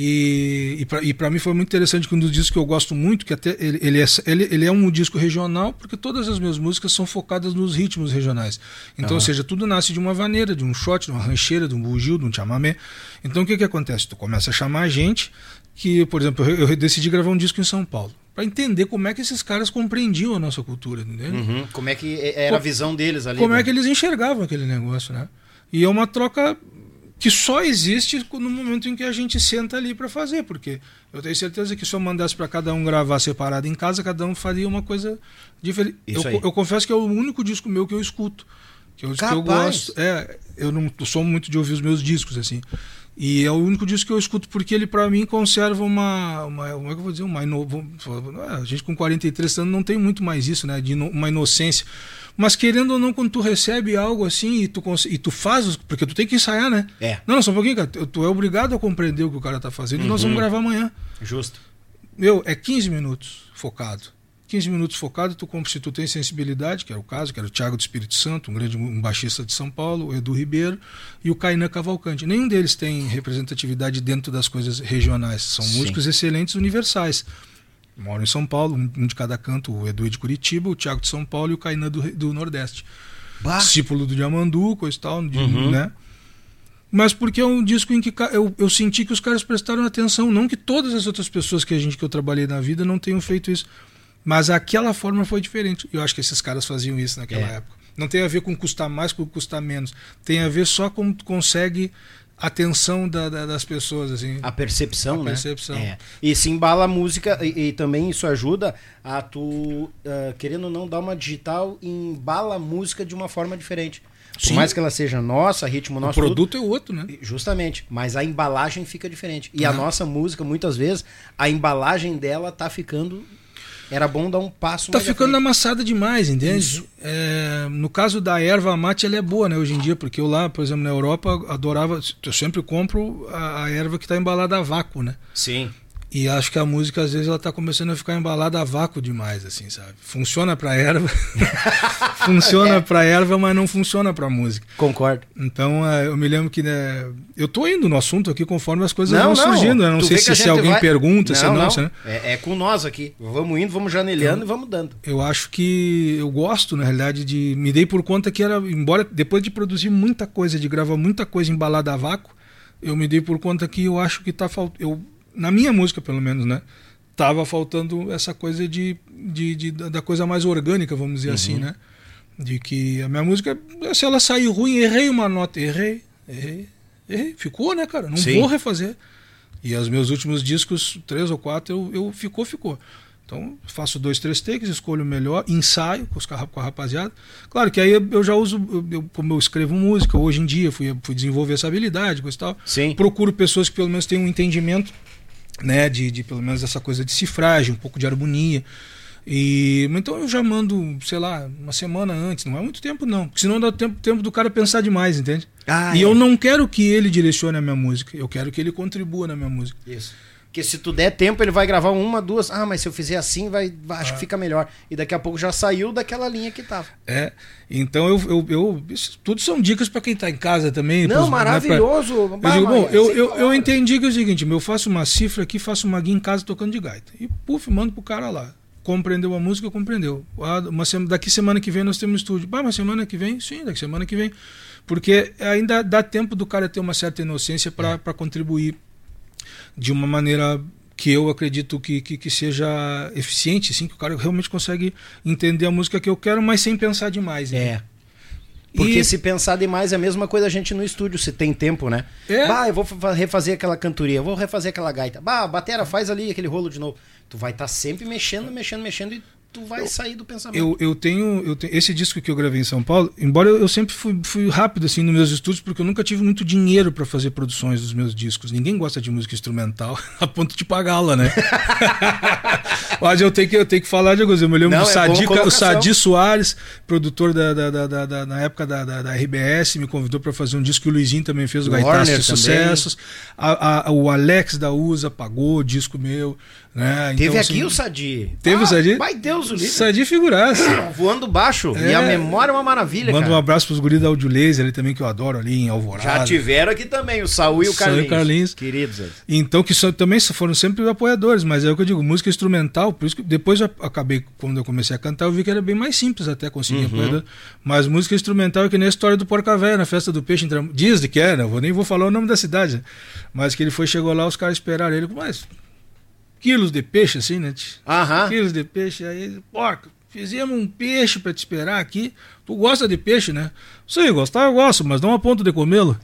E, e para e para mim foi muito interessante que um dos discos que eu gosto muito, que até ele, ele, é, ele, ele é um disco regional, porque todas as minhas músicas são focadas nos ritmos regionais. Então, uhum. ou seja, tudo nasce de uma vaneira, de um shot, de uma rancheira, de um bugio, de um chamamé. Então o que que acontece? Tu começa a chamar a gente, que, por exemplo, eu, eu decidi gravar um disco em São Paulo, para entender como é que esses caras compreendiam a nossa cultura, entendeu? Uhum. Como é que era a visão deles ali. Como né? é que eles enxergavam aquele negócio, né? E é uma troca que só existe no momento em que a gente senta ali para fazer, porque eu tenho certeza que se eu mandasse para cada um gravar separado em casa, cada um faria uma coisa diferente. Eu, eu confesso que é o único disco meu que eu escuto, que eu, que eu gosto. É, eu não eu sou muito de ouvir os meus discos assim. E é o único disco que eu escuto porque ele, para mim, conserva uma, uma. Como é que eu vou dizer? Uma ino... A gente com quarenta e três anos não tem muito mais isso, né? De uma inocência. Mas querendo ou não, quando tu recebe algo assim e tu, cons... e tu faz. Porque tu tem que ensaiar, né? É. Não, não, só um pouquinho, cara. Tu é obrigado a compreender o que o cara tá fazendo. Uhum. E nós vamos gravar amanhã. Justo. Meu, é quinze minutos focado. quinze minutos focado, tu, se tu tem sensibilidade, que era o caso, que era o Thiago do Espírito Santo, um grande um baixista de São Paulo, o Edu Ribeiro e o Kainan Cavalcante. Nenhum deles tem representatividade dentro das coisas regionais. São Sim. músicos excelentes universais. Moram em São Paulo, um de cada canto, o Edu é de Curitiba, o Thiago de São Paulo e o Kainan do, do Nordeste. Bah. Discípulo do Diamandu, coisa e tal, de, uhum. né? Mas porque é um disco em que eu, eu senti que os caras prestaram atenção, não que todas as outras pessoas que a gente que eu trabalhei na vida não tenham feito isso. Mas aquela forma foi diferente. Eu acho que esses caras faziam isso naquela é. época. Não tem a ver com custar mais, com custar menos. Tem a ver só com tu consegue a atenção da, da, das pessoas. Assim. A percepção, a né? Percepção. É. E se embala a música, e, e também isso ajuda a tu, uh, querendo ou não, dar uma digital e embala a música de uma forma diferente. Sim. Por mais que ela seja nossa, ritmo nosso. O produto tudo, é outro, né? Justamente. Mas a embalagem fica diferente. E ah. a nossa música, muitas vezes, a embalagem dela tá ficando... Era bom dar um passo Tá mais ficando amassada demais, entende? É, no caso da erva mate, ela é boa, né, hoje em dia, porque eu lá, por exemplo, na Europa, adorava, eu sempre compro a, a erva que está embalada a vácuo, né? Sim. E acho que a música, às vezes, ela tá começando a ficar embalada a vácuo demais, assim, sabe? Funciona pra erva, funciona é. pra erva, mas não funciona pra música. Concordo. Então, eu me lembro que, né, eu tô indo no assunto aqui conforme as coisas não, vão não. surgindo, né? Não tu sei se, se alguém vai... pergunta, não, se não, não. Se, né? É, é com nós aqui. Vamos indo, vamos janelhando eu, e vamos dando. Eu acho que eu gosto, na realidade, de... Me dei por conta que era, embora depois de produzir muita coisa, de gravar muita coisa embalada a vácuo, eu me dei por conta que eu acho que tá faltando... Na minha música, pelo menos, né? Tava faltando essa coisa de, de, de, da coisa mais orgânica, vamos dizer uhum. assim, né? De que a minha música, se ela sair ruim, errei uma nota, errei, errei, errei. Ficou, né, cara? Não Sim. vou refazer. E os meus últimos discos, três ou quatro, eu, eu ficou, ficou. Então, faço dois, três takes, escolho o melhor, ensaio com, os, com a rapaziada. Claro que aí eu já uso, eu, como eu escrevo música, hoje em dia, fui, fui desenvolver essa habilidade, coisa e tal. Sim. Procuro pessoas que pelo menos tenham um entendimento, né, de, de pelo menos essa coisa de cifragem, um pouco de harmonia. E, então eu já mando, sei lá, uma semana antes, não é muito tempo não, porque senão dá tempo, tempo do cara pensar demais, entende? Ah, e é. eu não quero que ele direcione a minha música, eu quero que ele contribua na minha música. Isso. Porque se tu der tempo, ele vai gravar uma, duas. Ah, mas se eu fizer assim, vai, vai acho ah. que fica melhor. E daqui a pouco já saiu daquela linha que tava. É. Então eu. eu, eu isso, tudo são dicas para quem tá em casa também. Não, pros, maravilhoso. Né, pra... Eu digo, bom, eu, eu, eu entendi que é o seguinte: eu faço uma cifra aqui, faço uma guia em casa tocando de gaita. E puf, mando pro cara lá. Compreendeu a música, compreendeu. Ah, uma semana, daqui semana que vem nós temos estúdio. Ah, mas semana que vem? Sim, daqui semana que vem. Porque ainda dá tempo do cara ter uma certa inocência para é. contribuir de uma maneira que eu acredito que, que, que seja eficiente, assim, que o cara realmente consegue entender a música que eu quero, mas sem pensar demais. Né? É. Porque e... se pensar demais é a mesma coisa a gente no estúdio, se tem tempo, né? É. Bah, eu vou refazer aquela cantoria, eu vou refazer aquela gaita. Bah, batera, faz ali aquele rolo de novo. Tu vai estar tá sempre mexendo, mexendo, mexendo e tu vai eu, sair do pensamento. Eu, eu, tenho, eu tenho esse disco que eu gravei em São Paulo, embora eu, eu sempre fui, fui rápido assim nos meus estúdios, porque eu nunca tive muito dinheiro para fazer produções dos meus discos. Ninguém gosta de música instrumental a ponto de pagá-la, né? Mas eu tenho que, eu tenho que falar de coisa. Eu me lembro Não, do é Sadi, o Sadi Soares, produtor da, da, da, da, da, na época da, da, da R B S, me convidou para fazer um disco que o Luizinho também fez, o Gaitaço de Sucessos. A, a, o Alex da U S A pagou o disco meu. Né? Teve então, aqui assim, o Sadi. Teve ah, o Sadi? Vai Deus o livre. Sadi figuraça. Voando baixo. É. E a memória é uma maravilha, Manda cara. um abraço pros guris da Audio Laser ali também, que eu adoro ali em Alvorada. Já tiveram aqui também, o Saúl e o Carlinhos. Saúl e Carlinhos. Queridos. Então, que só, também foram sempre apoiadores, mas é o que eu digo, música instrumental, por isso que depois eu acabei, quando eu comecei a cantar, eu vi que era bem mais simples até conseguir uhum. apoiador. Mas música instrumental é que nem a história do Porca Véia na festa do peixe. Diz de que era, eu nem vou falar o nome da cidade, mas que ele foi, chegou lá, os caras esperaram ele, mas quilos de peixe assim, né? Aham. Quilos de peixe, aí, porca, fizemos um peixe pra te esperar aqui. Tu gosta de peixe, né? Sim, gostar eu gosto, mas não a ponto de comê-lo.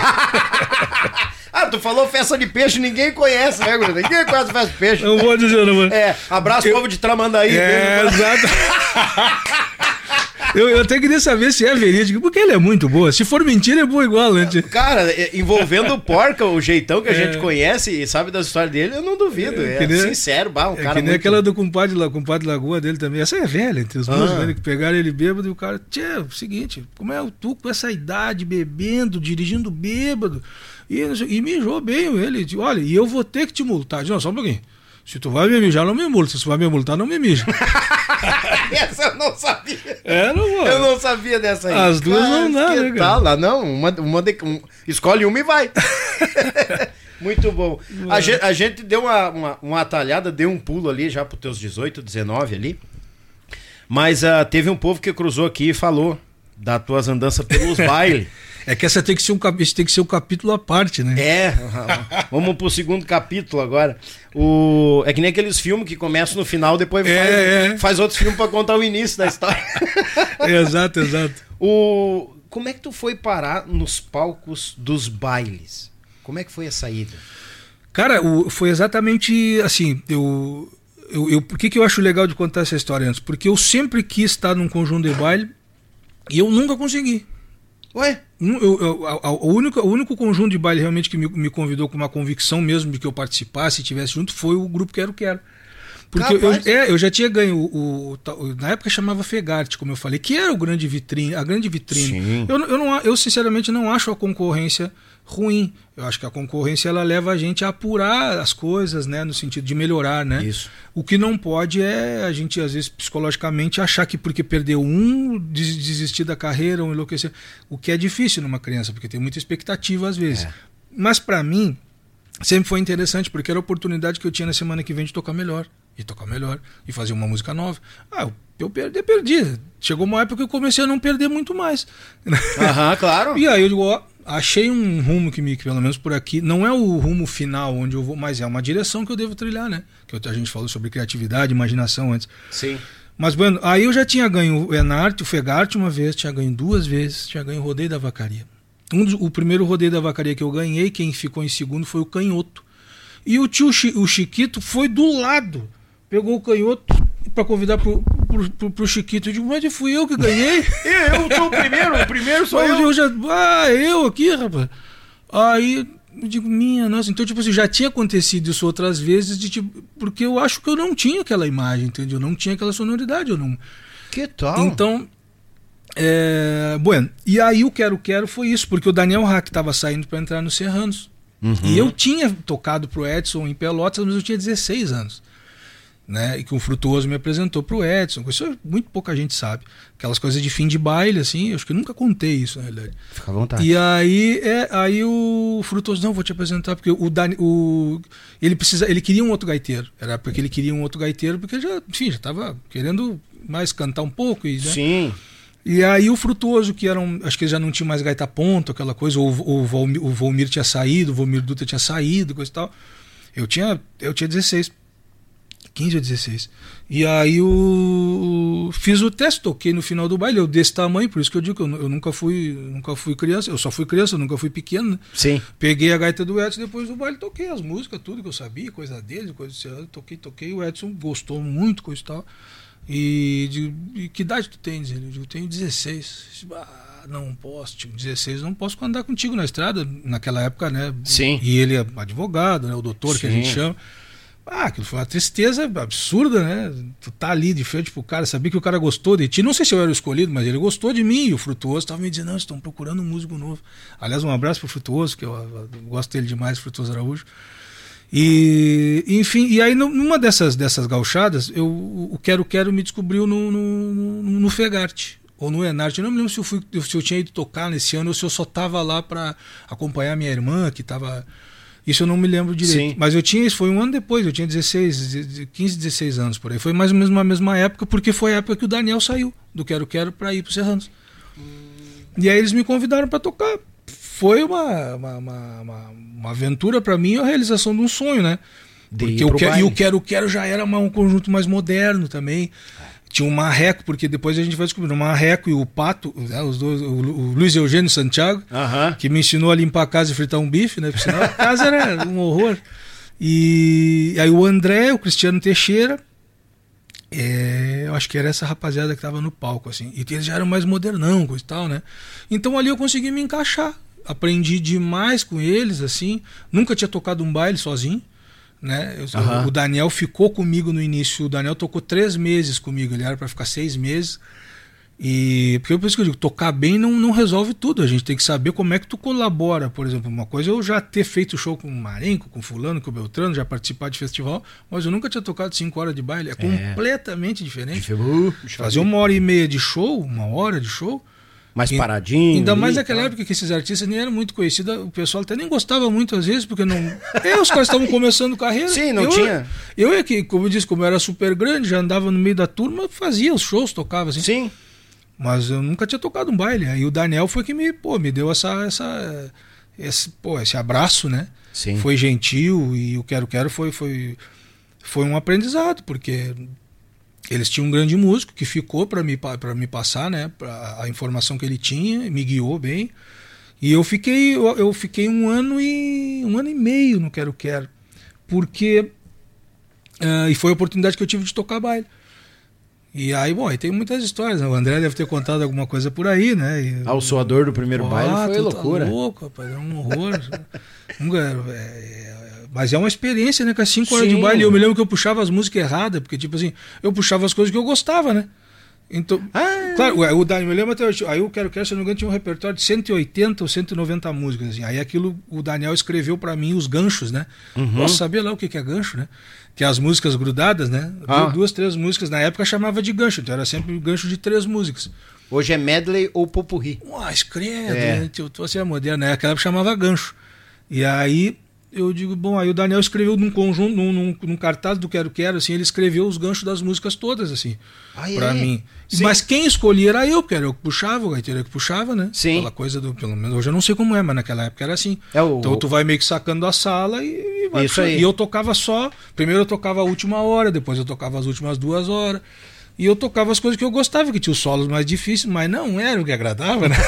Ah, tu falou festa de peixe, ninguém conhece, né, Guri? Ninguém conhece festa de peixe. Não vou dizer, não vou. É, abraço eu... povo de Tramandaí. É, mesmo. Exato. Eu, eu até queria saber se é verídico, porque ele é muito boa. Se for mentira, é boa igual, né? Cara, envolvendo o Porca, o jeitão que a é. gente conhece e sabe das histórias dele, eu não duvido. É, é nem, sincero, bah, um é cara que nem muito... aquela do compadre, compadre Lagoa dele também. Essa é velha, entre os músicos, ah. né, que pegaram ele bêbado e o cara... Tchê, é o seguinte, como é tu com essa idade, bebendo, dirigindo bêbado, e, e mijou bem ele. Olha, e eu vou ter que te multar. Não, só um pouquinho. Se tu vai me mijar, não me multa. Se tu vai me multar, não me mija. Essa eu não sabia. É, não vou. Eu não sabia dessa aí. As duas não dá, né, cara? Lá, não, uma, uma de, um, escolhe uma e vai. Muito bom. A gente, a gente deu uma, uma, uma atalhada, deu um pulo ali já pros teus dezoito, dezenove ali. Mas uh, teve um povo que cruzou aqui e falou das tuas andanças pelos bailes. É que essa tem que ser um, tem que ser um capítulo à parte, né? É, vamos pro segundo capítulo agora. O... É que nem aqueles filmes que começam no final, depois é, faz, é. faz outros filmes pra contar o início da história. Exato, exato. O... Como é que tu foi parar nos palcos dos bailes? Como é que foi a saída? Cara, o... foi exatamente assim, eu... Eu, eu... Por que, que eu acho legal de contar essa história antes? Porque eu sempre quis estar num conjunto de baile e eu nunca consegui. Ué? Eu, eu, eu, o, único, o único conjunto de baile realmente que me, me convidou com uma convicção mesmo de que eu participasse e estivesse junto foi o grupo Quero Quero. Porque eu, é, eu já tinha ganho o, o, na época chamava Fegarte, como eu falei, que era o grande vitrine, a grande vitrine. Eu, eu, não, eu sinceramente não acho a concorrência ruim. Eu acho que a concorrência ela leva a gente a apurar as coisas, né, no sentido de melhorar, né? Isso. O que não pode é a gente às vezes psicologicamente achar que porque perdeu um desistir da carreira ou enlouquecer, o que é difícil numa criança, porque tem muita expectativa às vezes. É. Mas para mim sempre foi interessante porque era a oportunidade que eu tinha na semana que vem de tocar melhor. E tocar melhor, e fazer uma música nova. Ah, eu, eu perdi, perdi. Chegou uma época que eu comecei a não perder muito mais. Aham, claro. E aí eu digo, ó, achei um rumo que, me, que pelo menos por aqui, não é o rumo final onde eu vou, mas é uma direção que eu devo trilhar, né? Que a gente falou sobre criatividade, imaginação antes. Sim. Mas, bueno, aí eu já tinha ganho o Enarte, o Fegarte uma vez, tinha ganho duas vezes, tinha ganho o Rodeio da Vacaria. Um dos, o primeiro Rodeio da Vacaria que eu ganhei, quem ficou em segundo foi o Canhoto. E o tio o Chiquito foi do lado. Pegou o Canhoto para convidar pro, pro, pro, pro Chiquito. Eu digo, mas fui eu que ganhei. eu sou o primeiro, o primeiro sou eu. eu já, ah, eu aqui, rapaz. Aí eu digo, minha nossa, então tipo assim, já tinha acontecido isso outras vezes, de, tipo, porque eu acho que eu não tinha aquela imagem, entendeu? Eu não tinha aquela sonoridade, eu não... Que tal? Então, é... bueno, e aí o Quero Quero foi isso, porque o Daniel Hack estava saindo para entrar no Serranos. Uhum. E eu tinha tocado pro Edson em Pelotas, mas eu tinha dezesseis anos. Né? E que o Frutuoso me apresentou pro Edson. Isso muito pouca gente sabe. Aquelas coisas de fim de baile, assim, eu acho que eu nunca contei isso, na realidade. Fica à vontade. E aí, é, aí o Frutuoso, não, vou te apresentar, porque o, Dani, o ele precisa, ele queria um outro gaiteiro. Era porque ele queria um outro gaiteiro, porque já, enfim, já estava querendo mais cantar um pouco. E, né? Sim. E aí o Frutuoso, que era um, acho que ele já não tinha mais gaita ponto, aquela coisa, ou, ou o, Volmir, o Volmir tinha saído, o Volmir Dutra tinha saído, coisa e tal. Eu tinha, eu tinha dezesseis. quinze ou dezesseis. E aí eu fiz o teste, toquei no final do baile, eu desse tamanho, por isso que eu digo que eu, eu nunca fui nunca fui criança, eu só fui criança, eu nunca fui pequeno, né? Sim. Peguei a gaita do Edson, depois do baile toquei as músicas, tudo que eu sabia, coisa dele, coisa desse, toquei, toquei, o Edson gostou muito, coisa e tal. E, de, e que idade tu tens? Ele, eu digo, tenho dezesseis. Ah, não posso, tipo, dezesseis, não posso andar contigo na estrada, naquela época, né? Sim. E ele é advogado, né? O doutor, sim, que a gente chama. Ah, aquilo foi uma tristeza absurda, né? Tu tá ali de frente pro cara, sabia que o cara gostou de ti. Não sei se eu era o escolhido, mas ele gostou de mim. E o Frutuoso tava me dizendo, não, estão procurando um músico novo. Aliás, um abraço pro Frutuoso, que eu, eu, eu gosto dele demais, Frutuoso Araújo. E, enfim, e aí numa dessas, dessas gauchadas, eu, o Quero Quero me descobriu no, no, no, no Fegarte, ou no Enarte. Eu não me lembro se eu, fui, se eu tinha ido tocar nesse ano ou se eu só tava lá para acompanhar minha irmã, que tava... Isso eu não me lembro direito. Sim. Mas eu tinha isso, foi um ano depois, eu tinha dezesseis, quinze, dezesseis anos por aí. Foi mais ou menos na mesma época, porque foi a época que o Daniel saiu do Quero Quero para ir pro Serranos. Hum. E aí eles me convidaram para tocar. Foi uma, uma, uma, uma, uma aventura para mim, a realização de um sonho, né? Porque o que, e o Quero Quero já era uma, um conjunto mais moderno também. Tinha um marreco, porque depois a gente vai descobrir, o marreco e o Pato, né, os dois, o, o Luiz Eugênio Santiago, uh-huh. que me ensinou a limpar a casa e fritar um bife, né? Porque senão a casa era um horror. E aí o André, o Cristiano Teixeira, é, eu acho que era essa rapaziada que estava no palco, assim. E eles já eram mais modernão, coisa e tal, né? Então ali eu consegui me encaixar. Aprendi demais com eles, assim. Nunca tinha tocado um baile sozinho. Né? Eu, uhum. O Daniel ficou comigo no início. O Daniel tocou três meses comigo. Ele era para ficar seis meses. E porque por isso que eu digo, tocar bem não, não resolve tudo. A gente tem que saber como é que tu colabora. Por exemplo, uma coisa é eu já ter feito show com o Marenco, com o fulano, com o Beltrano, já participar de festival, mas eu nunca tinha tocado cinco horas de baile. É, é. completamente diferente. Fazer uma hora e meia de show, uma hora de show, mais paradinho. Ainda mais naquela tá. época que esses artistas nem eram muito conhecidos, o pessoal até nem gostava muito às vezes, porque não. É, os caras estavam começando carreira. Sim, não eu, tinha. Eu é que, como eu disse, como eu era super grande, já andava no meio da turma, fazia os shows, tocava assim. Sim. Mas eu nunca tinha tocado um baile. Aí o Daniel foi que me, pô, me deu essa, essa, esse, pô, esse abraço, né? Sim. Foi gentil e o Quero Quero foi, foi, foi um aprendizado, porque eles tinham um grande músico que ficou para me, para me passar, né, pra, a informação que ele tinha, me guiou bem. E eu fiquei, eu, eu fiquei um ano e um ano e meio no Quero Quero, porque uh, e foi a oportunidade que eu tive de tocar baile. E aí, bom, aí tem muitas histórias, né? O André deve ter contado alguma coisa por aí, né? E, ah, o suador do primeiro ah, baile foi loucura. Tá louco, rapaz, é um horror. Nunca, é, é, mas é uma experiência, né? Com as cinco horas de baile. Eu me lembro que eu puxava as músicas erradas, porque, tipo assim, eu puxava as coisas que eu gostava, né? Então, ah, claro, o Daniel, me lembro até hoje, aí o Quero Quero, se eu não me engano, tinha um repertório de cento e oitenta ou cento e noventa músicas, assim. Aí aquilo, o Daniel escreveu pra mim os ganchos, né? Uhum. Posso saber lá o que é gancho, né? Que é as músicas grudadas, né? Ah. Duas, três músicas, na época chamava de gancho, então era sempre um gancho de três músicas. Hoje é medley ou popurrí. Uau, escreve, é. né? Eu tô assim, a moderna, né? Naquela época chamava gancho. E aí eu digo, bom, aí o Daniel escreveu num conjunto, num, num, num cartaz do Quero Quero, assim, ele escreveu os ganchos das músicas todas, assim, ah, pra é? mim. Sim. Mas quem escolhia era eu, porque era eu que puxava, o gaiteiro que puxava, né? Sim. Aquela coisa do, pelo menos, hoje eu não sei como é, mas naquela época era assim. É o, então tu vai meio que sacando a sala e, e vai Isso aí. E eu tocava só, primeiro eu tocava a última hora, depois eu tocava as últimas duas horas. E eu tocava as coisas que eu gostava, que tinha os solos mais difíceis, mas não era o que agradava, né?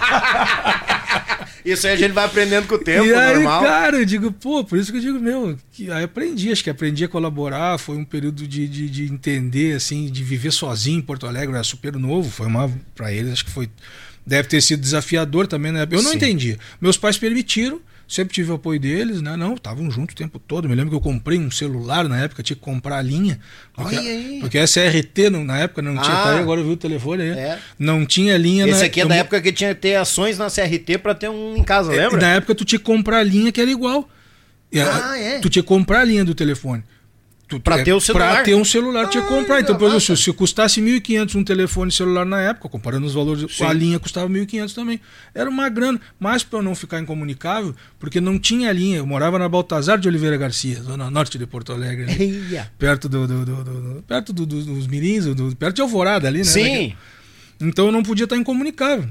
Isso aí a gente vai aprendendo com o tempo, e aí, normal. Cara, eu digo, pô, por isso que eu digo, meu, que aí aprendi, acho que aprendi a colaborar, foi um período de, de, de entender, assim, de viver sozinho em Porto Alegre, era super novo, foi uma, pra eles, acho que foi, deve ter sido desafiador também, né? Eu não Sim. entendi. Meus pais permitiram, sempre tive o apoio deles, né? Não, estavam junto o tempo todo. Me lembro que eu comprei um celular na época, tinha que comprar a linha. Porque, Olha aí. porque essa R T não, na época não tinha, Ah. tá aí, agora eu vi o telefone aí. É. Não tinha linha. Esse na, aqui é eu, da época que tinha que ter ações na C R T pra ter um em casa, é, lembra? Na época tu tinha que comprar a linha que era igual. E a- Ah, é? Tu tinha que comprar a linha do telefone. Tu, Pra é, ter o celular? Pra ter um celular, tinha que Ah, comprar. Então, por massa. exemplo, se custasse mil e quinhentos um telefone celular na época, comparando os valores, Sim. a linha custava mil e quinhentos também. Era uma grana, mas para eu não ficar incomunicável, porque não tinha linha. Eu morava na Baltazar de Oliveira Garcia, zona norte de Porto Alegre, né? Eia. perto do, do- do- do- do- perto do- do- dos Mirins, do- perto de Alvorada ali, né? Sim. Então eu não podia estar incomunicável.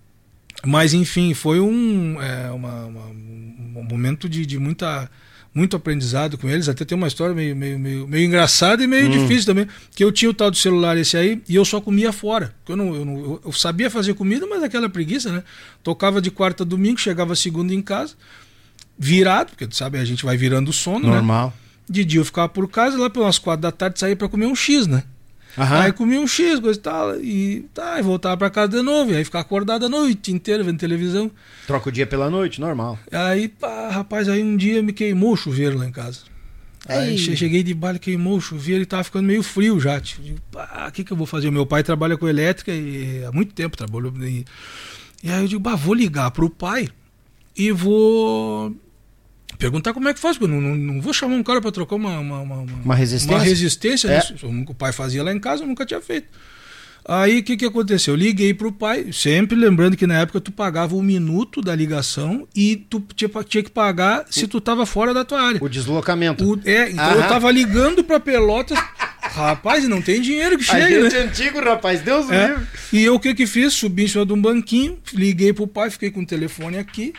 Mas, enfim, foi um, é, uma- uma- um momento de, de muita, muito aprendizado com eles. Até tem uma história meio, meio, meio, meio engraçada e meio difícil também. Que eu tinha o tal do celular esse aí e eu só comia fora. Eu, não, eu, não, eu- eu sabia fazer comida, mas aquela preguiça, né? Tocava de quarta a domingo, chegava segunda em casa, virado, porque tu sabe, a gente vai virando o sono, né? Normal. De dia eu ficava por casa, lá pelas quatro da tarde saía para comer um X, né? Aham. Aí comia um X, coisa e tal, e, tá, e voltava pra casa de novo, e aí ficava acordado a noite inteira vendo televisão. Troca o dia pela noite, normal. Aí, pá, rapaz, aí um dia me queimou o chuveiro lá em casa. Aí Ei. che- cheguei de baile, queimou o chuveiro e tava ficando meio frio já. Tipo, digo, pá, o que que eu vou fazer? Meu pai trabalha com elétrica e há muito tempo trabalhou. E, e aí eu digo, bah, vou ligar pro pai e vou perguntar como é que faz, porque eu não, não, não vou chamar um cara pra trocar uma, uma, uma, uma- Uma resistência? uma resistência, É. né? Eu nunca- o pai fazia lá em casa, eu nunca tinha feito. Aí o que, que aconteceu? Eu liguei pro pai, sempre lembrando que na época tu pagava um minuto da ligação e tu tinha, tinha que pagar se tu tava fora da tua área. O deslocamento. O- é, então Aham. eu tava ligando pra Pelotas, rapaz, e não tem dinheiro que A chega, gente né? é antigo, rapaz. Deus me É. livre. E eu o que que fiz? Subi em cima de um banquinho, liguei pro pai, fiquei com o telefone aqui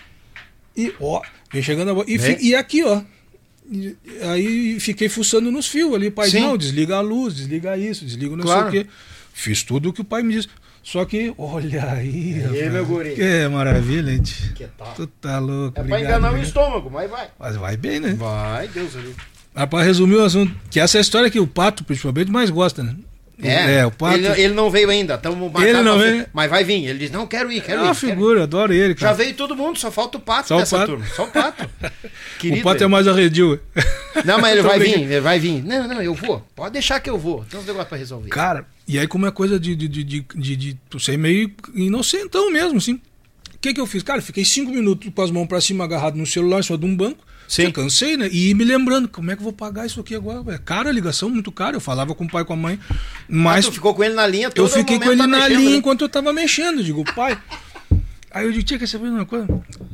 e ó, vem chegando a voz. E, Vem. fi- e aqui, ó. E- aí fiquei fuçando nos fios ali, pai, Sim. não, desliga a luz, desliga isso, desliga não Claro. sei o quê. Fiz tudo o que o pai me disse. Só que, olha aí, rapaz, meu guri. que maravilha, gente. Que tal? Tu tá louco. É pra obrigado, enganar o né? estômago, mas vai. Mas vai bem, né? Vai, Deus me livre. Rapaz, resumiu o assunto. Que essa é a história que o Pato, principalmente, mais gosta, né? É, o Pato. Ele, ele não veio ainda, tamo marcado Ele não pra veio. frente. Mas vai vir. Ele diz, não, quero ir, é quero uma ir. quero ir. figura, adoro ele, Já cara. veio todo mundo, só falta o Pato Só o dessa Pato. turma. Só o Pato. Querido, O Pato é ele. mais arredio. Não, mas ele Tô vai brincando. vir, ele vai vir. Não, não, eu vou. Pode deixar que eu vou. Tem uns negócios pra resolver. Cara, e aí como é coisa de, de, de, de, de, de tu ser meio inocentão mesmo, assim. O que que eu fiz? Cara, fiquei cinco minutos com as mãos pra cima, agarrado no celular, só de um banco. Sim. Eu cansei, né? E me lembrando, como é que eu vou pagar isso aqui agora? É caro a ligação, muito caro. Eu falava com o pai e com a mãe. Mas Ah, tu ficou com ele na linha todo eu fiquei com momento ele tá na mexendo, linha né? enquanto eu tava mexendo. Eu digo, pai. Aí eu digo, tia, quer saber de uma coisa?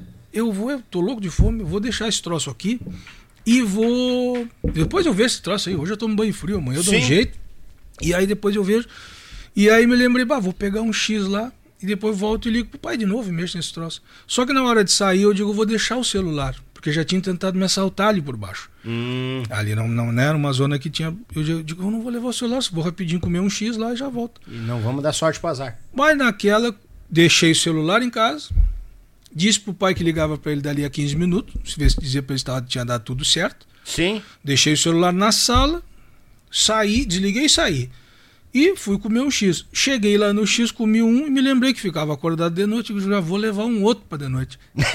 Eu vou, eu tô louco de fome, eu vou deixar esse troço aqui e vou. Depois eu vejo esse troço aí. Hoje eu tomo banho frio, amanhã eu dou um Sim. jeito. E aí depois eu vejo. E aí me lembrei, bah, vou pegar um X lá e depois volto e ligo pro pai de novo e mexo nesse troço. Só que na hora de sair eu digo, vou deixar o celular. Porque já tinha tentado me assaltar ali por baixo. Hum, Ali não, não, não era uma zona que tinha. Eu digo, eu não vou levar o celular, vou rapidinho comer um X lá e já volto. e não vamos dar sorte pro azar. Mas naquela, deixei o celular em casa, disse pro pai que ligava para ele dali a quinze minutos, se vê se dizia para ele que tinha dado tudo certo. Sim. Deixei o celular na sala, saí, desliguei e saí. E fui comer um X. Cheguei lá no X, comi um e me lembrei que ficava acordado de noite, eu já vou levar um outro para de noite.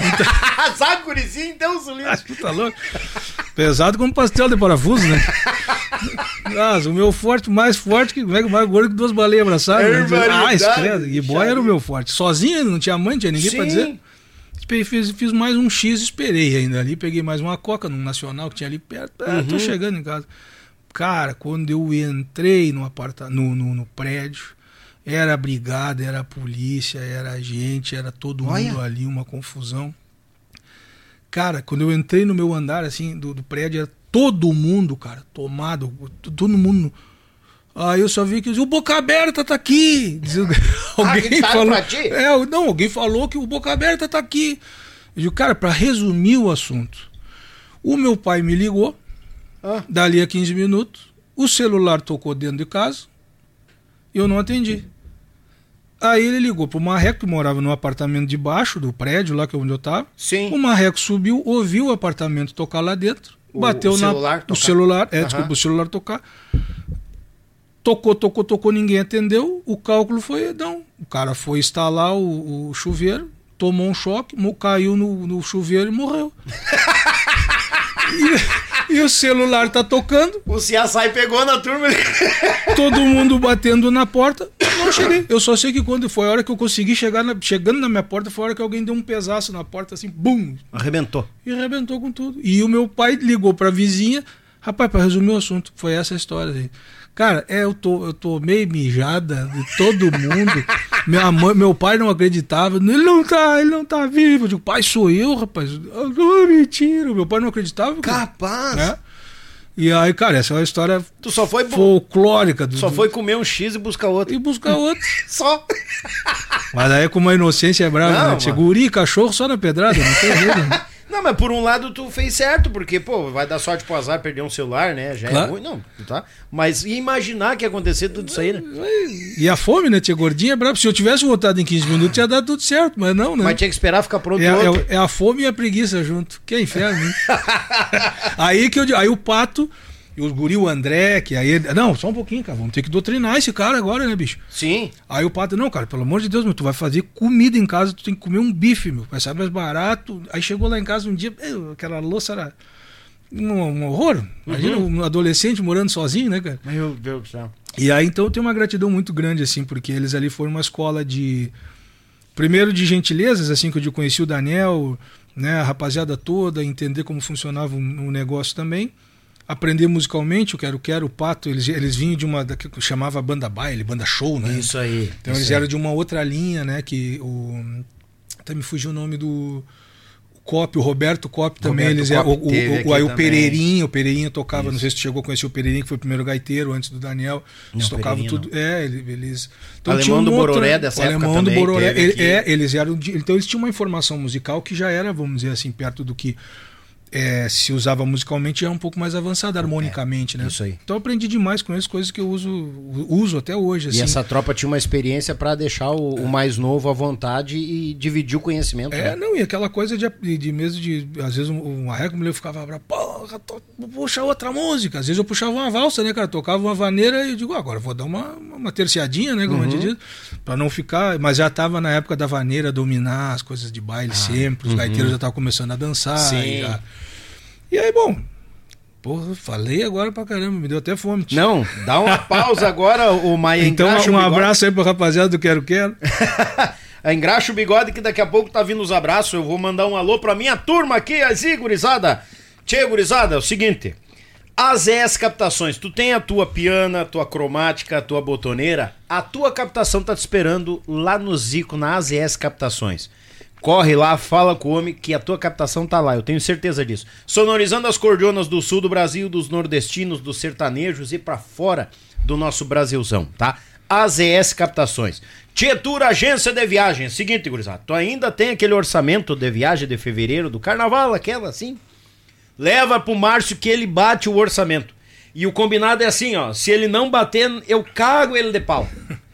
Sabe, gurizinho, Deus o Ah, livre. tu tá louco? Pesado como pastel de parafuso, né? Nossa, o meu forte, mais forte, que mais gordo que duas baleias abraçadas. Né? Ah, Barbaridade. escreve. E boy era o meu forte. Sozinho, não tinha mãe, não tinha ninguém Sim. pra dizer. Espe- Fiz, fiz mais um X, esperei ainda ali, peguei mais uma coca num nacional que tinha ali perto. Ah, tô chegando em casa. Cara, quando eu entrei no, aparta no, no, no prédio, era a brigada, era a polícia, era a gente, era todo Olha. mundo ali, uma confusão. Cara, quando eu entrei no meu andar, assim, do, do prédio, era todo mundo, cara, tomado, todo mundo. Aí eu só vi que o Boca Aberta tá aqui. Diz- alguém gritaram falou. pra ti? É, não, alguém falou que o Boca Aberta tá aqui. Eu digo, cara, pra resumir o assunto, o meu pai me ligou, Ah. dali a quinze minutos, o celular tocou dentro de casa, eu não atendi. Aí ele ligou pro Marreco, que morava no apartamento de baixo do prédio, lá que é onde eu tava. Sim. O Marreco subiu, ouviu o apartamento tocar lá dentro, O- bateu o na. celular o tocar. celular, é, Aham. desculpa, o celular tocar. Tocou, tocou, tocou, ninguém atendeu. O cálculo foi, não. O cara foi instalar o, o chuveiro, tomou um choque, caiu no, no chuveiro e morreu. e, e o celular tá tocando. O C S I pegou na turma. Todo mundo batendo na porta. Não cheguei. Eu só sei que quando foi a hora que eu consegui chegar, na, chegando na minha porta, foi a hora que alguém deu um pesaço na porta, assim, bum! Arrebentou. E arrebentou com tudo. E o meu pai ligou pra vizinha. Rapaz, pra resumir o assunto, foi essa a história. Assim. Cara, é, eu, tô, eu tô meio mijada de todo mundo. Minha mãe, meu pai não acreditava. Ele não tá, ele não tá vivo. Eu digo, pai, sou eu, rapaz. Oh, mentira. Meu pai não acreditava. Capaz. Né? E aí, cara, essa é uma história tu só foi folclórica. Do, só foi comer um X e buscar outro. E buscar outro. Só. Mas aí com uma inocência é brava, né? Guri e cachorro só na pedrada, não tem jeito. Né? Não, mas por um lado tu fez certo, porque, pô, vai dar sorte pro azar perder um celular, né? Já claro. É ruim, não, tá? Mas ia imaginar que ia acontecer tudo isso aí, né? E a fome, né? Tia gordinha é brava. Se eu tivesse voltado em quinze minutos, tinha dado tudo certo, mas não, né? Mas tinha que esperar ficar pronto é, outro. É, é a fome e a preguiça junto. Que é inferno, né? aí que eu aí o Pato e os guri, o André, que aí... Não, só um pouquinho, cara. Vamos ter que doutrinar esse cara agora, né, bicho? Sim. Aí o Pato, não, cara, pelo amor de Deus, meu, tu vai fazer comida em casa, tu tem que comer um bife, meu. Vai sair mais barato. Aí chegou lá em casa um dia, meu, aquela louça era um, um horror. Imagina uhum. um adolescente morando sozinho, né, cara? Meu Deus do céu. E aí, então, eu tenho uma gratidão muito grande, assim, porque eles ali foram uma escola de... Primeiro de gentilezas, assim, que eu conheci o Daniel, né, a rapaziada toda, entender como funcionava o um, um negócio também. Aprender musicalmente, o Quero Quero, o Pato, eles, eles vinham de uma, da, que chamava banda baile, banda show, né? Isso aí. Então isso eles aí. eram de uma outra linha, né? Que o... Até me fugiu o nome do... O Cop, o Roberto Cop também, Roberto eles Cop eram... O, o, o, aí o Pereirinha, o Pereirinha tocava, isso. Não sei se tu chegou a conhecer o Pereirinha, que foi o primeiro gaiteiro antes do Daniel. Eles não, tocavam tudo... Não. É, eles... Então, o alemão do outra, Bororé dessa o época alemão também. Do Bororé, ele, é, eles eram... De, então eles tinham uma informação musical que já era, vamos dizer assim, perto do que... É, se usava musicalmente já é um pouco mais avançado harmonicamente, é, né? Isso aí. Então eu aprendi demais com essas coisas que eu uso, uso até hoje. Assim. E essa tropa tinha uma experiência para deixar o, o mais novo à vontade e dividir o conhecimento. É, né? não, e aquela coisa de, de, de mesmo de. Às vezes um arreco eu ficava bravo, porra, to, puxa outra música. Às vezes eu puxava uma valsa, né, cara? Tocava uma vaneira e eu digo, ah, agora vou dar uma, uma terciadinha, né? Como uhum. a gente diz, pra não ficar. Mas já tava na época da vaneira dominar as coisas de baile ah, sempre, os uhum. gaiteiros já estavam começando a dançar. Sim. E já. E aí, bom, porra, falei agora pra caramba, me deu até fome. Tio. Não, dá uma pausa agora, o Maia. Então, um abraço aí pro rapaziada do Quero Quero. Engraxa o bigode que daqui a pouco tá vindo os abraços. Eu vou mandar um alô pra minha turma aqui, assim, gurizada. Tchê, gurizada, é o seguinte. A Z S Captações, tu tem a tua piana, a tua cromática, a tua botoneira. A tua captação tá te esperando lá no Zico, na A Z S Captações. Corre lá, fala com o homem que a tua captação tá lá, eu tenho certeza disso. Sonorizando as cordionas do sul do Brasil, dos nordestinos, dos sertanejos e pra fora do nosso Brasilzão, tá? A Z S Captações. Tietur Agência de Viagem. Seguinte, gurizada, tu ainda tem aquele orçamento de viagem de fevereiro do carnaval, aquela assim? Leva pro Márcio que ele bate o orçamento. E o combinado é assim, ó, se ele não bater, eu cago ele de pau.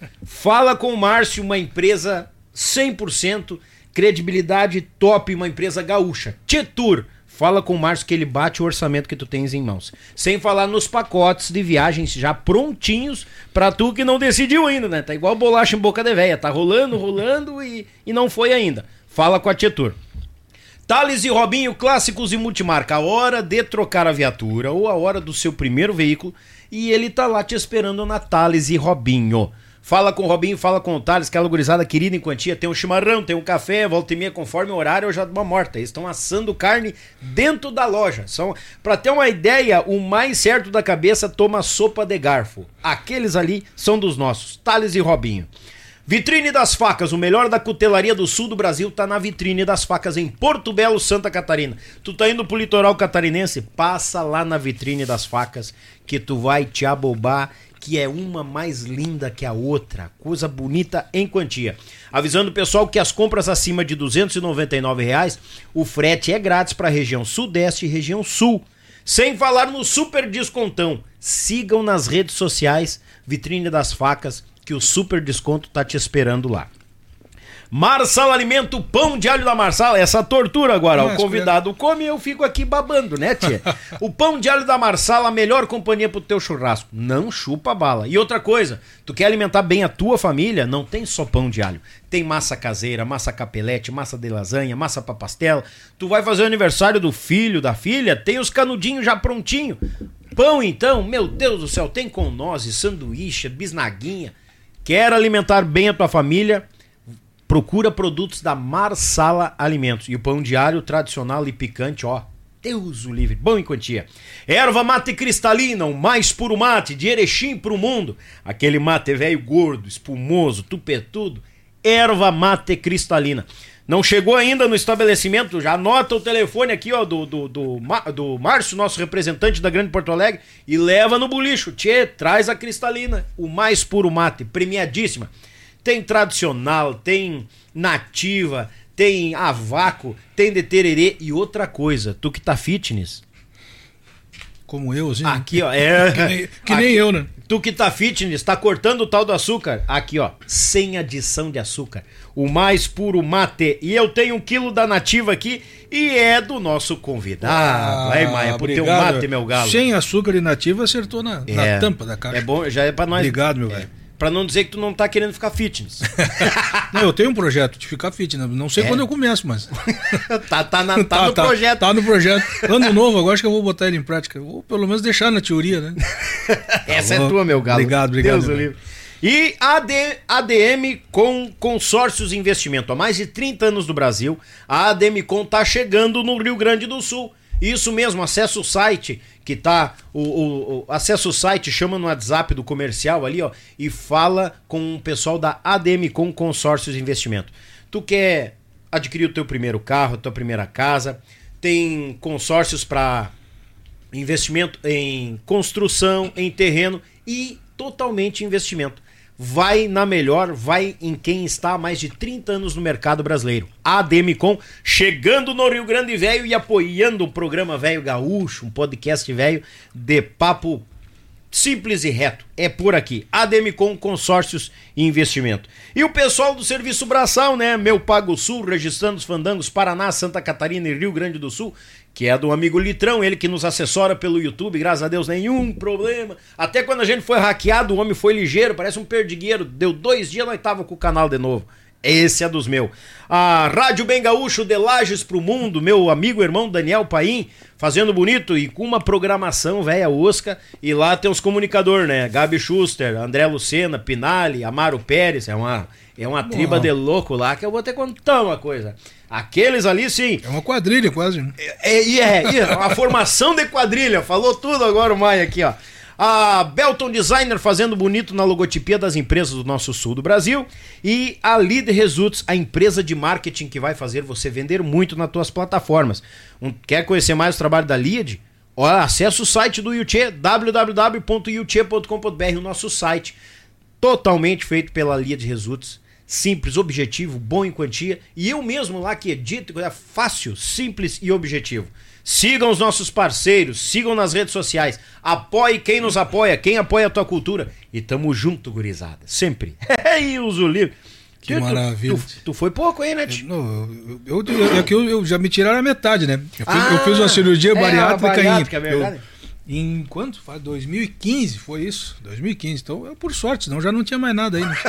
Fala com o Márcio, uma empresa cem por cento... credibilidade top, uma empresa gaúcha. Tietur, fala com o Márcio que ele bate o orçamento que tu tens em mãos. Sem falar nos pacotes de viagens já prontinhos pra tu que não decidiu ainda, né? Tá igual bolacha em boca de véia, tá rolando, rolando e, e não foi ainda. Fala com a Tietur. Thales e Robinho, clássicos e multimarca. A hora de trocar a viatura ou a hora do seu primeiro veículo e ele tá lá te esperando na Thales e Robinho. Fala com o Robinho, fala com o Thales, aquela gurizada querida em quantia, tem um chimarrão, tem um café, volta e meia, conforme o horário eu já dou uma morta. Eles estão assando carne dentro da loja. São, pra ter uma ideia, o mais certo da cabeça toma sopa de garfo. Aqueles ali são dos nossos, Thales e Robinho. Vitrine das Facas, o melhor da cutelaria do sul do Brasil tá na Vitrine das Facas em Porto Belo, Santa Catarina. Tu tá indo pro litoral catarinense? Passa lá na Vitrine das Facas que tu vai te abobar, que é uma mais linda que a outra, coisa bonita em quantia. Avisando o pessoal que as compras acima de duzentos e noventa e nove reais, o frete é grátis para a região sudeste e região sul. Sem falar no super descontão. Sigam nas redes sociais Vitrine das Facas, que o super desconto tá te esperando lá. Marsala Alimento, pão de alho da Marsala. Essa tortura agora. Mas, o convidado come e eu fico aqui babando, né, tia? O pão de alho da Marsala, a melhor companhia pro teu churrasco. Não chupa bala. E outra coisa, tu quer alimentar bem a tua família? Não tem só pão de alho. Tem massa caseira, massa capelete, massa de lasanha, massa pra pastel. Tu vai fazer o aniversário do filho, da filha? Tem os canudinhos já prontinho. Pão, então, meu Deus do céu, tem com nozes, sanduíche, bisnaguinha. Quer alimentar bem a tua família? Procura produtos da Marsala Alimentos. E o pão de alho tradicional e picante, ó, Deus o livre, bom em quantia. Erva mate cristalina, o mais puro mate, de Erechim pro mundo. Aquele mate velho gordo, espumoso, tupetudo. Erva mate cristalina. Não chegou ainda no estabelecimento? Já anota o telefone aqui, ó, do, do, do, do Márcio, nosso representante da Grande Porto Alegre, e leva no bulicho. Tchê, traz a cristalina, o mais puro mate, premiadíssima. Tem tradicional, tem nativa, tem a vácuo, tem de tererê e outra coisa. Tu que tá fitness. Como eu, assim. Aqui, ó. É, que nem, que nem eu, né? Tu que tá fitness, tá cortando o tal do açúcar. Aqui, ó. Sem adição de açúcar. O mais puro mate. E eu tenho um quilo da nativa aqui e é do nosso convidado. Ah, aí, Maia, pro teu mate, meu galo. Sem açúcar e nativa acertou na, é, na tampa da caixa. É bom, já é pra nós. Obrigado, meu é. velho. Pra não dizer que tu não tá querendo ficar fitness. Não, eu tenho um projeto de ficar fitness. Não sei é. quando eu começo, mas. tá, tá, na, tá, tá no tá, projeto. Tá no projeto. Ano novo, agora acho que eu vou botar ele em prática. Ou pelo menos deixar na teoria, né? Essa tá é tua, meu galo. Obrigado, obrigado. Deus livre. E a A D M com Consórcios de Investimento. Há mais de trinta anos no Brasil, a A D M Com tá chegando no Rio Grande do Sul. Isso mesmo, acessa o site que tá, o, o, o, acessa o site, chama no WhatsApp do comercial ali, ó, e fala com o pessoal da A D M Com Consórcios de Investimento. Tu quer adquirir o teu primeiro carro, a tua primeira casa, tem consórcios para investimento em construção, em terreno e totalmente investimento. Vai na melhor, vai em quem está há mais de trinta anos no mercado brasileiro. A A D M Com, chegando no Rio Grande Velho e apoiando o programa Velho Gaúcho, um podcast velho de papo simples e reto. É por aqui. A D M Com Consórcios e Investimento. E o pessoal do Serviço Braçal, né? Meu Pago Sul, registrando os fandangos Paraná, Santa Catarina e Rio Grande do Sul, que é do amigo Litrão, ele que nos assessora pelo YouTube, graças a Deus, nenhum problema. Até quando a gente foi hackeado, o homem foi ligeiro, parece um perdigueiro. Deu dois dias, nós tava com o canal de novo. Esse é dos meus. A Rádio Bem Gaúcho de Lages pro Mundo, meu amigo irmão Daniel Paim, fazendo bonito e com uma programação velha osca. E lá tem os comunicadores, né? Gabi Schuster, André Lucena, Pinali, Amaro Pérez. É uma, é uma triba de louco lá que eu vou até contar uma coisa. Aqueles ali, sim. É uma quadrilha quase. É, é, é, é uma formação de quadrilha. Falou tudo agora o Maia aqui, ó. A Belton Designer fazendo bonito na logotipia das empresas do nosso sul do Brasil. E a Lead Results, a empresa de marketing que vai fazer você vender muito nas tuas plataformas. Um, quer conhecer mais o trabalho da Lead? Olha, acesse o site do Yuchê, w w w ponto yuchê ponto com ponto b r, o nosso site. Totalmente feito pela Lead Results. Simples, objetivo, bom em quantia. E eu mesmo lá que edito, é fácil, simples e objetivo. Sigam os nossos parceiros, sigam nas redes sociais. Apoie quem nos apoia, quem apoia a tua cultura. E tamo junto, gurizada. Sempre. E uso livre. Que tu, maravilha. Tu, tu foi pouco aí, né, tio? Eu, eu, eu, é que eu, eu já me tiraram a metade, né? Eu, ah, fiz, eu fiz uma cirurgia bariátrica, é, bariátrica em... É verdade. Eu, em quanto? Faz dois mil e quinze, foi isso? dois mil e quinze. Então, eu, por sorte, senão já não tinha mais nada aí, né?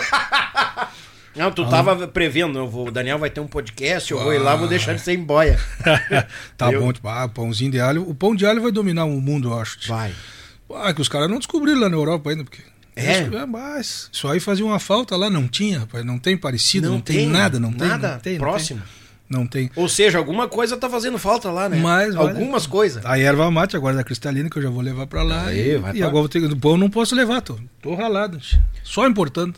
Não, tu ah. tava prevendo, eu vou, o Daniel vai ter um podcast, eu ah. vou ir lá, vou deixar de ser em boia. Tá eu... bom, tipo, ah, pãozinho de alho. O pão de alho vai dominar o mundo, eu acho. Vai. Ah, que os caras não descobriram lá na Europa ainda, porque... É? Isso, mas isso aí fazia uma falta lá, não tinha, rapaz, não tem parecido, não, não tem, tem nada, não tem. Nada não tem, próximo. Não tem. Não tem. Ou seja, alguma coisa tá fazendo falta lá, né? Mas, Algumas olha, coisas. A erva mate agora da cristalina que eu já vou levar pra lá. Aí, e vai e agora vou ter, do pão eu não posso levar, tô, tô ralado, só importando.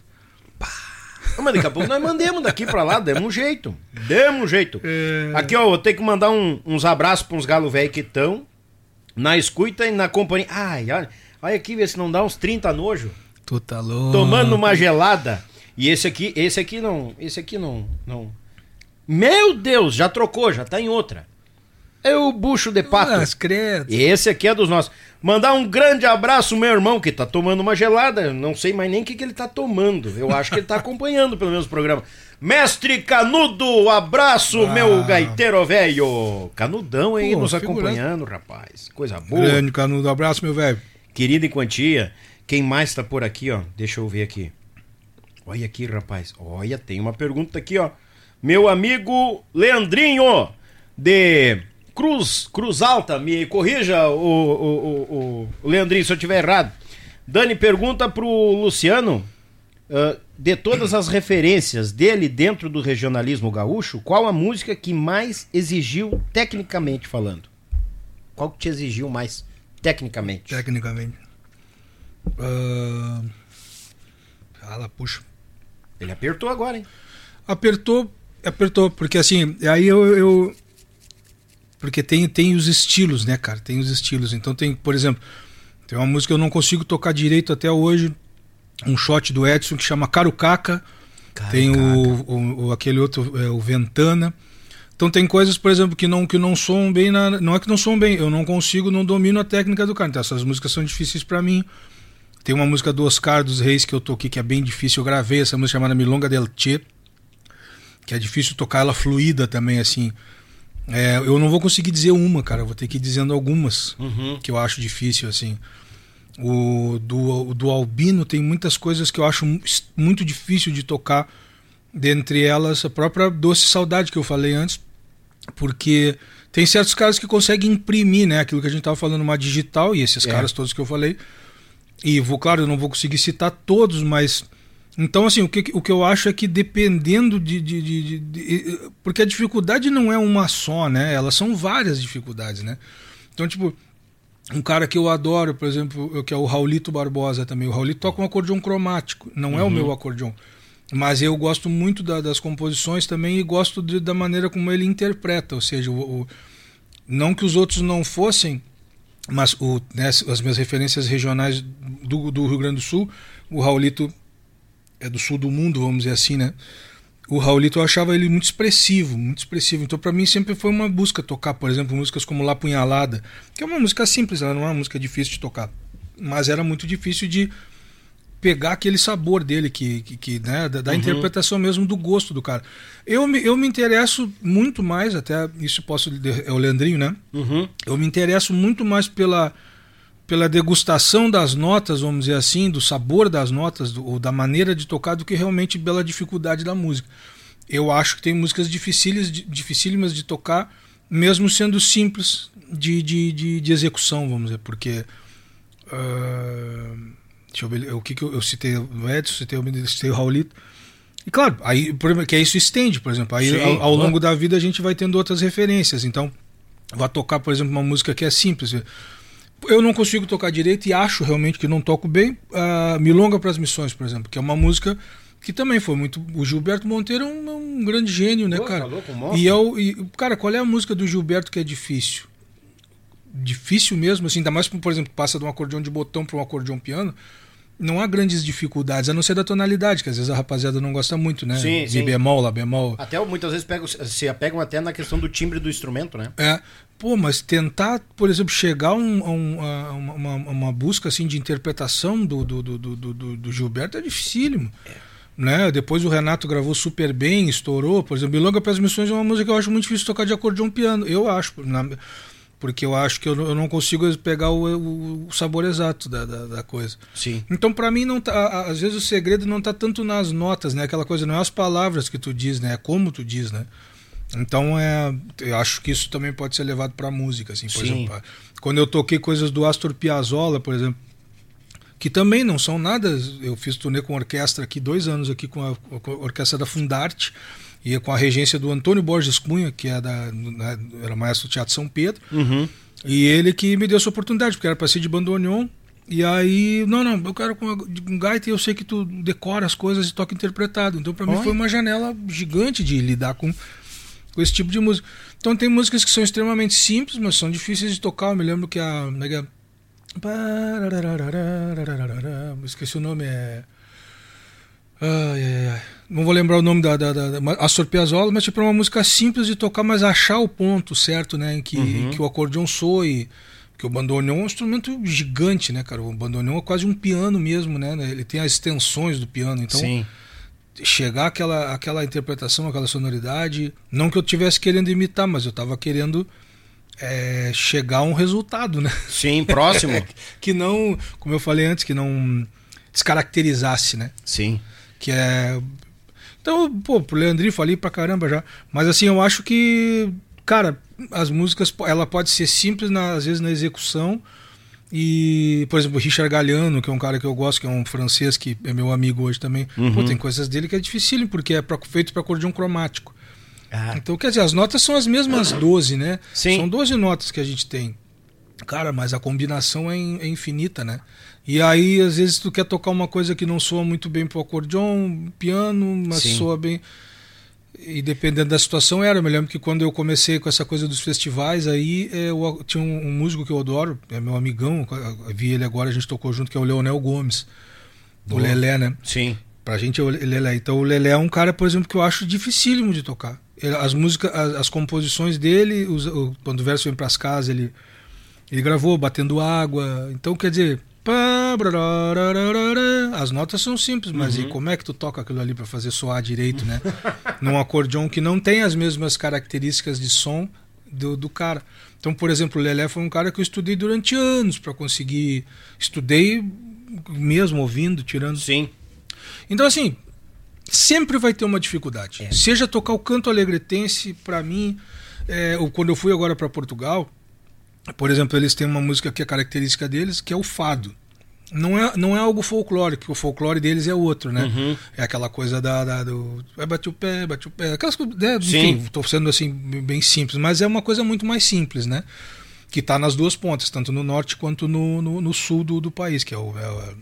Mas daqui a pouco nós mandemos daqui pra lá, demos um jeito. Demos um jeito. É... Aqui, ó, vou ter que mandar um, uns abraços pra uns galos velhos que estão na escuta e na companhia. Ai, olha, olha aqui, vê se não dá uns trinta nojo. Tu tá louco. Tomando uma gelada. E esse aqui, esse aqui não, esse aqui não, não. Meu Deus, já trocou, já tá em outra. É o bucho de pato. Ah, credo. Esse aqui é dos nossos. Mandar um grande abraço, meu irmão, que tá tomando uma gelada. Não sei mais nem o que, que ele tá tomando. Eu acho que ele tá acompanhando pelo menos o programa. Mestre Canudo, abraço, ah. meu gaiteiro velho. Canudão aí Pô, nos acompanhando, rapaz. Coisa boa. Grande Canudo, abraço, meu velho. Querido em quantia, quem mais tá por aqui, ó? Deixa eu ver aqui. Olha aqui, rapaz. Olha, tem uma pergunta aqui, ó. Meu amigo Leandrinho, de Cruz, Cruz Alta, me corrija, o, o, o, o Leandrinho, se eu estiver errado. Dani pergunta pro Luciano, uh, de todas as referências dele dentro do regionalismo gaúcho, qual a música que mais exigiu tecnicamente falando? Qual que te exigiu mais tecnicamente? Tecnicamente. Uh... Fala, puxa. Ele apertou agora, hein? Apertou, apertou, porque assim, aí eu... eu... Porque tem, tem os estilos, né, cara? Tem os estilos. Então tem, por exemplo, tem uma música que eu não consigo tocar direito até hoje, um shot do Edson que chama Carucaca. Carucaca. Tem o, o, o, aquele outro, é, o Ventana. Então tem coisas, por exemplo, que não, que não soam bem, na, não é que não soam bem, eu não consigo, não domino a técnica do cara. Então essas músicas são difíceis pra mim. Tem uma música do Oscar dos Reis que eu toquei que é bem difícil, eu gravei essa música chamada Milonga del Che, que é difícil tocar ela fluida também, assim. É, eu não vou conseguir dizer uma, cara, eu vou ter que ir dizendo algumas, uhum. que eu acho difícil, assim. O do, do Albino tem muitas coisas que eu acho muito difícil de tocar, dentre elas a própria Doce Saudade que eu falei antes, porque tem certos caras que conseguem imprimir, né, aquilo que a gente tava falando, uma digital, e esses é. caras todos que eu falei, e vou, claro, eu não vou conseguir citar todos, mas... Então, assim, o que, o que eu acho é que dependendo de, de, de, de, de... Porque a dificuldade não é uma só, né? Elas são várias dificuldades, né? Então, tipo, um cara que eu adoro, por exemplo, que é o Raulito Barbosa também. O Raulito toca um acordeão cromático, não uhum. é o meu acordeão. Mas eu gosto muito da, das composições também e gosto de, da maneira como ele interpreta. Ou seja, o, o, não que os outros não fossem, mas o, né, as minhas referências regionais do, do Rio Grande do Sul, o Raulito... é do sul do mundo, vamos dizer assim, né? O Raulito eu achava ele muito expressivo, muito expressivo. Então para mim sempre foi uma busca tocar, por exemplo, músicas como La Punhalada, que é uma música simples, ela não é uma música difícil de tocar, mas era muito difícil de pegar aquele sabor dele, que, que, que né, da, da uhum. interpretação mesmo do gosto do cara. Eu me, eu me interesso muito mais, até isso posso, é o Leandrinho, né? Uhum. Eu me interesso muito mais pela... pela degustação das notas, vamos dizer assim, do sabor das notas, do, ou da maneira de tocar, do que realmente pela dificuldade da música. Eu acho que tem músicas dificílimas de, dificílimas de tocar, mesmo sendo simples de, de, de, de execução, vamos dizer, porque... Uh, deixa eu ver, o que, que eu, eu citei o Edson, citei, eu citei o Raulito. E claro, aí, que isso estende, por exemplo, aí Sim, ao, ao longo da vida a gente vai tendo outras referências, então vai tocar, por exemplo, uma música que é simples... Eu não consigo tocar direito e acho realmente que não toco bem uh, Milonga para as Missões, por exemplo, que é uma música que também foi muito... O Gilberto Monteiro é um, um grande gênio, né, Pô, cara? Tá louco, e, é o, e, cara, qual é a música do Gilberto que é difícil? Difícil mesmo, assim, ainda mais, por exemplo, passa de um acordeão de botão para um acordeão piano, não há grandes dificuldades, a não ser da tonalidade, que às vezes a rapaziada não gosta muito, né? Sim, Mi sim. bemol, lá bemol. Até muitas vezes pegam, se apegam até na questão do timbre do instrumento, né? É. Pô, mas tentar, por exemplo, chegar a, um, a, um, a uma, uma busca assim, de interpretação do, do, do, do, do, do Gilberto é dificílimo. É. Né? Depois o Renato gravou super bem, estourou. Por exemplo, Milonga para as Missões é uma música que eu acho muito difícil tocar de acordeão piano. Eu acho, na, porque eu acho que eu, eu não consigo pegar o, o, o sabor exato da, da, da coisa. Sim. Então, para mim, não tá, às vezes o segredo não está tanto nas notas, né? Aquela coisa, não é as palavras que tu diz, né? É como tu diz, né? Então é, eu acho que isso também pode ser levado para a música, assim, por Sim. exemplo, quando eu toquei coisas do Astor Piazzolla, por exemplo, que também não são nada, eu fiz turnê com orquestra aqui dois anos aqui com a, com a orquestra da Fundarte e com a regência do Antônio Borges Cunha, que é da, né, era maestro do Teatro São Pedro, uhum. e ele que me deu essa oportunidade, porque era para ser de bandoneon. E aí, não, não, eu quero com um gaita e eu sei que tu decora as coisas e toca interpretado. Então para mim foi uma janela gigante de lidar com com esse tipo de música. Então tem músicas que são extremamente simples, mas são difíceis de tocar. Eu me lembro que a... Esqueci o nome, é... Ai, ai, ai. Não vou lembrar o nome da, da, da, da Astor Piazzolla, mas tipo, é uma música simples de tocar, mas achar o ponto certo, né? Em que, uhum. que o acordeon soe. Porque o bandoneon é um instrumento gigante, né, cara? O bandoneon é quase um piano mesmo, né? Ele tem as extensões do piano. Então, Sim. chegar àquela, àquela interpretação, àquela sonoridade. Não que eu estivesse querendo imitar, mas eu estava querendo é, chegar a um resultado, né? Sim, próximo. Que não, como eu falei antes, que não descaracterizasse, né? Sim. Que é. Então, pô, pro Leandrinho falei pra caramba já. Mas assim, eu acho que, cara, as músicas, ela pode ser simples, na, às vezes, na execução. E, por exemplo, o Richard Galliano, que é um cara que eu gosto, que é um francês que é meu amigo hoje também. Uhum. Pô, tem coisas dele que é dificílimo, porque é pra, feito para acordeão cromático. Ah. Então, quer dizer, as notas são as mesmas doze, né? Sim. São doze notas que a gente tem. Cara, mas a combinação é, in, é infinita, né? E aí, às vezes, tu quer tocar uma coisa que não soa muito bem pro acordeon, piano, mas Sim. soa bem. E dependendo da situação era. Eu me lembro que quando eu comecei com essa coisa dos festivais, aí eu, tinha um, um músico que eu adoro, é meu amigão, eu vi ele agora, a gente tocou junto, que é o Leonel Gomes. Boa. O Lelé, né? Sim. Pra gente é o Lelé. Então o Lelé é um cara, por exemplo, que eu acho dificílimo de tocar. As músicas, as, as composições dele, os, o, quando o verso vem pras casas, ele, ele gravou Batendo Água. Então, quer dizer, as notas são simples, mas uhum. e como é que tu toca aquilo ali para fazer soar direito, né? Num acordeon que não tem as mesmas características de som do, do cara. Então, por exemplo, o Lelé foi um cara que eu estudei durante anos para conseguir. Estudei mesmo ouvindo, tirando. Sim. Então, assim, sempre vai ter uma dificuldade. É. Seja tocar o canto alegretense, para mim, é, quando eu fui agora para Portugal. Por exemplo, eles têm uma música que é característica deles, que é o fado. Não é, não é algo folclórico, o folclore deles é outro, né? Uhum. É aquela coisa da, da do é, bate o pé, bate o pé, aquelas coisas, né? Enfim, estou sendo assim bem simples, mas é uma coisa muito mais simples, né? Que está nas duas pontas, tanto no norte quanto no, no, no sul do, do país, que é o é,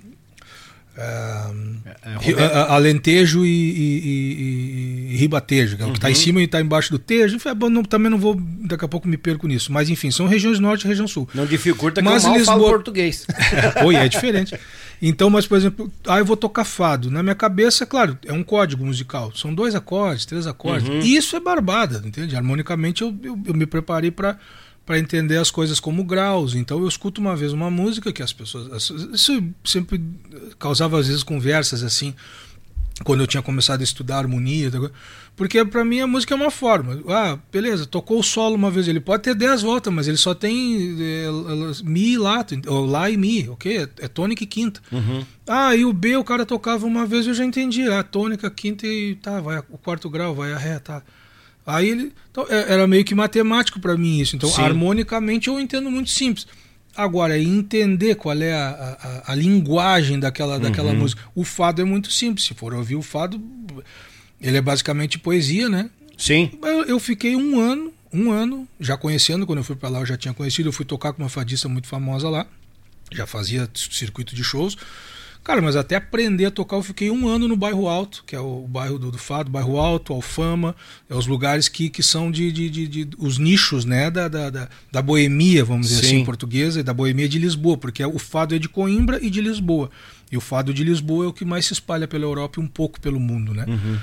é, é, Alentejo e, e, e, e Ribatejo, que é o que está uhum. em cima e está embaixo do Tejo. Enfim, não, também não vou, daqui a pouco me perco nisso. Mas enfim, são regiões norte e região sul. Não dificulta que mas eu mal Lisboa... falo português. Oi, é diferente. Então, mas por exemplo, ah, eu vou tocar fado. Na minha cabeça, claro, é um código musical. São dois acordes, três acordes. Uhum. E isso é barbada, entende? Harmonicamente eu, eu, eu me preparei para para entender as coisas como graus. Então eu escuto uma vez uma música que as pessoas... Isso sempre causava às vezes conversas assim, quando eu tinha começado a estudar harmonia, porque para mim a música é uma forma. Ah, beleza, tocou o solo uma vez, ele pode ter dez voltas, mas ele só tem é, mi e lá, ou lá e mi, ok? É, é tônica e quinta. Uhum. Ah, e o B o cara tocava uma vez, eu já entendi. Ah, tônica, quinta e tá, vai o quarto grau, vai a ré, tá. Aí ele, então, era meio que matemático para mim isso. Então, Sim. harmonicamente eu entendo muito simples. Agora, entender qual é a, a, a linguagem daquela, uhum. daquela música. O fado é muito simples. Se for ouvir o fado, ele é basicamente poesia, né? Sim. Eu, eu fiquei um ano, um ano, já conhecendo, quando eu fui para lá eu já tinha conhecido, eu fui tocar com uma fadista muito famosa lá, já fazia circuito de shows. Cara, mas até aprender a tocar eu fiquei um ano no Bairro Alto, que é o bairro do, do Fado, Bairro Alto, Alfama, é os lugares que, que são de, de, de, de os nichos, né, da, da, da, da boemia, vamos dizer Sim. assim, portuguesa, e da boemia de Lisboa, porque o fado é de Coimbra e de Lisboa. E o fado de Lisboa é o que mais se espalha pela Europa e um pouco pelo mundo, né? Uhum.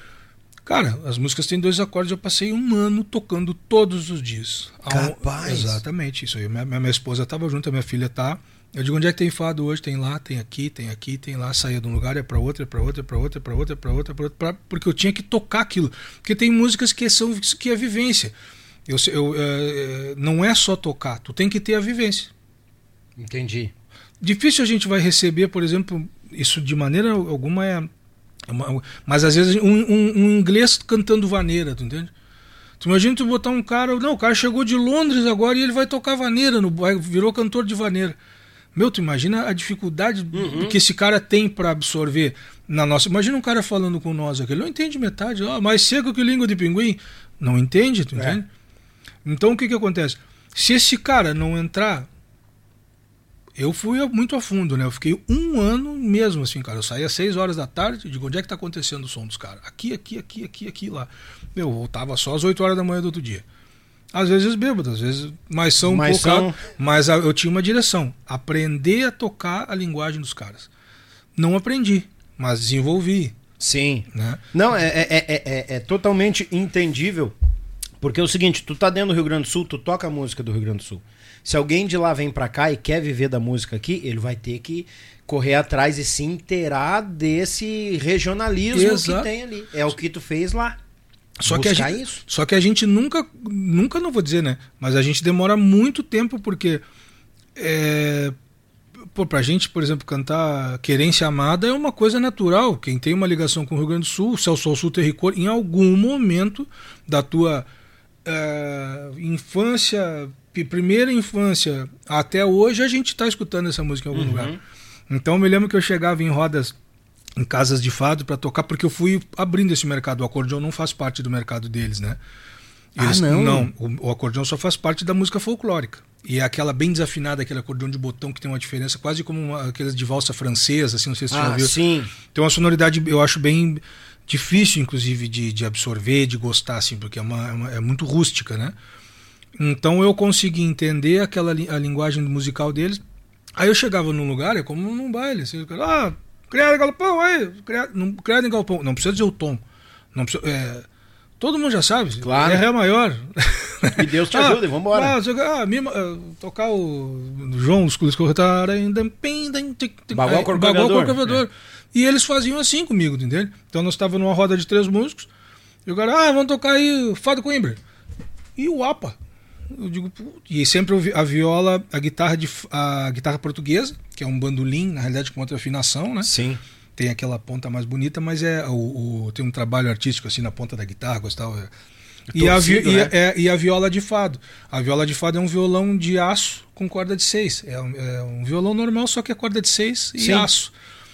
Cara, as músicas têm dois acordes, eu passei um ano tocando todos os dias. Capaz! Exatamente, isso aí. Minha, minha esposa estava junto, a minha filha tá. Eu digo, onde é que tem fado hoje? Tem lá, tem aqui, tem aqui, tem lá. Saía de um lugar, é para outro, é para outro, é para outro, é para outro, é para outro, é para outro, pra, porque eu tinha que tocar aquilo. Porque tem músicas que são que é vivência. Eu, eu, é, não é só tocar, tu tem que ter a vivência. Entendi. Difícil a gente vai receber, por exemplo, isso de maneira alguma é... Uma, mas às vezes um, um, um inglês cantando vaneira, tu entende? Tu imagina tu botar um cara... Não, o cara chegou de Londres agora e ele vai tocar vaneira, no, virou cantor de vaneira. Meu, tu imagina a dificuldade uhum. que esse cara tem para absorver na nossa... Imagina um cara falando com nós aqui, ele não entende metade, ó, mais seco que língua de pinguim. Não entende, tu entende? É. Então o que que acontece? Se esse cara não entrar... Eu fui muito a fundo, né? Eu fiquei um ano mesmo assim, cara. Eu saía às seis horas da tarde, digo, onde é que tá acontecendo o som dos caras? Aqui, aqui, aqui, aqui, aqui, lá. Meu, eu voltava só às oito horas da manhã do outro dia. Às vezes bêbado, às vezes... Mas são um pouco... São... Mas eu tinha uma direção. Aprender a tocar a linguagem dos caras. Não aprendi, mas desenvolvi. Sim. Né? Não, é, é, é, é, é totalmente entendível. Porque é o seguinte, tu tá dentro do Rio Grande do Sul, tu toca a música do Rio Grande do Sul. Se alguém de lá vem pra cá e quer viver da música aqui, ele vai ter que correr atrás e se inteirar desse regionalismo Exato. que tem ali. É o que tu fez lá. Só que, a Buscar gente, isso. só que a gente nunca, nunca não vou dizer, né? Mas a gente demora muito tempo porque é, pô, pra gente, por exemplo, cantar Querência Amada é uma coisa natural. Quem tem uma ligação com o Rio Grande do Sul, Céu, Sol, Sul, Terricor, em algum momento da tua é, infância, primeira infância até hoje, a gente está escutando essa música em algum uhum. lugar. Então eu me lembro que eu chegava em rodas, em casas de fado para tocar, porque eu fui abrindo esse mercado. O acordeão não faz parte do mercado deles, né? Eles, ah, não? Não, o, o acordeão só faz parte da música folclórica. E é aquela bem desafinada, aquele acordeão de botão que tem uma diferença, quase como uma, aquelas de valsa francesa, assim, não sei se você ah, já viu. Sim. Tem uma sonoridade, eu acho bem difícil, inclusive, de, de absorver, de gostar, assim, porque é, uma, é, uma, é muito rústica, né? Então eu consegui entender aquela a linguagem musical deles. Aí eu chegava num lugar, é como num baile, assim, ah, criado em galpão, aí, criado, não, criado em galpão, não precisa dizer o tom, não precisa, é, todo mundo já sabe, claro. É Ré maior. E Deus te ajude, ah, vamos embora. Ah, ah, mima, uh, tocar o João, os corretar, Bagual Corcovador. É. E eles faziam assim comigo, entendeu? Então nós estávamos numa roda de três músicos, e o cara, ah, vamos tocar aí Fado Coimbra. E o APA. Eu digo, e sempre a viola, a guitarra, de, a guitarra portuguesa, que é um bandolim, na realidade com outra afinação, né? Sim. Tem aquela ponta mais bonita, mas é o, o, tem um trabalho artístico assim na ponta da guitarra, gostava. É. E, a vi, né? e, é, e a viola de fado. A viola de fado é um violão de aço com corda de seis. É um, é um violão normal, só que é corda de seis e Sim. aço.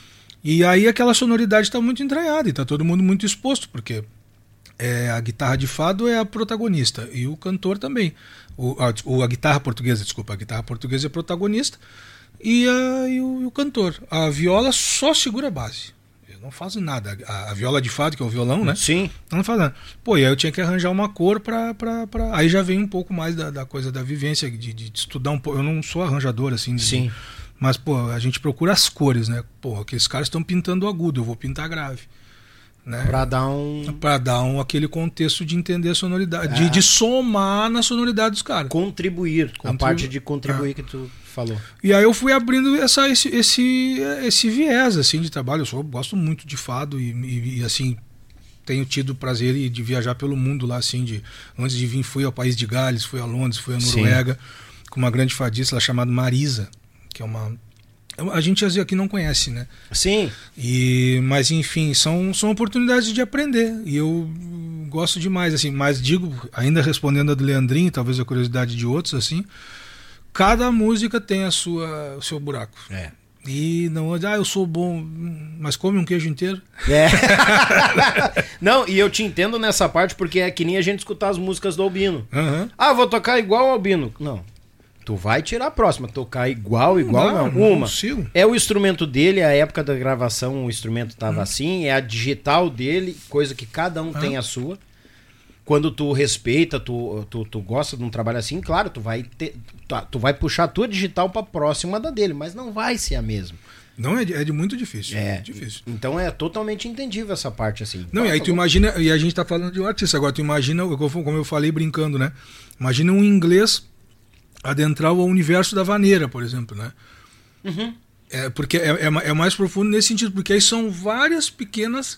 E aí aquela sonoridade está muito entranhada e está todo mundo muito exposto, porque é, a guitarra de fado é a protagonista e o cantor também. O, a, a guitarra portuguesa, desculpa, a guitarra portuguesa é protagonista e, a, e, o, e o cantor. A viola só segura a base. Eu não faço nada. A, a viola de fado, que é o violão, né? Sim. Não faz nada. Pô, e aí eu tinha que arranjar uma cor pra... pra, pra... Aí já vem um pouco mais da, da coisa da vivência, de, de estudar um pouco. Eu não sou arranjador, assim. De, Sim. Mas, pô, a gente procura as cores, né? Pô, aqueles caras estão pintando agudo, eu vou pintar grave. Né? Pra dar um... Pra dar um, aquele contexto de entender a sonoridade, é. de, de somar na sonoridade dos caras. Contribuir, Contribu... a parte de contribuir é. que tu falou. E aí eu fui abrindo essa, esse, esse, esse viés, assim, de trabalho. Eu sou, gosto muito de fado e, e, e, assim, tenho tido prazer de viajar pelo mundo lá, assim, de, antes de vir fui ao País de Gales, fui a Londres, fui a Noruega, Sim. com uma grande fadista lá chamada Marisa, que é uma... A gente aqui não conhece, né? Sim. E, mas, enfim, são, são oportunidades de aprender. E eu gosto demais, assim. Mas digo, ainda respondendo a do Leandrinho, talvez a curiosidade de outros, assim, cada música tem a sua, o seu buraco. É. E não, ah, eu sou bom, mas come um queijo inteiro. É. Não, e eu te entendo nessa parte, porque é que nem a gente escutar as músicas do Albino. Uhum. Ah, vou tocar igual ao Albino. Não. Tu vai tirar a próxima, tocar igual, igual, não. não. não Uma, consigo. É o instrumento dele, a época da gravação o instrumento tava hum. assim, é a digital dele, coisa que cada um ah. tem a sua. Quando tu respeita, tu, tu, tu gosta de um trabalho assim, claro, tu vai, ter, tu, tu vai puxar a tua digital pra próxima da dele, mas não vai ser a mesma. Não, é de, é de muito difícil. É, é difícil. Então é totalmente entendível essa parte assim. Não, tá, e aí tá tu bom. imagina, e a gente tá falando de um artista, agora tu imagina, como eu falei brincando, né? Imagina um inglês adentrar o universo da vaneira, por exemplo, né? Uhum. É, porque é, é, é mais profundo nesse sentido, porque aí são várias pequenas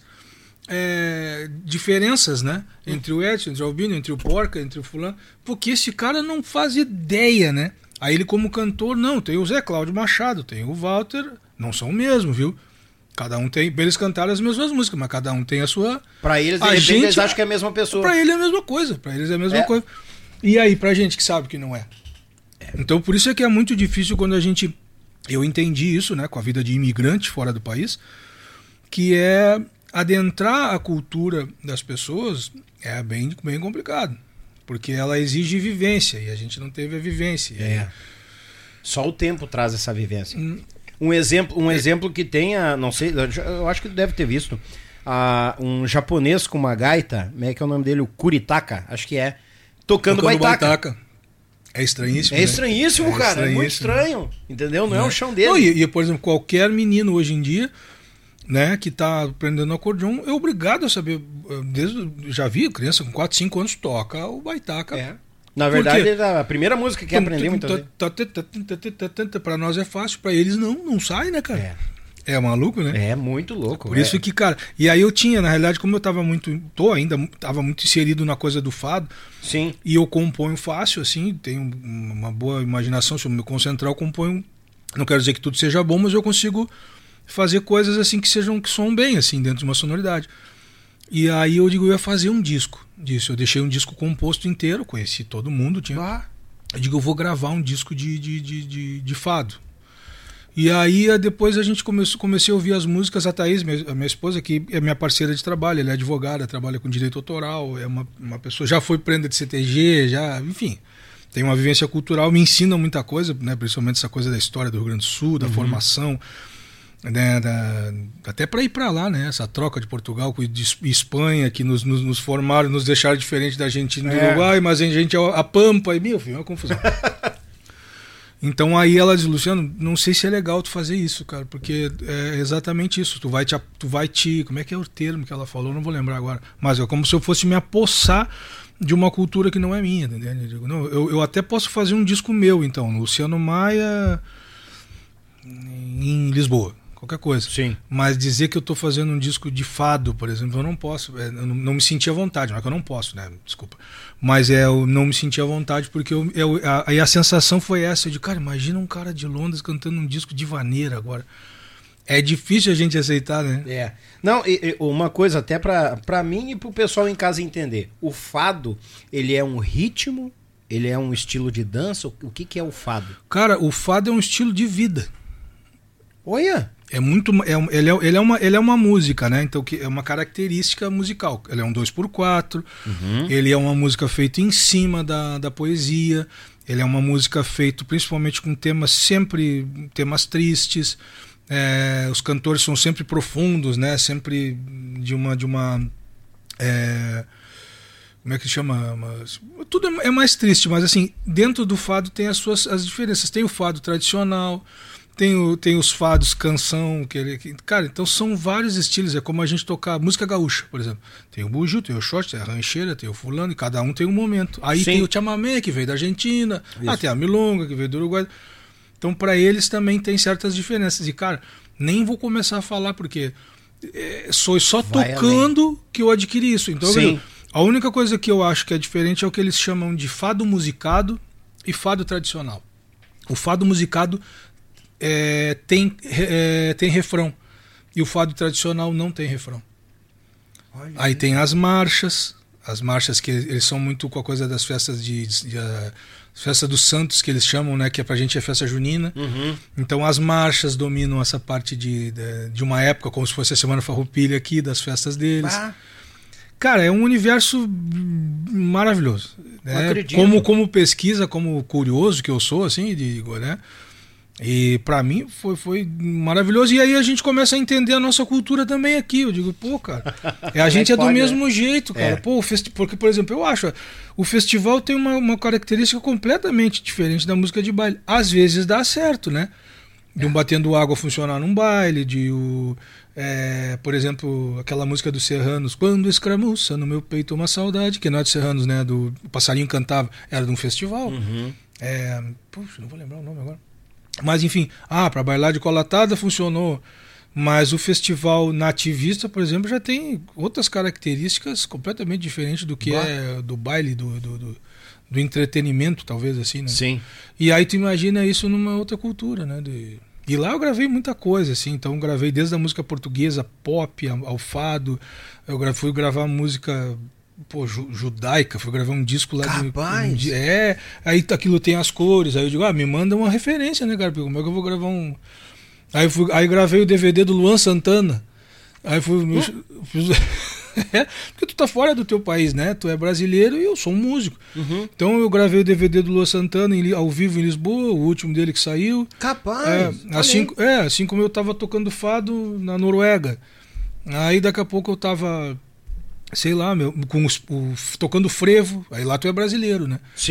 é, diferenças, né? Entre o Edson, entre o Albino, entre o Porca, entre o fulano, porque esse cara não faz ideia, né? Aí ele como cantor, não, tem o Zé Cláudio Machado, tem o Walter, não são o mesmo, viu? Cada um tem, eles cantaram as mesmas músicas, mas cada um tem a sua... Pra eles, de a repente, gente, eles acham que é a mesma pessoa. Pra ele é a mesma coisa, pra eles é a mesma é. coisa. E aí, pra gente que sabe que não é? Então, por isso é que é muito difícil quando a gente... Eu entendi isso, né, com a vida de imigrante fora do país, que é adentrar a cultura das pessoas é bem, bem complicado, porque ela exige vivência, e a gente não teve a vivência. É. Só o tempo traz essa vivência. Hum. Um exemplo, um exemplo que tenha, não sei, eu acho que tu deve ter visto, uh, um japonês com uma gaita, como é que é o nome dele? O Kuritaka, acho que é, tocando, tocando baitaca. baitaca. É estranhíssimo. É estranhíssimo, né? cara. É, é muito estranho. Entendeu? Não é, é o chão dele. Não, e, e, por exemplo, qualquer menino hoje em dia, né, que está aprendendo acordeon, é obrigado a saber. Desde, já vi criança com quatro, cinco anos toca o baitaca. É. Na verdade, é a primeira música que aprendeu muitas vezes. Para nós é fácil, para eles não, não sai, né, cara? É. É maluco, né? É muito louco. Por é. isso que, cara... E aí eu tinha, na realidade, como eu tava muito... Tô ainda, tava muito inserido na coisa do fado. Sim. E eu componho fácil, assim, tenho uma boa imaginação. Se eu me concentrar, eu componho... Não quero dizer que tudo seja bom, mas eu consigo fazer coisas, assim, que sejam... Que soam bem, assim, dentro de uma sonoridade. E aí eu digo, eu ia fazer um disco disso. Eu deixei um disco composto inteiro, conheci todo mundo. Tinha... Ah. Eu digo, eu vou gravar um disco de, de, de, de, de fado. E aí depois a gente começou, comecei a ouvir as músicas. A Thaís, minha, a minha esposa, que é minha parceira de trabalho, ela é advogada, trabalha com direito autoral, é uma, uma pessoa, já foi prenda de C T G, já, enfim, tem uma vivência cultural, me ensina muita coisa, né, principalmente essa coisa da história do Rio Grande do Sul, da uhum. formação, né, da, até para ir para lá, né, essa troca de Portugal com de Espanha, que nos, nos, nos formaram, nos deixaram diferente da Argentina e do é. Uruguai, mas a gente é a Pampa, e meu filho, é uma confusão. Então aí ela diz, Luciano, não sei se é legal tu fazer isso, cara, porque é exatamente isso, tu vai te, tu vai te, como é que é o termo que ela falou, não vou lembrar agora, mas é como se eu fosse me apossar de uma cultura que não é minha, entendeu? Eu digo, não, eu, eu até posso fazer um disco meu, então, Luciano Maia em Lisboa, qualquer coisa. Sim. Mas dizer que eu estou fazendo um disco de fado, por exemplo, eu não posso. Eu não, não me senti à vontade, não é que eu não posso, né? Desculpa. Mas é, eu não me senti à vontade porque eu, eu, a, a, a sensação foi essa, de cara, imagina um cara de Londres cantando um disco de vaneira agora. É difícil a gente aceitar, né? É. Não, e, e uma coisa até pra, pra mim e pro pessoal em casa entender. O fado, ele é um ritmo, ele é um estilo de dança. O que que é o fado? Cara, o fado é um estilo de vida. Olha! É muito, é, ele, é, ele, é uma, ele é uma música, né? Então, que é uma característica musical. Ele é um dois por quatro, uhum. Ele é uma música feita em cima da, da poesia, ele é uma música feita principalmente com temas sempre, temas tristes, é, os cantores são sempre profundos, né? Sempre de uma... De uma é, como é que chama? Mas, tudo é, é mais triste, mas assim, dentro do fado tem as suas as diferenças. Tem o fado tradicional, Tem, o, tem os fados, canção, que ele, que, cara, então são vários estilos, é como a gente tocar música gaúcha, por exemplo. Tem o buju, tem o shot, tem a rancheira, tem o fulano, e cada um tem um momento. Aí Sim. tem o chamamé, que veio da Argentina, ah, tem a milonga, que veio do Uruguai. Então, para eles também tem certas diferenças. E, cara, nem vou começar a falar, porque é, sou só Vai tocando além. Que eu adquiri isso. Então, eu, a única coisa que eu acho que é diferente é o que eles chamam de fado musicado e fado tradicional. O fado musicado É, tem, é, tem refrão. E o fado tradicional não tem refrão. Olha. Aí tem as marchas. As marchas que eles são muito com a coisa das festas de, de, de uh, festa dos santos, que eles chamam, né? Que é pra gente é festa junina. Uhum. Então as marchas dominam essa parte de, de, de uma época, como se fosse a Semana Farroupilha aqui, das festas deles. Ah. Cara, é um universo maravilhoso. Né? Como, como pesquisa, como curioso que eu sou, assim, digo, né? E pra mim foi, foi maravilhoso. E aí a gente começa a entender a nossa cultura também aqui. Eu digo, pô, cara, a gente é do pode, mesmo né? jeito, cara. É. Pô, o festi- porque, por exemplo, eu acho o festival tem uma, uma característica completamente diferente da música de baile. Às vezes dá certo, né? De um Batendo Água funcionar num baile, de o, é, por exemplo, aquela música dos Serranos, Quando escramuça no meu peito uma saudade, que não é de Serranos, né? Do o Passarinho cantava, era de um festival. Uhum. É, puxa, não vou lembrar o nome agora. Mas enfim, ah, para bailar de colatada funcionou, mas o festival nativista, por exemplo, já tem outras características completamente diferentes do que bah. é do baile, do, do, do, do entretenimento, talvez assim, né? Sim. E aí tu imagina isso numa outra cultura, né? De... E lá eu gravei muita coisa, assim, então eu gravei desde a música portuguesa, pop, ao fado, eu gra... fui gravar música... Pô, ju- judaica, fui gravar um disco lá Capaz. de, um, é, aí aquilo tem as cores, aí eu digo, ah, me manda uma referência, né, cara, como é que eu vou gravar um... Aí, fui, aí gravei o D V D do Luan Santana, aí fui... Hum? Fiz... é, porque tu tá fora do teu país, né, tu é brasileiro e eu sou um músico, uhum. Então eu gravei o D V D do Luan Santana em, ao vivo em Lisboa, o último dele que saiu. Capaz! É, assim, é, assim como eu tava tocando fado na Noruega, aí daqui a pouco eu tava... sei lá, meu, com os, o, tocando frevo, aí lá tu é brasileiro, né? Sim.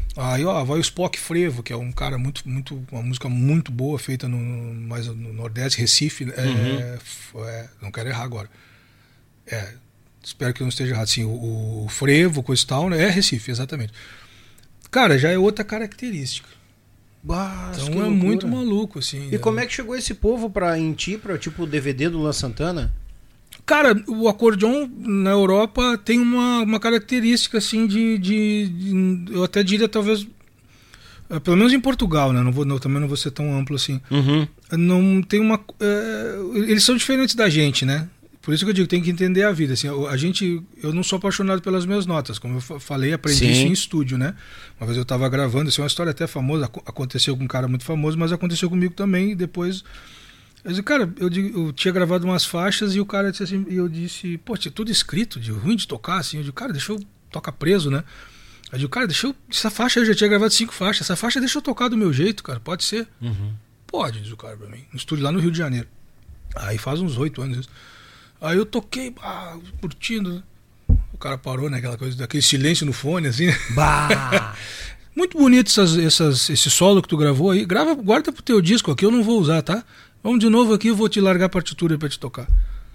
Aí, ó, vai o Spock Frevo, que é um cara muito, muito, uma música muito boa, feita no, mais no Nordeste, Recife. É, uhum. é, não quero errar agora. É, espero que não esteja errado. Sim, o, o Frevo, coisa e tal, né? É Recife, exatamente. Cara, já é outra característica. Bah, então é loucura. Muito maluco, assim. E é. como é que chegou esse povo pra, em ti, pra tipo o D V D do Luan Santana? Cara, o acordeon na Europa tem uma, uma característica assim de, de, de. Eu até diria, talvez. Pelo menos em Portugal, né? Não vou, não, também não vou ser tão amplo assim. Uhum. Não tem uma. É, eles são diferentes da gente, né? Por isso que eu digo, tem que entender a vida. Assim, a gente, eu não sou apaixonado pelas minhas notas. Como eu falei, aprendi Sim. isso em estúdio, né? Uma vez eu estava gravando, isso é uma história até famosa. Aconteceu com um cara muito famoso, mas aconteceu comigo também. E depois. Eu disse, cara, eu, eu tinha gravado umas faixas e o cara disse assim, e eu disse, pô, tinha tudo escrito, de ruim de tocar, assim. Eu disse, cara, deixa eu tocar preso, né? Eu digo, cara, deixa eu. Essa faixa eu já tinha gravado cinco faixas. Essa faixa deixa eu tocar do meu jeito, cara. Pode ser? Uhum. Pode, diz o cara pra mim. No estúdio lá no Rio de Janeiro. Aí faz uns oito anos isso. Aí eu toquei, ah, curtindo. O cara parou, né? Aquela coisa, daquele silêncio no fone, assim. Bah! Muito bonito essas, essas, esse solo que tu gravou aí. Grava, guarda pro teu disco aqui, eu não vou usar, tá? Vamos de novo aqui, eu vou te largar a partitura pra te tocar.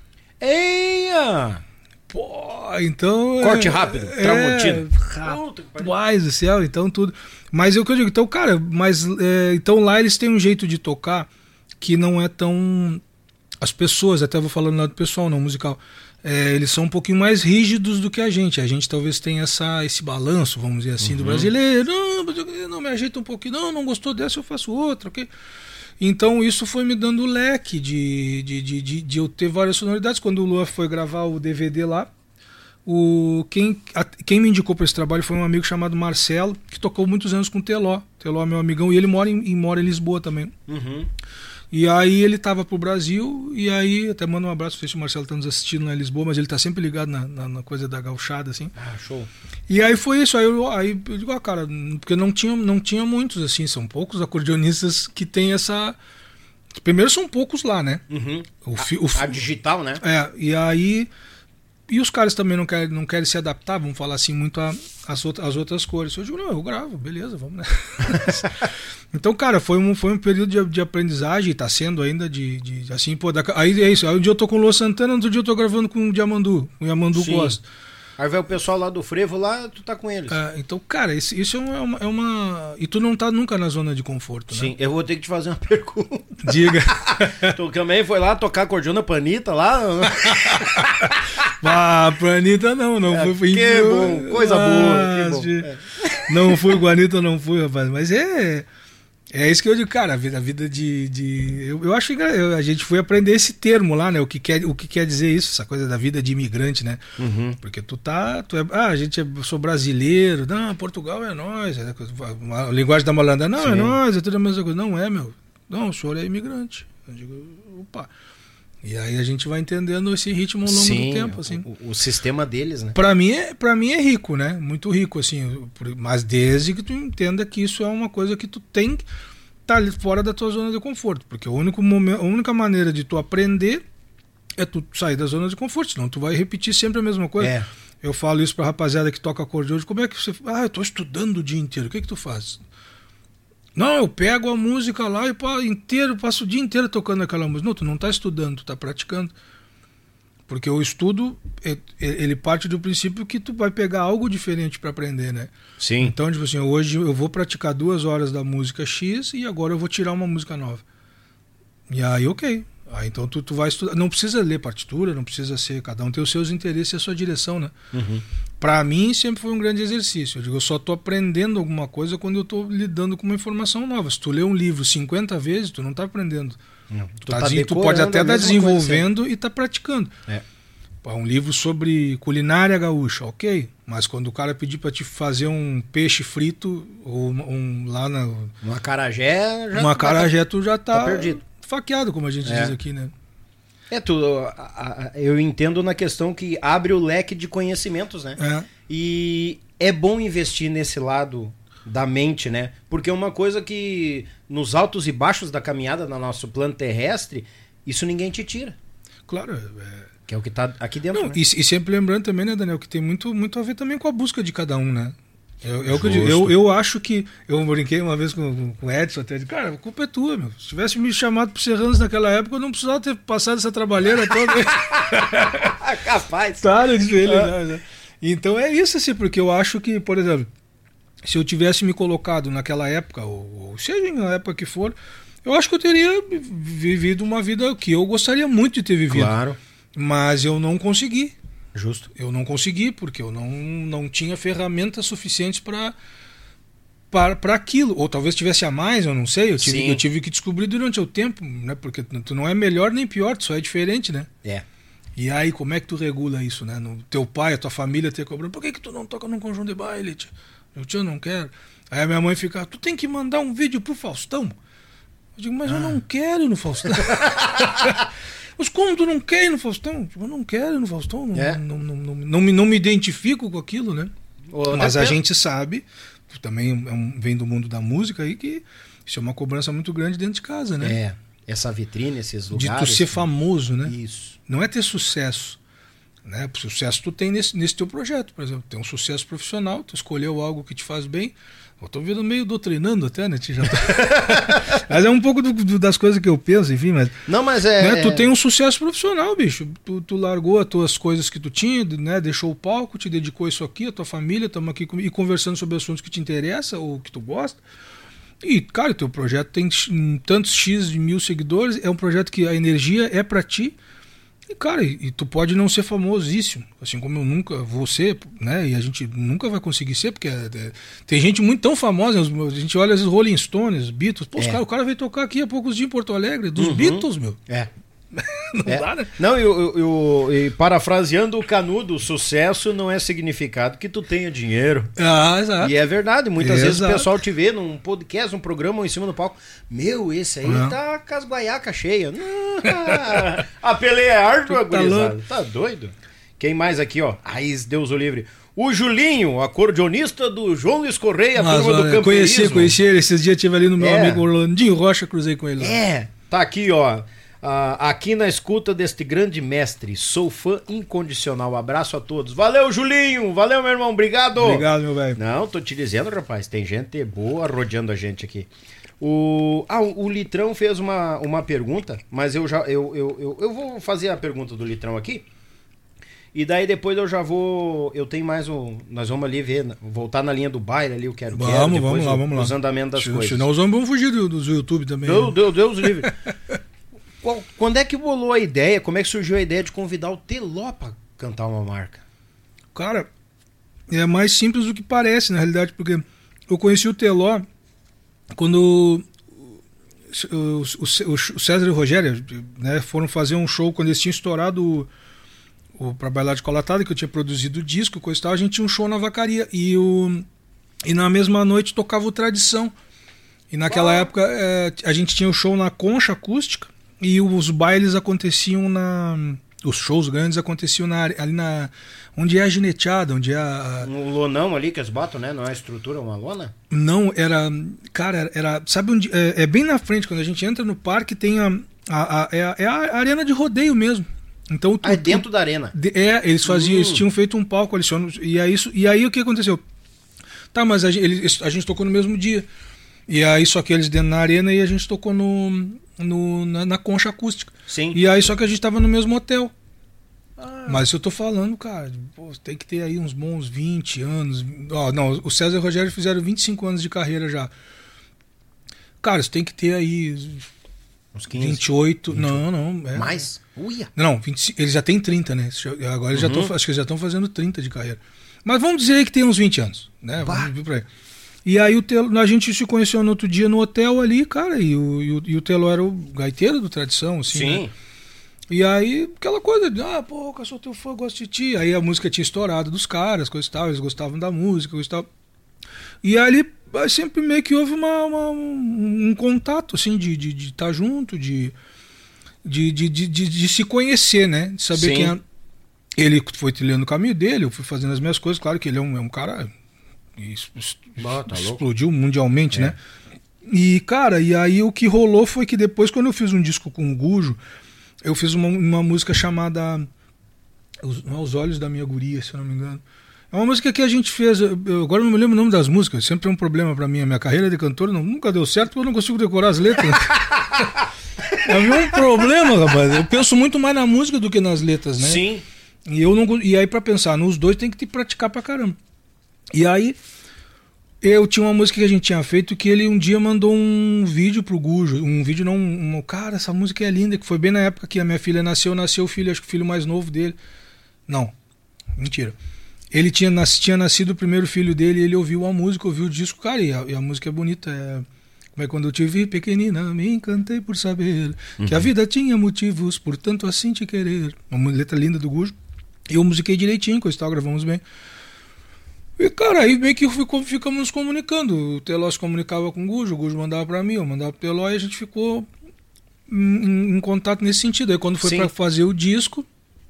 Eia! Pô, então... Corte é, rápido, Tramontina. É, rapaz do céu, então tudo. Mas é o que eu digo, então, cara, mas é, então lá eles têm um jeito de tocar que não é tão... As pessoas, até vou falando lá do pessoal, não musical, é, eles são um pouquinho mais rígidos do que a gente. A gente talvez tenha essa, esse balanço, vamos dizer assim, uhum. do brasileiro. Não, não me ajeita um pouquinho, não, não gostou dessa, eu faço outra, ok? Então isso foi me dando leque de, de, de, de, de eu ter várias sonoridades. Quando o Luan foi gravar o D V D lá, o, quem, a, quem me indicou para esse trabalho foi um amigo chamado Marcelo, que tocou muitos anos com o Teló. Teló é meu amigão e ele mora em, em, mora em Lisboa também. Uhum. E aí ele tava pro Brasil, e aí até mando um abraço, não sei se o Marcelo tá nos assistindo lá em Lisboa, mas ele tá sempre ligado na, na, na coisa da gauchada, assim. Ah, show. E aí foi isso, aí eu, aí eu digo, ah, cara, porque não tinha, não tinha muitos, assim, são poucos acordeonistas que tem essa... Primeiro são poucos lá, né? Uhum. O fi, o, a, a digital, né? É, e aí... E os caras também não querem, não querem se adaptar, vamos falar assim, muito às outras, outras cores. Eu digo, não, eu gravo, beleza, vamos, né? Então, cara, foi um, foi um período de, de aprendizagem, está sendo ainda de, de assim, pô, da, aí é isso, aí um dia eu tô com o Luan Santana, outro dia eu tô gravando com o Diamandu, o Diamandu gosta. Aí vai o pessoal lá do Frevo, lá tu tá com eles. É, então, cara, isso, isso é, uma, é uma... E tu não tá nunca na zona de conforto, né? Sim, eu vou ter que te fazer uma pergunta. Diga. Tu também foi lá tocar acordeon na Panita lá? Ah, pra Anitta não, não é, fui. Que bom, coisa ah, boa. Que bom. É. Não fui com a Anitta, não fui, rapaz. Mas é... É isso que eu digo, cara, a vida, a vida de... de eu, eu acho que a gente foi aprender esse termo lá, né? O que, quer, o que quer dizer isso, essa coisa da vida de imigrante, né? Uhum. Porque tu tá... Tu é, ah, a gente é, eu sou brasileiro, não, Portugal é nós, é, a linguagem da malandra, não, Sim. é nós, é tudo a mesma coisa. Não é, meu. Não, o senhor é imigrante. Eu digo, opa... E aí a gente vai entendendo esse ritmo ao longo Sim, do tempo, assim. O, o sistema deles, né? Pra mim, é, pra mim é rico, né? Muito rico, assim. Mas desde que tu entenda que isso é uma coisa que tu tem que estar tá fora da tua zona de conforto. Porque o único momento, a única maneira de tu aprender é tu sair da zona de conforto. Senão tu vai repetir sempre a mesma coisa. É. Eu falo isso pra rapaziada que toca acordeon. Como é que você... Ah, eu tô estudando o dia inteiro. O que que tu faz? Não, eu pego a música lá e pá, inteiro, passo o dia inteiro tocando aquela música. Não, tu não está estudando, tu está praticando. Porque o estudo, ele parte do princípio que tu vai pegar algo diferente para aprender, né? Sim. Então, tipo assim, hoje eu vou praticar duas horas da música X e agora eu vou tirar uma música nova. E aí, ok. Aí, então tu, tu vai estudar. Não precisa ler partitura, não precisa ser... Cada um tem os seus interesses e a sua direção, né? Uhum. Para mim sempre foi um grande exercício. Eu digo, eu só estou aprendendo alguma coisa quando eu estou lidando com uma informação nova. Se tu lê um livro cinquenta vezes, tu não está aprendendo. Não, tu, tá tá tu pode até estar desenvolvendo coisa, e estar tá praticando. É. Um livro sobre culinária gaúcha, ok. Mas quando o cara pedir para te fazer um peixe frito ou um, lá na... Um acarajé... Já um acarajé tu já está tá perdido. Faqueado, como a gente é. diz aqui, né? É, tu, a, a, eu entendo na questão que abre o leque de conhecimentos, né? É. E é bom investir nesse lado da mente, né? Porque é uma coisa que nos altos e baixos da caminhada no nosso plano terrestre, isso ninguém te tira. Claro. É... Que é o que tá aqui dentro, Não, né? e, e sempre lembrando também, né, Daniel, que tem muito, muito a ver também com a busca de cada um, né? Eu, eu, eu, eu acho que. Eu brinquei uma vez com, com o Edson até. Cara, a culpa é tua, meu. Se tivesse me chamado pro Serranos naquela época, eu não precisava ter passado essa trabalheira toda. Capaz. Tá, eu disse ele, é. né? Então é isso, assim, porque eu acho que, por exemplo, se eu tivesse me colocado naquela época, ou, ou seja, na época que for, eu acho que eu teria vivido uma vida que eu gostaria muito de ter vivido. Claro. Mas eu não consegui. Justo. Eu não consegui, porque eu não, não tinha ferramentas suficientes para para aquilo. Ou talvez tivesse a mais, eu não sei. Eu tive, eu tive que descobrir durante o tempo, né? Porque tu não é melhor nem pior, tu só é diferente, né? É. E aí, como é que tu regula isso, né? No teu pai, a tua família te cobrando, por que, que tu não toca num conjunto de baile, tia? Eu, tia, não quero. Aí a minha mãe fica, tu tem que mandar um vídeo pro Faustão. Eu digo, mas ah. eu não quero ir no Faustão. Mas como tu não quer ir no Faustão? Eu não quero ir no Faustão, não, é. não, não, não, não, me, não me identifico com aquilo, né? Oh, Mas a pena. gente sabe, também é um, vem do mundo da música aí, que isso é uma cobrança muito grande dentro de casa, né? É, essa vitrine, esses lugares. De tu ser famoso, né? Isso. Não é ter sucesso. Né? Sucesso tu tem nesse, nesse teu projeto, por exemplo. Tem um sucesso profissional, tu escolheu algo que te faz bem. Eu tô vendo meio doutrinando até, né? Já tô... mas é um pouco do, do, das coisas que eu penso, enfim, mas... Não, mas é... Né? Tu tem um sucesso profissional, bicho. Tu, tu largou as tuas coisas que tu tinha, né? Deixou o palco, te dedicou a isso aqui, a tua família, estamos aqui com... e conversando sobre assuntos que te interessam ou que tu gosta. E, cara, o teu projeto tem tantos X de mil seguidores, é um projeto que a energia é pra ti. E, cara, e, e tu pode não ser famosíssimo, assim como eu nunca vou ser, né? E a gente nunca vai conseguir ser, porque é, é, tem gente muito tão famosa, a gente olha os Rolling Stones, Beatles, pô, é. os cara, o cara veio tocar aqui há poucos dias em Porto Alegre, dos uhum. Beatles, meu. É. Não é. dá, né? Não, eu, eu, eu, eu, parafraseando o Canudo, sucesso não é significado que tu tenha dinheiro. Ah, exato. E é verdade, muitas exato. vezes o pessoal te vê num podcast, num programa ou em cima do palco. Meu, esse aí não. tá com as guaiacas cheias. A peleia é árdua, gurizada. Tá doido? Quem mais aqui, ó? Raiz, Deus o livre. O Julinho, acordeonista do João Luiz Correia, Mas, turma olha, do campeonismo. Conheci, conheci ele. Esses dias eu estive ali no meu é. amigo Orlandinho Rocha, cruzei com ele. Lá. É, tá aqui, ó. Uh, aqui na escuta deste grande mestre, sou fã incondicional, abraço a todos. Valeu, Julinho, valeu, meu irmão, obrigado. Obrigado, meu velho. Não, tô te dizendo, rapaz, tem gente boa rodeando a gente aqui. O, ah, o Litrão fez uma, uma pergunta, mas eu já eu, eu, eu, eu vou fazer a pergunta do Litrão aqui. E daí depois eu já vou, eu tenho mais um, nós vamos ali ver, voltar na linha do baile ali, eu quero vamos, quero, vamos, depois vamos lá, vamos lá. Os andamentos das se, coisas. Senão os homens vão fugir do, do YouTube também. Deus, né? Deus, Deus livre. Quando é que bolou a ideia? Como é que surgiu a ideia de convidar o Teló pra cantar uma marca? Cara, é mais simples do que parece, na realidade, porque eu conheci o Teló quando o, o, o, o César e o Rogério, né, foram fazer um show quando eles tinham estourado o, o Pra Bailar de Colatada, que eu tinha produzido o disco, coisa e tal, a gente tinha um show na Vacaria. E, o, e na mesma noite tocava o Tradição. E naquela ah. época é, a gente tinha o show na Concha Acústica. E os bailes aconteciam na... Os shows grandes aconteciam na, ali na... Onde é a gineteada, onde é a... No lonão ali que eles botam, né? Não é a estrutura, uma lona? Não, era... Cara, era... Sabe onde... É, é bem na frente, quando a gente entra no parque, tem a... a, a, é, a é a arena de rodeio mesmo. Então, tu, ah, é dentro tu, da arena? É, eles faziam... Hum. Eles tinham feito um palco ali. E aí, isso, e aí o que aconteceu? Tá, mas a gente, eles, a gente tocou no mesmo dia. E aí só que eles dentro na arena e a gente tocou no... No, na, na Concha Acústica. Sim. E aí só que a gente tava no mesmo hotel. Ah. Mas eu tô falando, cara, pô, tem que ter aí uns bons vinte anos. Ó, não, o César e o Rogério fizeram vinte e cinco anos de carreira já. Cara, você tem que ter aí uns quinze, vinte e oito. vinte e oito. Não, não. É, mais? Uia. Não, vinte, eles já têm trinta, né? Agora eles uhum. já tão, acho que eles já estão fazendo trinta de carreira. Mas vamos dizer aí que tem uns vinte anos, né? Bah. Vamos vir pra aí. E aí o Teló, a gente se conheceu no outro dia no hotel ali, cara, e o, e o, e o Teló era o gaiteiro do Tradição, assim, sim. Né? E aí, aquela coisa de, ah, pô, eu sou teu fã, gosto de ti. Aí a música tinha estourado dos caras, coisa e tal, eles gostavam da música, coisa e tal. E ali sempre meio que houve uma, uma, um, um contato, assim, de estar de, de tá junto, de, de, de, de, de, de se conhecer, né? De saber sim. Quem é. Ele foi trilhando o caminho dele, eu fui fazendo as minhas coisas, claro que ele é um, é um cara... Isso, bah, tá explodiu louco. Mundialmente, é. Né? E, cara, e aí o que rolou foi que depois, quando eu fiz um disco com o Gujo, eu fiz uma, uma música chamada Os, não, Os Olhos da Minha Guria, se eu não me engano. É uma música que a gente fez, eu agora não me lembro o nome das músicas, sempre é um problema pra mim, a minha carreira de cantor não, nunca deu certo porque eu não consigo decorar as letras. É um problema, rapaz, eu penso muito mais na música do que nas letras, né? Sim. E, eu não, e aí pra pensar nos dois tem que te praticar pra caramba. E aí eu tinha uma música que a gente tinha feito que ele um dia mandou um vídeo pro Gujo, um vídeo não, um, cara, essa música é linda, que foi bem na época que a minha filha nasceu, nasceu o filho, acho que o filho mais novo dele. Não, mentira. Ele tinha, nas, tinha nascido o primeiro filho dele, ele ouviu a música, ouviu o disco, cara, e a, e a música é bonita, é... Mas quando eu te vi pequenina, me encantei por saber uhum. que a vida tinha motivos, portanto assim te querer. Uma letra linda do Gujo. Eu musiquei direitinho, com esse tal, gravamos bem. E, cara, aí meio que ficou, ficamos nos comunicando. O Teló se comunicava com o Gujo, o Gujo mandava pra mim, eu mandava pro Teló e a gente ficou em, em contato nesse sentido. Aí quando foi Sim. pra fazer o disco,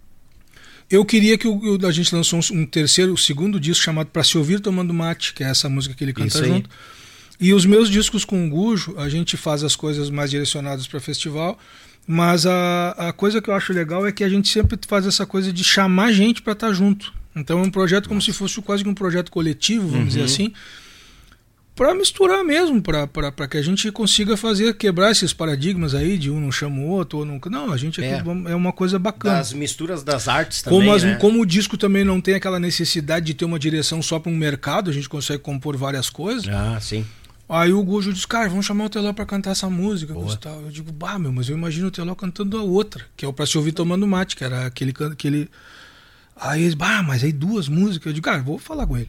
eu queria que o, a gente lançou um, um terceiro, o segundo disco chamado Pra Se Ouvir Tomando Mate, que é essa música que ele canta Isso junto. Aí. E os meus discos com o Gujo, a gente faz as coisas mais direcionadas para festival, mas a, a coisa que eu acho legal é que a gente sempre faz essa coisa de chamar gente para estar tá junto. Então é um projeto como Nossa. se fosse quase que um projeto coletivo, vamos uhum. dizer assim, para misturar mesmo, para que a gente consiga fazer, quebrar esses paradigmas aí de um não chama o outro, ou não... Não, a gente aqui é, é uma coisa bacana. As misturas das artes também, como, as, né? como o disco também não tem aquela necessidade de ter uma direção só para um mercado, a gente consegue compor várias coisas. Ah, sim. Aí o Gujo disse, cara, vamos chamar o Teló pra cantar essa música. Tal. Eu digo, bah, meu, mas eu imagino o Teló cantando a outra, que é o Pra Se Ouvir Tomando Mate, que era aquele... aquele... Aí ele, bah, mas aí duas músicas. Eu digo, cara, vou falar com ele.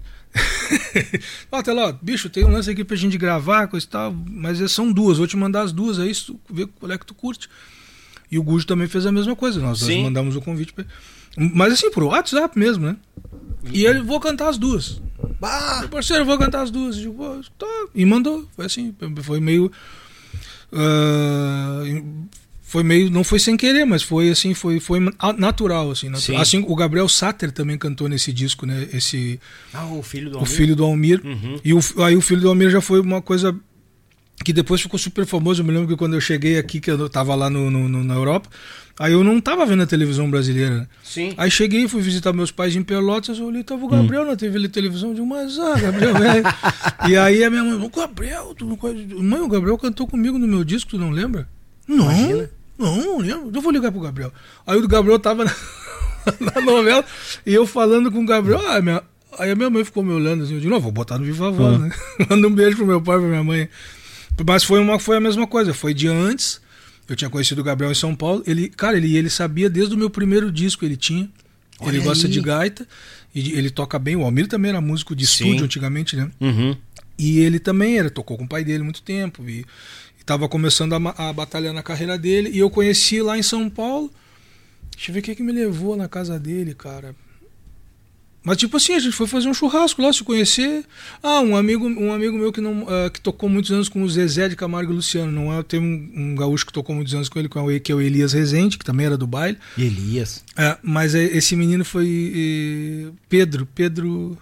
Ó, Teló, bicho, tem um lance aqui pra gente gravar, coisa e tal, mas são duas, vou te mandar as duas aí, tu vê qual é que tu curte. E o Gujo também fez a mesma coisa, nós, nós mandamos o convite pra ele. Mas assim, pro WhatsApp mesmo, né? E ele, vou cantar as duas. Bah, meu parceiro, eu vou cantar as duas. Eu digo, tá. E mandou. Foi assim, foi meio. Uh, foi meio. Não foi sem querer, mas foi assim, foi, foi natural. Assim, natural. Assim, o Gabriel Satter também cantou nesse disco, né? Esse, ah, o filho do Almir. O filho do Almir. Uhum. E o, aí o filho do Almir já foi uma coisa que depois ficou super famoso. Eu me lembro que quando eu cheguei aqui, que eu tava lá no, no, no, na Europa. Aí eu não tava vendo a televisão brasileira, né? Sim. Aí cheguei e fui visitar meus pais em Pelotas, eu olhei, tava o Gabriel hum. na T V televisão, eu digo, mas ah, Gabriel, velho. E aí a minha mãe, o Gabriel, tu não conhece... Mãe, o Gabriel cantou comigo no meu disco, tu não lembra? Não, Imagina. não, não lembro. Eu vou ligar pro Gabriel. Aí o Gabriel tava na, na novela, e eu falando com o Gabriel, ah, minha... aí a minha mãe ficou me olhando assim, eu digo, não, vou botar no Viva Voz, uhum. né? Manda um beijo pro meu pai e pra minha mãe. Mas foi, uma, foi a mesma coisa, foi de antes. Eu tinha conhecido o Gabriel em São Paulo. Ele, cara, ele, ele sabia desde o meu primeiro disco, ele tinha. Olha ele aí. Gosta de gaita. E ele toca bem. O Almir também era músico de Sim. estúdio antigamente, né? Uhum. E ele também era, tocou com o pai dele muito tempo. E estava começando a, a batalhar na carreira dele. E eu conheci lá em São Paulo. Deixa eu ver o que, que me levou na casa dele, cara. Mas tipo assim, a gente foi fazer um churrasco lá, se conhecer. Ah, um amigo, um amigo meu que, não, uh, que tocou muitos anos com o Zezé de Camargo e Luciano. Não é? Tem um, um gaúcho que tocou muitos anos com ele, que é o Elias Rezende, que também era do baile. Elias. É, mas esse menino foi eh, Pedro. Pedro.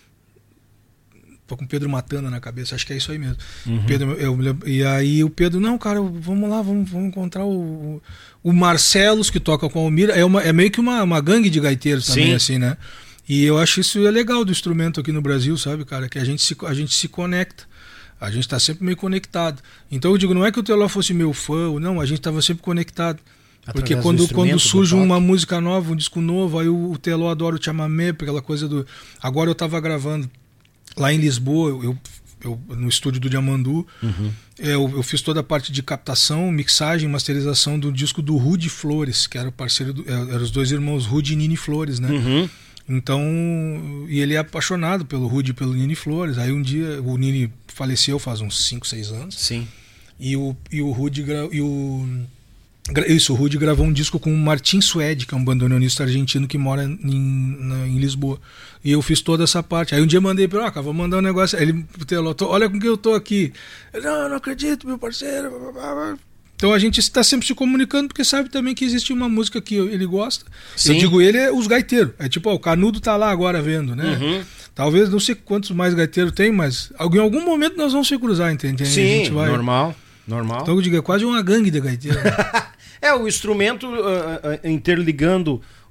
Tô com Pedro Matana na cabeça, acho que é isso aí mesmo. Uhum. Pedro, eu, e aí o Pedro, não, cara, vamos lá, vamos, vamos encontrar o, o Marcelos, que toca com o Almir. É, uma, é meio que uma, uma gangue de gaiteiros também, Sim. assim, né? E eu acho isso é legal do instrumento aqui no Brasil, sabe, cara? Que a gente se, a gente se conecta. A gente tá sempre meio conectado. Então eu digo, não é que o Teló fosse meu fã, ou não, a gente tava sempre conectado. Através porque quando, quando surge uma música nova, um disco novo, aí o, o Teló adora o chamamé, aquela coisa do... Agora eu tava gravando lá em Lisboa, eu, eu, no estúdio do Diamandu, uhum. eu, eu fiz toda a parte de captação, mixagem, masterização do disco do Rudy Flores, que era o parceiro, do, eram os dois irmãos Rudy e Nini Flores, né? Uhum. Então, e ele é apaixonado pelo Rudy e pelo Nini Flores. Aí um dia, o Nini faleceu faz uns cinco, seis anos. Sim. E o, e o Rudy gra, e o, isso, o Rudy gravou um disco com o Martin Suede, que é um bandoneonista argentino que mora em, na, em Lisboa. E eu fiz toda essa parte. Aí um dia mandei para ele, ah, cara, vou mandar um negócio. Aí ele, olha com quem eu tô aqui. Ele, não, não acredito, meu parceiro. Então a gente está sempre se comunicando porque sabe também que existe uma música que ele gosta. Sim. Eu digo ele é os gaiteiros. É tipo, ó, o Canudo tá lá agora vendo, né? Uhum. Talvez não sei quantos mais gaiteiros tem, mas em algum momento nós vamos se cruzar, entende? Sim, a gente vai... normal, normal. Então eu digo, é quase uma gangue de gaiteiros. É, o instrumento uh, uh, interligando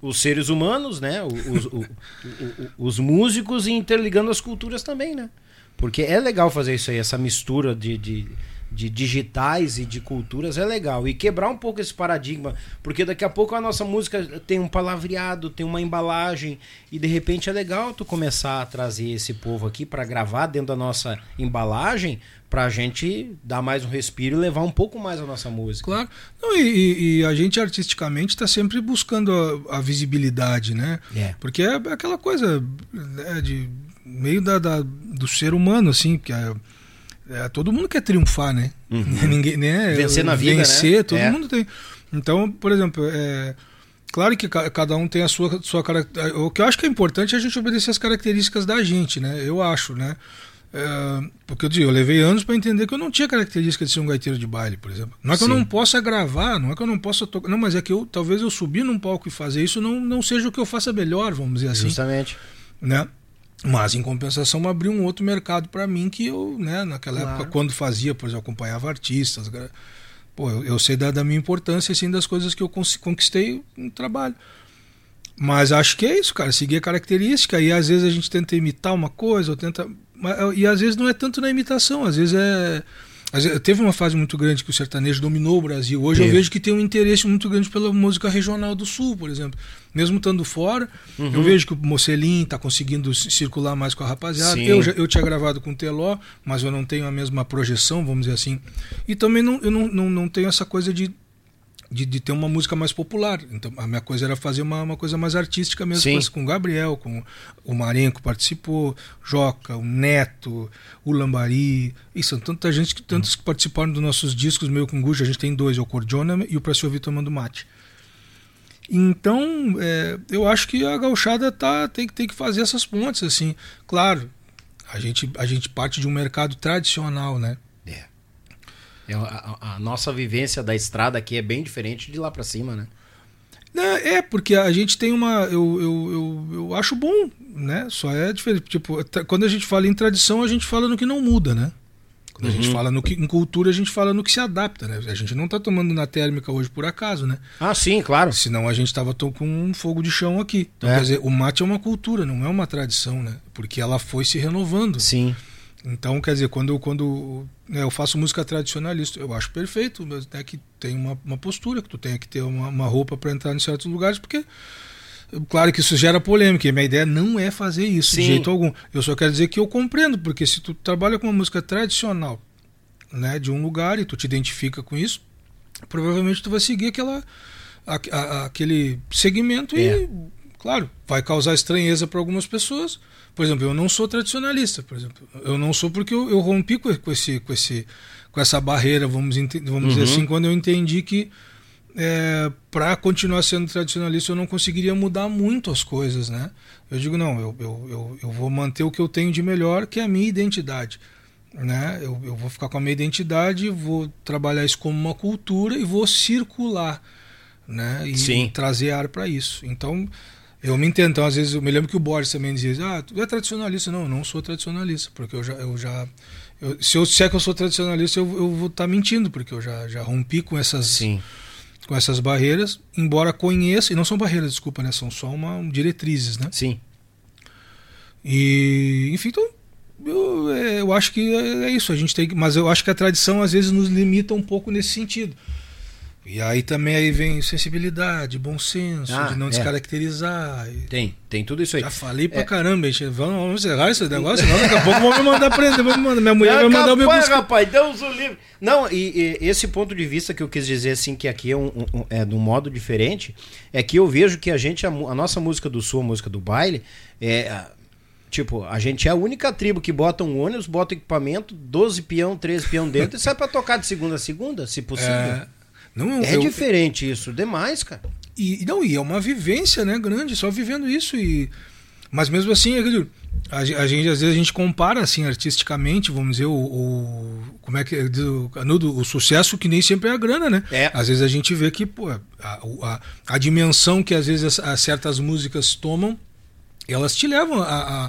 os seres humanos, né? Os, os, os músicos e interligando as culturas também, né? Porque é legal fazer isso aí, essa mistura de, de, de digitais e de culturas é legal. E quebrar um pouco esse paradigma, porque daqui a pouco a nossa música tem um palavreado, tem uma embalagem, e de repente é legal tu começar a trazer esse povo aqui para gravar dentro da nossa embalagem, pra gente dar mais um respiro e levar um pouco mais a nossa música. Claro. Não, e, e a gente artisticamente está sempre buscando a, a visibilidade, né? É. Porque é aquela coisa, né, de meio da, da, do ser humano, assim, que é, é, todo mundo quer triunfar, né? Uhum. Ninguém, né? Vencer na vida, Vencer, né? todo É. mundo tem. Então, por exemplo, é, claro que ca- cada um tem a sua, sua característica. O que eu acho que é importante é a gente obedecer as características da gente, né? Eu acho, né? É, porque eu, digo, eu levei anos para entender que eu não tinha característica de ser um gaiteiro de baile, por exemplo. Não é que Sim. eu não possa gravar, não é que eu não possa tocar. Não, mas é que eu, talvez eu subir num palco e fazer isso não, não seja o que eu faça melhor, vamos dizer assim. Justamente. Né? Mas em compensação abriu um outro mercado para mim que eu, né, naquela Claro. época, quando fazia, por exemplo, eu acompanhava artistas. gra- Pô, eu, eu sei da, da minha importância, assim, das coisas que eu cons- conquistei no trabalho. Mas acho que é isso, cara, seguir a característica, e às vezes a gente tenta imitar uma coisa, ou tenta. mas- E às vezes não é tanto na imitação, às vezes é. às vezes- Teve uma fase muito grande que o sertanejo dominou o Brasil. Hoje eu Teve. vejo que tem um interesse muito grande pela música regional do Sul, por exemplo. Mesmo estando fora, Uhum. eu vejo que o Mocelin está conseguindo ci- circular mais com a rapaziada. Sim. Eu, já, eu tinha gravado com o Teló, mas eu não tenho a mesma projeção, vamos dizer assim. E também não, eu não, não, não tenho essa coisa de. De, de ter uma música mais popular. Então a minha coisa era fazer uma, uma coisa mais artística mesmo, Sim. com, com o Gabriel, com o Marenco participou, Joca, o Neto, o Lambari, e são tanta gente, que- tantos que participaram dos nossos discos, meio com Guja, a gente tem dois, é o Cordiona e o Pra Se Ouvir Tomando Mate. Então, é, eu acho que a gauchada tá, tem, que- tem que fazer essas pontes, assim. Claro, a gente, a gente parte de um mercado tradicional, né? É. É, a, a- a nossa vivência da estrada aqui é bem diferente de lá pra cima, né? É, é, porque a gente tem uma. Eu, eu, eu, eu acho bom, né? Só é diferente. Tipo, tra- quando a gente fala em tradição, a gente fala no que não muda, né? Quando a gente fala no que, em cultura, a gente fala no que se adapta, né? A gente não tá tomando na térmica hoje por acaso, né? Ah, sim, claro. Senão a gente tava to- com um fogo de chão aqui. Então, É. quer dizer, o mate é uma cultura, não é uma tradição, né? Porque ela foi se renovando. Sim. Então, quer dizer, quando, quando né, eu faço música tradicionalista, eu acho perfeito, mas é que tem uma, uma postura, que tu tem que ter uma, uma roupa para entrar em certos lugares, porque, claro que isso gera polêmica, e a minha ideia não é fazer isso Sim. de jeito algum. Eu só quero dizer que eu compreendo, porque se tu trabalha com uma música tradicional, né, de um lugar e tu te identifica com isso, provavelmente tu vai seguir aquela, a, a- aquele segmento É. e, claro, vai causar estranheza para algumas pessoas. Por exemplo, eu não sou tradicionalista, por exemplo. Eu não sou porque eu, eu rompi com, com, esse, com, esse, com essa barreira, vamos, ente- vamos dizer Uhum. assim, quando eu entendi que é, para continuar sendo tradicionalista eu não conseguiria mudar muito as coisas, né? Eu digo, não, eu, eu, eu, eu vou manter o que eu tenho de melhor, que é a minha identidade. Né? Eu, eu vou ficar com a minha identidade, vou trabalhar isso como uma cultura e vou circular, né? E Sim. trazer ar para isso. Então, eu me entendo. Então, às vezes, eu me lembro que o Borges também dizia: ah, tu é tradicionalista. Não, eu não sou tradicionalista, porque eu já. Eu já eu, se eu disser que eu sou tradicionalista, eu, eu vou estar mentindo, porque eu já, já rompi com essas, Sim. com essas barreiras, embora conheça, e não são barreiras, desculpa, né? São só uma, diretrizes, né? Sim. E, enfim, então. Eu, é, eu acho que é, é isso, a gente tem que, mas eu acho que a tradição às vezes nos limita um pouco nesse sentido. E aí também aí vem sensibilidade, bom senso, Ah, de não é. descaracterizar. E Tem, tem tudo isso aí. já falei pra É. caramba, gente. Vamos, vamos encerrar esse negócio, senão daqui a pouco vão me mandar prender, vão me mandar, minha mulher vai mandar o meu capaz, buscar. rapaz, Deus o livre. Não, e, e esse ponto de vista que eu quis dizer assim, que aqui é, um, um- é de um modo diferente, é que eu vejo que a gente, a, mu- a nossa música do sul, a música do baile, é... a- Tipo, a gente é a única tribo que bota um ônibus, bota equipamento, doze peão, treze peão dentro e sai pra tocar de segunda a segunda, se possível. É, não, É eu- diferente isso, demais, cara. E, não, e é uma vivência, né, grande, só vivendo isso. E, mas mesmo assim, eu digo, a, ge- a gente, às vezes a gente compara assim artisticamente, vamos dizer, o, o- como é que diz o Canudo, o sucesso que nem sempre é a grana, né? É. Às vezes a gente vê que pô, a, a, a dimensão que às vezes as, as certas músicas tomam, elas te levam a, a,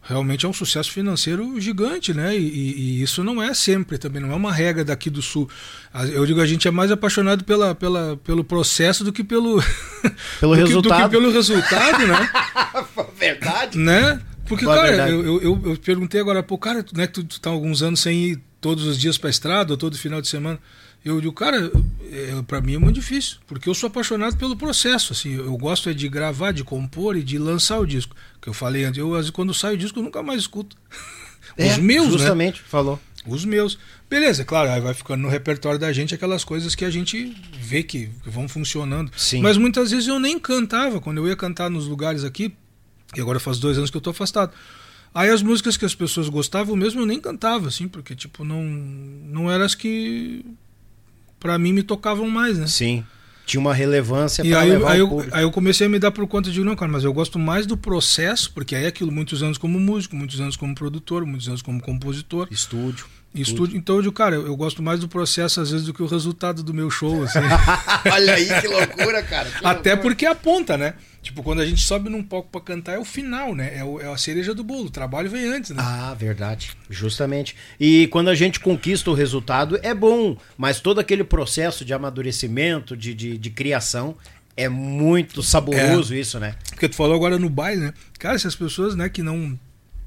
realmente é um sucesso financeiro gigante, né? E, e, e isso não é sempre também, não é uma regra daqui do Sul. Eu digo, a gente é mais apaixonado pela, pela, pelo processo do que pelo, pelo do resultado. Que, do que pelo resultado, né? Verdade. Né? Porque, Boa cara, verdade. eu, eu, eu perguntei agora, pô, cara, né, que tu, tu tá há alguns anos sem ir todos os dias pra estrada, ou todo final de semana. Eu digo, cara, é, pra mim é muito difícil, porque eu sou apaixonado pelo processo, assim, eu gosto é de gravar, de compor e de lançar o disco, que eu falei antes, eu, quando sai o disco eu nunca mais escuto. Os É, meus, justamente, né? falou. Os meus. Beleza, claro, aí vai ficando no repertório da gente aquelas coisas que a gente vê que, que vão funcionando. Sim. Mas muitas vezes eu nem cantava, quando eu ia cantar nos lugares aqui, e agora faz dois anos que eu tô afastado. Aí as músicas que as pessoas gostavam mesmo eu nem cantava, assim, porque tipo, não, não eram as que pra mim me tocavam mais, né? Sim. Tinha uma relevância E pra aí, levar aí, o eu, público. aí eu comecei a me dar por conta de, não, cara, mas eu gosto mais do processo, porque aí é aquilo, muitos anos como músico, muitos anos como produtor, muitos anos como compositor. Estúdio. Estúdio. Então eu digo, cara, eu gosto mais do processo às vezes do que o resultado do meu show, assim. Olha aí que loucura, cara. Que Até loucura. porque aponta, né? Tipo, quando a gente sobe num palco pra cantar é o final, né? É, o, é a cereja do bolo, o trabalho vem antes, né? Ah, verdade. Justamente. E quando a gente conquista o resultado, é bom, mas todo aquele processo de amadurecimento, de, de, de criação, é muito saboroso É. isso, né? Porque tu falou agora no baile, né? Cara, essas pessoas, né, que não...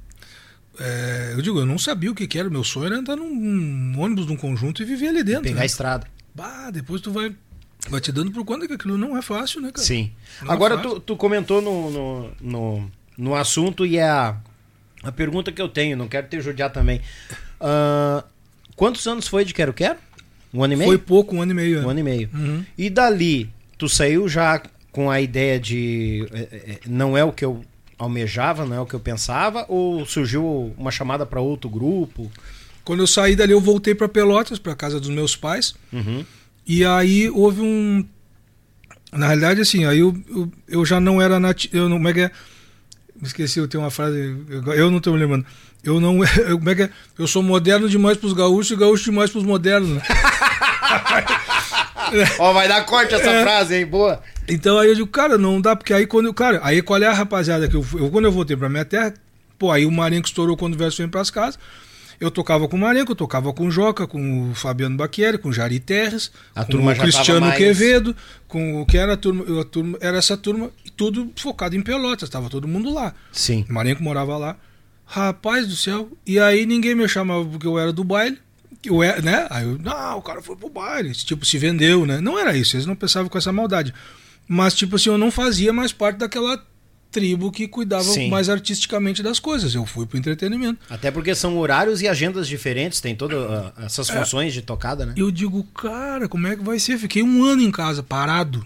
É, eu digo, eu não sabia o que, que era. O meu sonho era entrar num, num ônibus, num conjunto e viver ali dentro. Pegar né? a estrada. Bah, depois tu vai, vai te dando por conta que aquilo não é fácil, né, cara? Sim. Não é Agora, fácil. tu, tu comentou no, no, no, no assunto e é a, a pergunta que eu tenho, não quero te judiar também. Ah, quantos anos foi de Quero Quero? Um ano e meio? Foi pouco, um ano e meio. Um ano e meio. Uhum. E dali, tu saiu já com a ideia de é, é, não é o que eu almejava, não é o que eu pensava, ou surgiu uma chamada para outro grupo? Quando eu saí dali, eu voltei pra Pelotas, pra casa dos meus pais. Uhum. E aí houve um... Na realidade, assim, aí eu, eu, eu já não era nativo... Eu não, como é que é? Me esqueci, eu tenho uma frase... Eu, eu não tô me lembrando. Eu não... Eu, como é que é? Eu sou moderno demais pros gaúchos e gaúcho demais pros modernos, né? Ó, vai dar corte essa É. frase, hein? Boa. Então aí eu digo, cara, não dá, porque aí quando eu, cara, aí qual é a rapaziada que eu, eu quando eu voltei pra minha terra, pô, aí o Marenco estourou quando o Verso vem pras casas, eu tocava com o Marenco, eu tocava com o Joca, com o Fabiano Baquieri, com o Jari Terres, A com turma o já tava Cristiano mais- Quevedo, com o que era a turma, a turma, era essa turma, e tudo focado em Pelotas, tava todo mundo lá. Sim. O Marenco morava lá. Rapaz do céu, e aí ninguém me chamava porque eu era do baile. Eu era, né? Aí eu, não, o cara foi pro baile, tipo, se vendeu, né? Não era isso, eles não pensavam com essa maldade. Mas, tipo assim, eu não fazia mais parte daquela tribo que cuidava Sim. mais artisticamente das coisas. Eu fui pro entretenimento. Até porque são horários e agendas diferentes, tem todas ah, essas funções de tocada, né? Eu digo, cara, como é que vai ser? Fiquei um ano em casa, parado.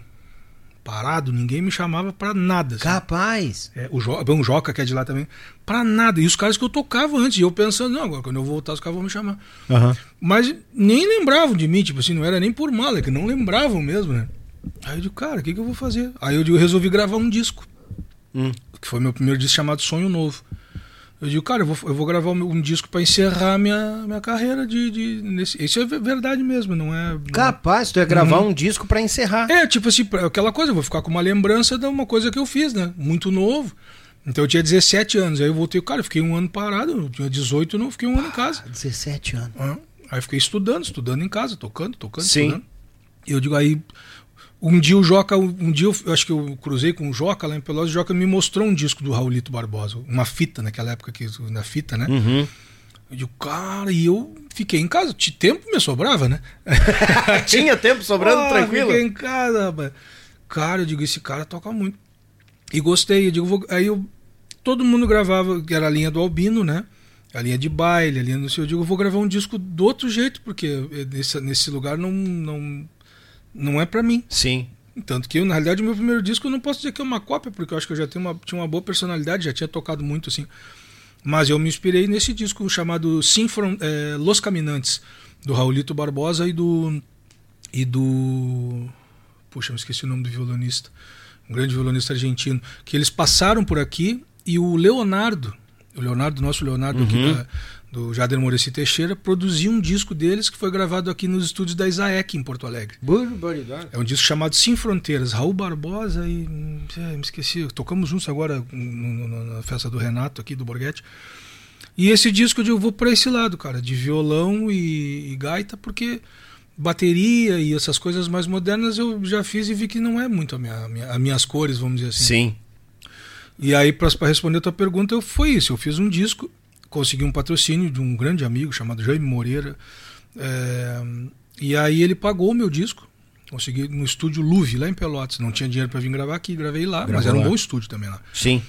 Parado, ninguém me chamava pra nada. assim. Capaz. É, o, jo bom, o Joca, que é de lá também, pra nada. E os caras que eu tocava antes, e eu pensando, não, agora quando eu voltar os caras vão me chamar. Uhum. Mas nem lembravam de mim, tipo assim, não era nem por mal, é que não lembravam mesmo, né? Aí eu digo, cara, o que, que eu vou fazer? Aí eu digo, eu resolvi gravar um disco, Hum. que foi meu primeiro disco chamado Sonho Novo. Eu digo, cara, eu vou, eu vou gravar um disco pra encerrar minha, minha carreira de... de nesse, isso é verdade mesmo, não é... não- Capaz, tu ia gravar Uhum. um disco pra encerrar. É, tipo assim, pra- aquela coisa, eu vou ficar com uma lembrança de uma coisa que eu fiz, né? Muito novo. Então eu tinha dezessete anos, aí eu voltei, cara, eu fiquei um ano parado, eu tinha dezoito, não, fiquei um ano em casa. dezessete anos. Ah, Aí eu fiquei estudando, estudando em casa, tocando, tocando, Sim. estudando. E eu digo, aí, um dia o Joca, um dia eu, eu acho que eu cruzei com o Joca lá em Pelotas, o Joca me mostrou um disco do Raulito Barbosa, uma fita, naquela época que na fita, né? Uhum. Eu digo, cara, e eu fiquei em casa, de tempo me sobrava, né? Tinha tempo sobrando, Ah, tranquilo? Fiquei em casa, rapaz. Cara, eu digo, esse cara toca muito. E gostei, eu digo, vou... aí eu, todo mundo gravava, que era a linha do Albino, né? A linha de baile, a linha do seu. Eu digo, eu vou gravar um disco do outro jeito, porque nesse, nesse lugar não, não, não é pra mim. Sim. Tanto que, eu, na realidade, o meu primeiro disco eu não posso dizer que é uma cópia, porque eu acho que eu já tenho uma, tinha uma boa personalidade, já tinha tocado muito, assim. Mas eu me inspirei nesse disco chamado Sim From, é, Los Caminantes, do Raulito Barbosa e do... E do... Puxa, eu esqueci o nome do violonista. Um grande violonista argentino. Que eles passaram por aqui e o Leonardo, o Leonardo, nosso Leonardo Uhum. aqui da, do Jader Muricy Teixeira, produzi um disco deles que foi gravado aqui nos estúdios da Isaek, em Porto Alegre. Barbaridade. É um disco chamado Sem Fronteiras. Raul Barbosa e... É, me esqueci. Tocamos juntos agora no, no, na festa do Renato aqui, do Borghetti. E esse disco eu vou para esse lado, cara, de violão e, e gaita, porque bateria e essas coisas mais modernas eu já fiz e vi que não é muito a minha, a minha, as minhas cores, vamos dizer assim. Sim. E aí, para responder a tua pergunta, eu, foi isso. Eu fiz um disco, consegui um patrocínio de um grande amigo chamado Jaime Moreira. É, e aí ele pagou o meu disco. Consegui no estúdio Luve, lá em Pelotas. Não tinha dinheiro para vir gravar aqui, gravei lá, Gravou mas era um lá. bom estúdio também lá. Sim.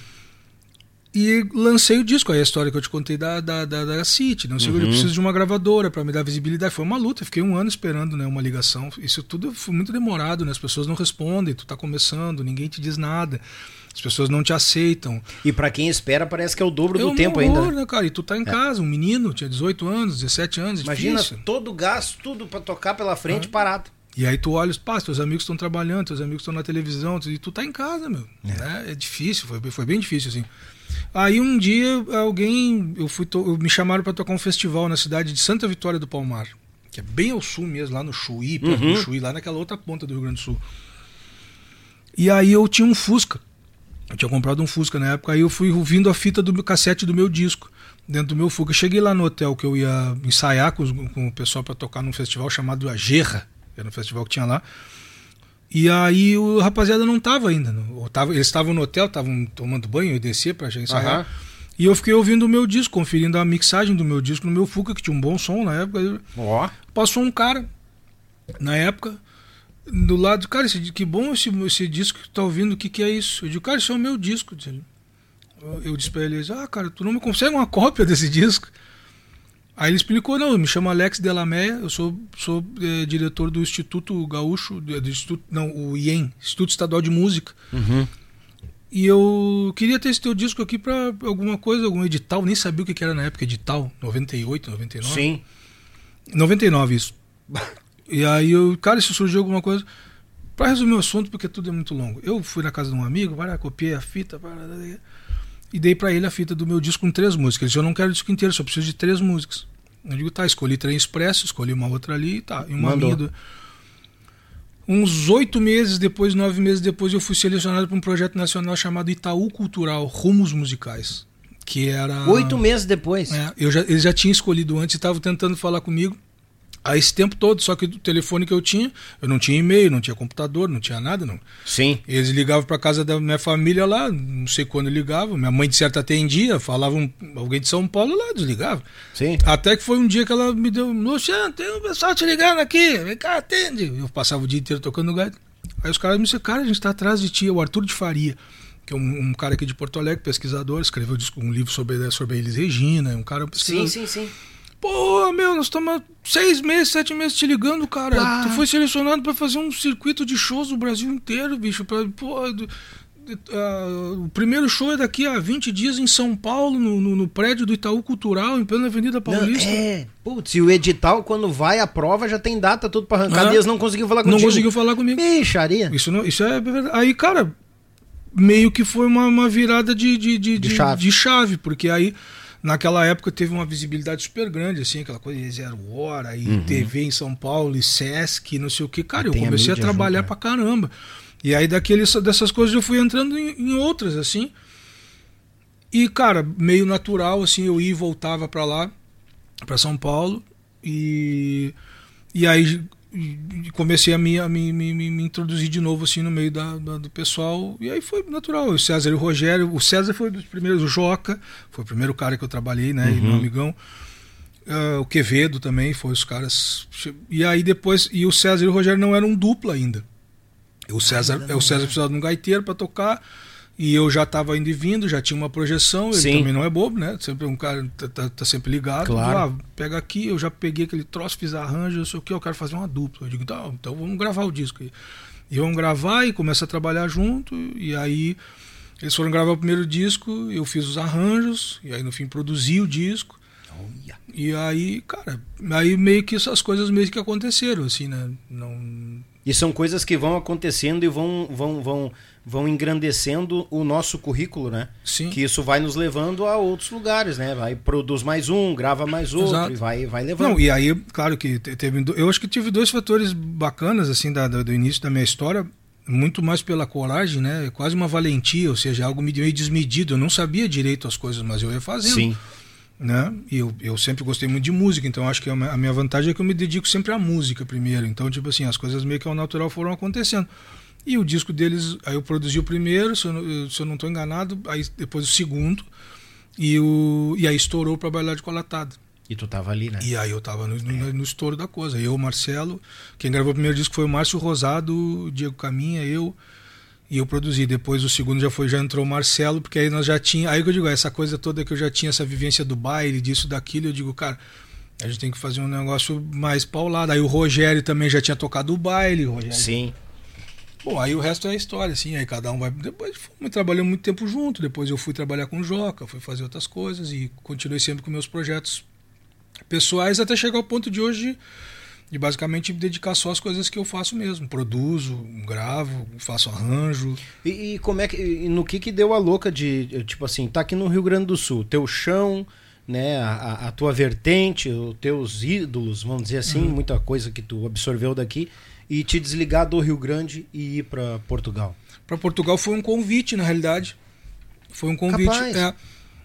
E lancei o disco, aí a história que eu te contei da, da, da, da City, não sei uhum. eu preciso de uma gravadora para me dar visibilidade. Foi uma luta, fiquei um ano esperando, né, uma ligação. Isso tudo foi muito demorado, né? As pessoas não respondem, tu tá começando, ninguém te diz nada. As pessoas não te aceitam. E pra quem espera, parece que é o dobro é do um tempo horror, ainda. Né, cara? E tu tá em é. casa, um menino, tinha dezoito anos, dezessete anos. Imagina difícil. todo o gasto, tudo pra tocar pela frente, ah. parado. E aí tu olha, pá, teus amigos estão trabalhando, teus amigos estão na televisão, e tu tá em casa, meu. É, né? É difícil, foi, foi bem difícil, assim. Aí um dia alguém, eu fui to, me chamaram para tocar um festival na cidade de Santa Vitória do Palmar, que é bem ao sul mesmo, lá no Chuí, perto uhum. do Chuí, lá naquela outra ponta do Rio Grande do Sul. E aí eu tinha um Fusca. Eu tinha comprado um Fusca na época, aí eu fui ouvindo a fita do cassete do meu disco, dentro do meu Fusca. Eu cheguei lá no hotel que eu ia ensaiar com, os, com o pessoal para tocar num festival chamado A Gerra, era um festival que tinha lá. E aí o rapaziada não tava ainda. Não, tava, eles estavam no hotel, estavam tomando banho, eu descia pra gente ensaiar. Uhum. E eu fiquei ouvindo o meu disco, conferindo a mixagem do meu disco no meu Fusca, que tinha um bom som na época. Oh. Passou um cara, na época... do lado, cara, esse, que bom esse, esse disco que tu tá ouvindo, o que que é isso? Eu digo, cara, isso é o meu disco. Eu, eu disse pra ele, ah, cara, tu não me consegue uma cópia desse disco? Aí ele explicou, não, eu me chamo Alex Delameia, eu sou, sou é, diretor do Instituto Gaúcho, do, do Instituto, não, o I E M, Instituto Estadual de Música. Uhum. E eu queria ter esse teu disco aqui pra alguma coisa, algum edital, nem sabia o que que era na época, edital, noventa e oito, noventa e nove. Sim. noventa e nove, isso. E aí, eu, cara, se surgiu alguma coisa... Pra resumir o assunto, porque tudo é muito longo. Eu fui na casa de um amigo, para, copiei a fita, para, e dei pra ele a fita do meu disco com três músicas. Ele disse, eu não quero o disco inteiro, só preciso de três músicas. Eu digo, tá, escolhi Trem Expresso, escolhi uma outra ali, tá, e uma Mandou. minha. Do... Uns oito meses depois, nove meses depois, eu fui selecionado para um projeto nacional chamado Itaú Cultural, Rumos Musicais. Que era... Oito meses depois? É, eu já, eles já tinham escolhido antes e estavam tentando falar comigo. Aí esse tempo todo, só que do telefone que eu tinha, eu não tinha e-mail, não tinha computador, não tinha nada, não. Sim. Eles ligavam para casa da minha família lá, não sei quando ligavam, minha mãe de certo atendia, falavam alguém de São Paulo lá, desligava. Sim. Até que foi um dia que ela me deu, Luciano, tem um pessoal te ligando aqui, vem cá, atende. Eu passava o dia inteiro tocando gaita. Aí os caras me disseram, cara, a gente tá atrás de ti, é o Arthur de Faria, que é um, um cara aqui de Porto Alegre, pesquisador, escreveu um livro sobre, sobre a Elis Regina, um cara pesquisador. Sim, sim, sim. Pô, meu, nós estamos seis meses, sete meses te ligando, cara. Ah. Tu foi selecionado pra fazer um circuito de shows do Brasil inteiro, bicho. Pra, pô, do, de, uh, o primeiro show é daqui a vinte dias em São Paulo, no, no, no prédio do Itaú Cultural, em plena Avenida Paulista. Não, é, putz, e o edital, quando vai a prova, já tem data, tudo pra arrancar. Ah. E eles não conseguiam falar contigo. Não conseguiu falar comigo. Bicharia. Isso, não, isso é verdade. Aí, cara, meio que foi uma, uma virada de, de, de, de, chave. de chave, porque aí... Naquela época teve uma visibilidade super grande, assim, aquela coisa de Zero Hora, e uhum. T V em São Paulo, e Sesc, não sei o que. Cara, eu comecei a, a trabalhar junto, pra caramba. E aí daqueles, dessas coisas eu fui entrando em, em outras, assim. E, cara, meio natural, assim, eu ia e voltava pra lá, pra São Paulo, e, e aí comecei a, me, a me, me, me introduzir de novo, assim, no meio da, da, do pessoal, e aí foi natural. O César e o Rogério, o César foi dos primeiros, o Joca foi o primeiro cara que eu trabalhei, né, uhum. e meu amigão, uh, o Quevedo também, foi os caras, e aí depois, e o César e o Rogério não eram dupla ainda. O César, ah, o César precisava de um gaiteiro para tocar, e eu já estava indo e vindo, já tinha uma projeção, ele Sim. também não é bobo, né? Sempre um cara tá, tá, tá sempre ligado. Claro. Ah, pega aqui, eu já peguei aquele troço, fiz arranjo, eu sei o que, eu quero fazer uma dupla. Eu digo, tá, então vamos gravar o disco. E vamos gravar e começa a trabalhar junto, e aí eles foram gravar o primeiro disco, eu fiz os arranjos, e aí no fim produzi o disco. Oh, yeah. E aí, cara, aí meio que essas coisas meio que aconteceram, assim, né? Não... E são coisas que vão acontecendo e vão, vão, vão, vão engrandecendo o nosso currículo, né? Sim. Que isso vai nos levando a outros lugares, né? Vai, produz mais um, grava mais outro, Exato. e vai, vai levando. Não, e aí, claro que teve... Eu acho que tive dois fatores bacanas, assim, da, do início da minha história, muito mais pela coragem, né? Quase uma valentia, ou seja, algo meio desmedido. Eu não sabia direito as coisas, mas eu ia fazendo. Sim. Né? E eu, eu sempre gostei muito de música, então acho que a minha vantagem é que eu me dedico sempre à música primeiro. Então, tipo assim, as coisas meio que ao natural foram acontecendo. E o disco deles, aí eu produzi o primeiro, se eu, se eu não estou enganado, aí depois o segundo, e, o, e aí estourou para Bailar de Cola Atada. E tu tava ali, né? E aí eu tava no, no, no estouro da coisa. Eu, o Marcelo, quem gravou o primeiro disco foi o Márcio Rosado, o Diego Caminha, eu, e eu produzi. Depois o segundo já foi, já entrou o Marcelo, porque aí nós já tinha, aí que eu digo, essa coisa toda que eu já tinha, essa vivência do baile, disso, daquilo, eu digo, cara, a gente tem que fazer um negócio mais paulado. Aí o Rogério também já tinha tocado o baile, o Rogério. Sim. Bom, aí o resto é história, assim, aí cada um vai... Depois fomos trabalhando muito tempo junto, depois eu fui trabalhar com o Joca, fui fazer outras coisas e continuei sempre com meus projetos pessoais até chegar ao ponto de hoje de basicamente me dedicar só às coisas que eu faço mesmo. Produzo, gravo, faço arranjo. E, e como é que... E no que que deu a louca de, tipo assim, tá aqui no Rio Grande do Sul, teu chão, né, a, a tua vertente, os teus ídolos, vamos dizer assim, uhum. muita coisa que tu absorveu daqui... E te desligar do Rio Grande e ir para Portugal? Para Portugal foi um convite, na realidade. Foi um convite. É,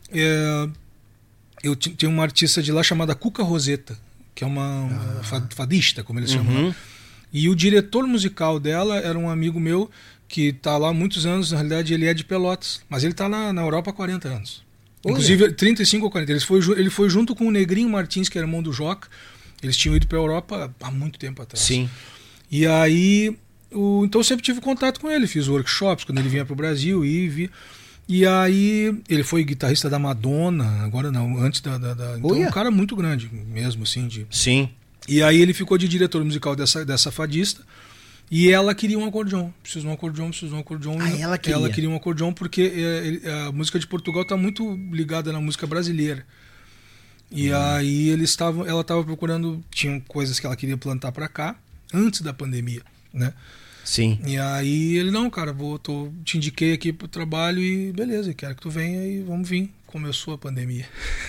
é, eu t- tenho uma artista de lá chamada Cuca Roseta, que é uma, uma ah. fadista, como eles uhum. chamam. E o diretor musical dela era um amigo meu que está lá há muitos anos. Na realidade, ele é de Pelotas, mas ele está na, na Europa há quarenta anos. Olha. Inclusive, trinta e cinco ou quarenta. Ele foi, ele foi junto com o Negrinho Martins, que era irmão do Joca. Eles tinham ido para a Europa há muito tempo atrás. Sim. E aí, o, então eu sempre tive contato com ele, fiz workshops quando ele vinha para o Brasil e vi. E aí, ele foi guitarrista da Madonna, agora não, antes da... da, da então, um cara muito grande mesmo, assim. De, Sim. E aí ele ficou de diretor musical dessa, dessa fadista e ela queria um acordeon. Preciso de um acordeon, preciso de um acordeon. Ah, ela queria? Ela queria um acordeon porque é, a música de Portugal está muito ligada na música brasileira. E hum. aí eles estavam, ela estava procurando, tinham coisas que ela queria plantar para cá, antes da pandemia, né? Sim. E aí ele, não, cara, vou, tô, te indiquei aqui pro trabalho e beleza, quero que tu venha e vamos vir. Começou a pandemia.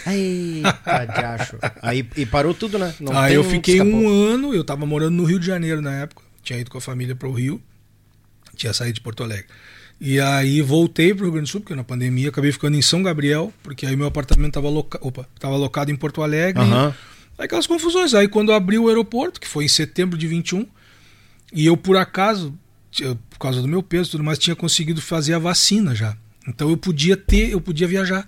Eita, de acho. Aí e parou tudo, né? Não aí eu fiquei um ano, eu tava morando no Rio de Janeiro na época, tinha ido com a família para o Rio, tinha saído de Porto Alegre. E aí voltei pro Rio Grande do Sul, porque na pandemia acabei ficando em São Gabriel, porque aí meu apartamento tava, loca... Opa, tava alocado em Porto Alegre. Uhum. Aí aquelas confusões. Aí quando abriu o aeroporto, que foi em setembro de vinte e um, e eu por acaso, por causa do meu peso e tudo mais, tinha conseguido fazer a vacina já. Então eu podia ter, eu podia viajar.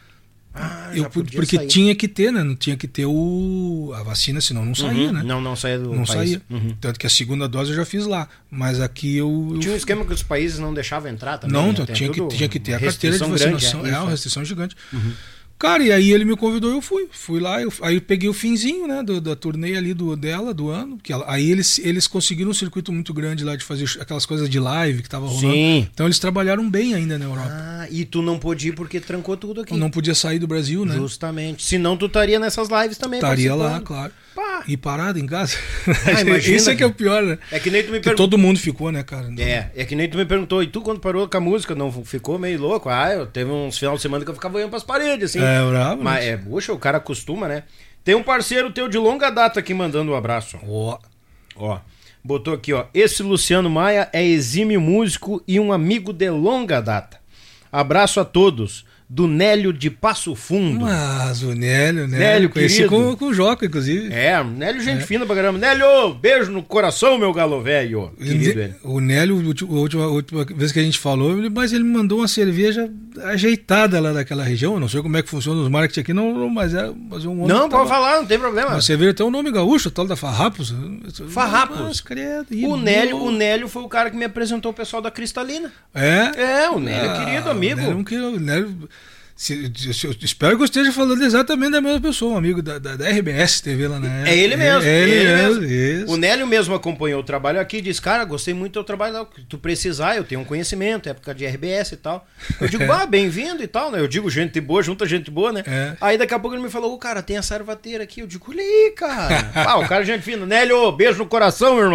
Ah, eu podia porque sair. Tinha que ter, né? Não tinha que ter o a vacina, senão não saía, uhum. né? Não, não saía do não país. Saía. Uhum. Tanto que a segunda dose eu já fiz lá, mas aqui eu, eu... tinha um esquema que os países não deixavam entrar também. Não, né? tinha, que, tinha que ter a carteira de vacinação, grande, é, é uma restrição gigante. Uhum. Cara, e aí ele me convidou, eu fui. Fui lá, eu, aí eu peguei o finzinho, né, do, da turnê ali do, dela, do ano. Que ela, aí eles, eles conseguiram um circuito muito grande lá de fazer aquelas coisas de live que tava rolando. Sim. Então eles trabalharam bem ainda na Europa. Ah, e tu não pôde ir porque trancou tudo aqui. Eu não podia sair do Brasil, né? Justamente. Senão tu estaria nessas lives também. Estaria lá, claro. Pá. E parado em casa. Ah, imagina, isso é que é o pior, né? É que nem tu me perguntou. Todo mundo ficou, né, cara? Então... É, é que nem tu me perguntou, e tu quando parou com a música, não ficou meio louco? Ah, eu teve uns final de semana que eu ficava olhando pras paredes, assim. É, bravo. Mas, é, puxa, o cara acostuma, né? Tem um parceiro teu de longa data aqui mandando um abraço. Ó. Ó. Botou aqui, ó. Esse Luciano Maia é exímio músico e um amigo de longa data. Abraço a todos. Do Nélio de Passo Fundo. Mas o Nélio, né? Nélio, conheci com, com o Joca, inclusive. É, o Nélio, gente é. fina pra caramba. Nélio, beijo no coração, meu galo velho. Querido ele. O Nélio, a última, a última vez que a gente falou, mas ele mandou uma cerveja ajeitada lá daquela região. Eu não sei como é que funciona os marketing aqui, não, mas é mas um homem. Não, pode falar, não tem problema. Uma cerveja tem um nome gaúcho, tal da Farrapos. Farrapos. Mas, credo, o, Nélio, o Nélio foi o cara que me apresentou o pessoal da Cristalina. É? É, o Nélio é querido, amigo. O Nélio, o Nélio Se, se, eu espero que eu esteja falando exatamente da mesma pessoa, um amigo da, da, da R B S T V lá na época. É ele mesmo. É ele, ele mesmo. mesmo. O Nélio mesmo acompanhou o trabalho aqui e disse, cara, gostei muito do teu trabalho lá, tu precisar, eu tenho um conhecimento, época de R B S e tal. Eu digo, ah, bem-vindo e tal, né? Eu digo, gente boa, junta gente boa, né? É. Aí daqui a pouco ele me falou, oh, cara, tem a servateira aqui. Eu digo, olha aí, cara. Ah, o cara é gente fina. Nélio, beijo no coração, meu irmão.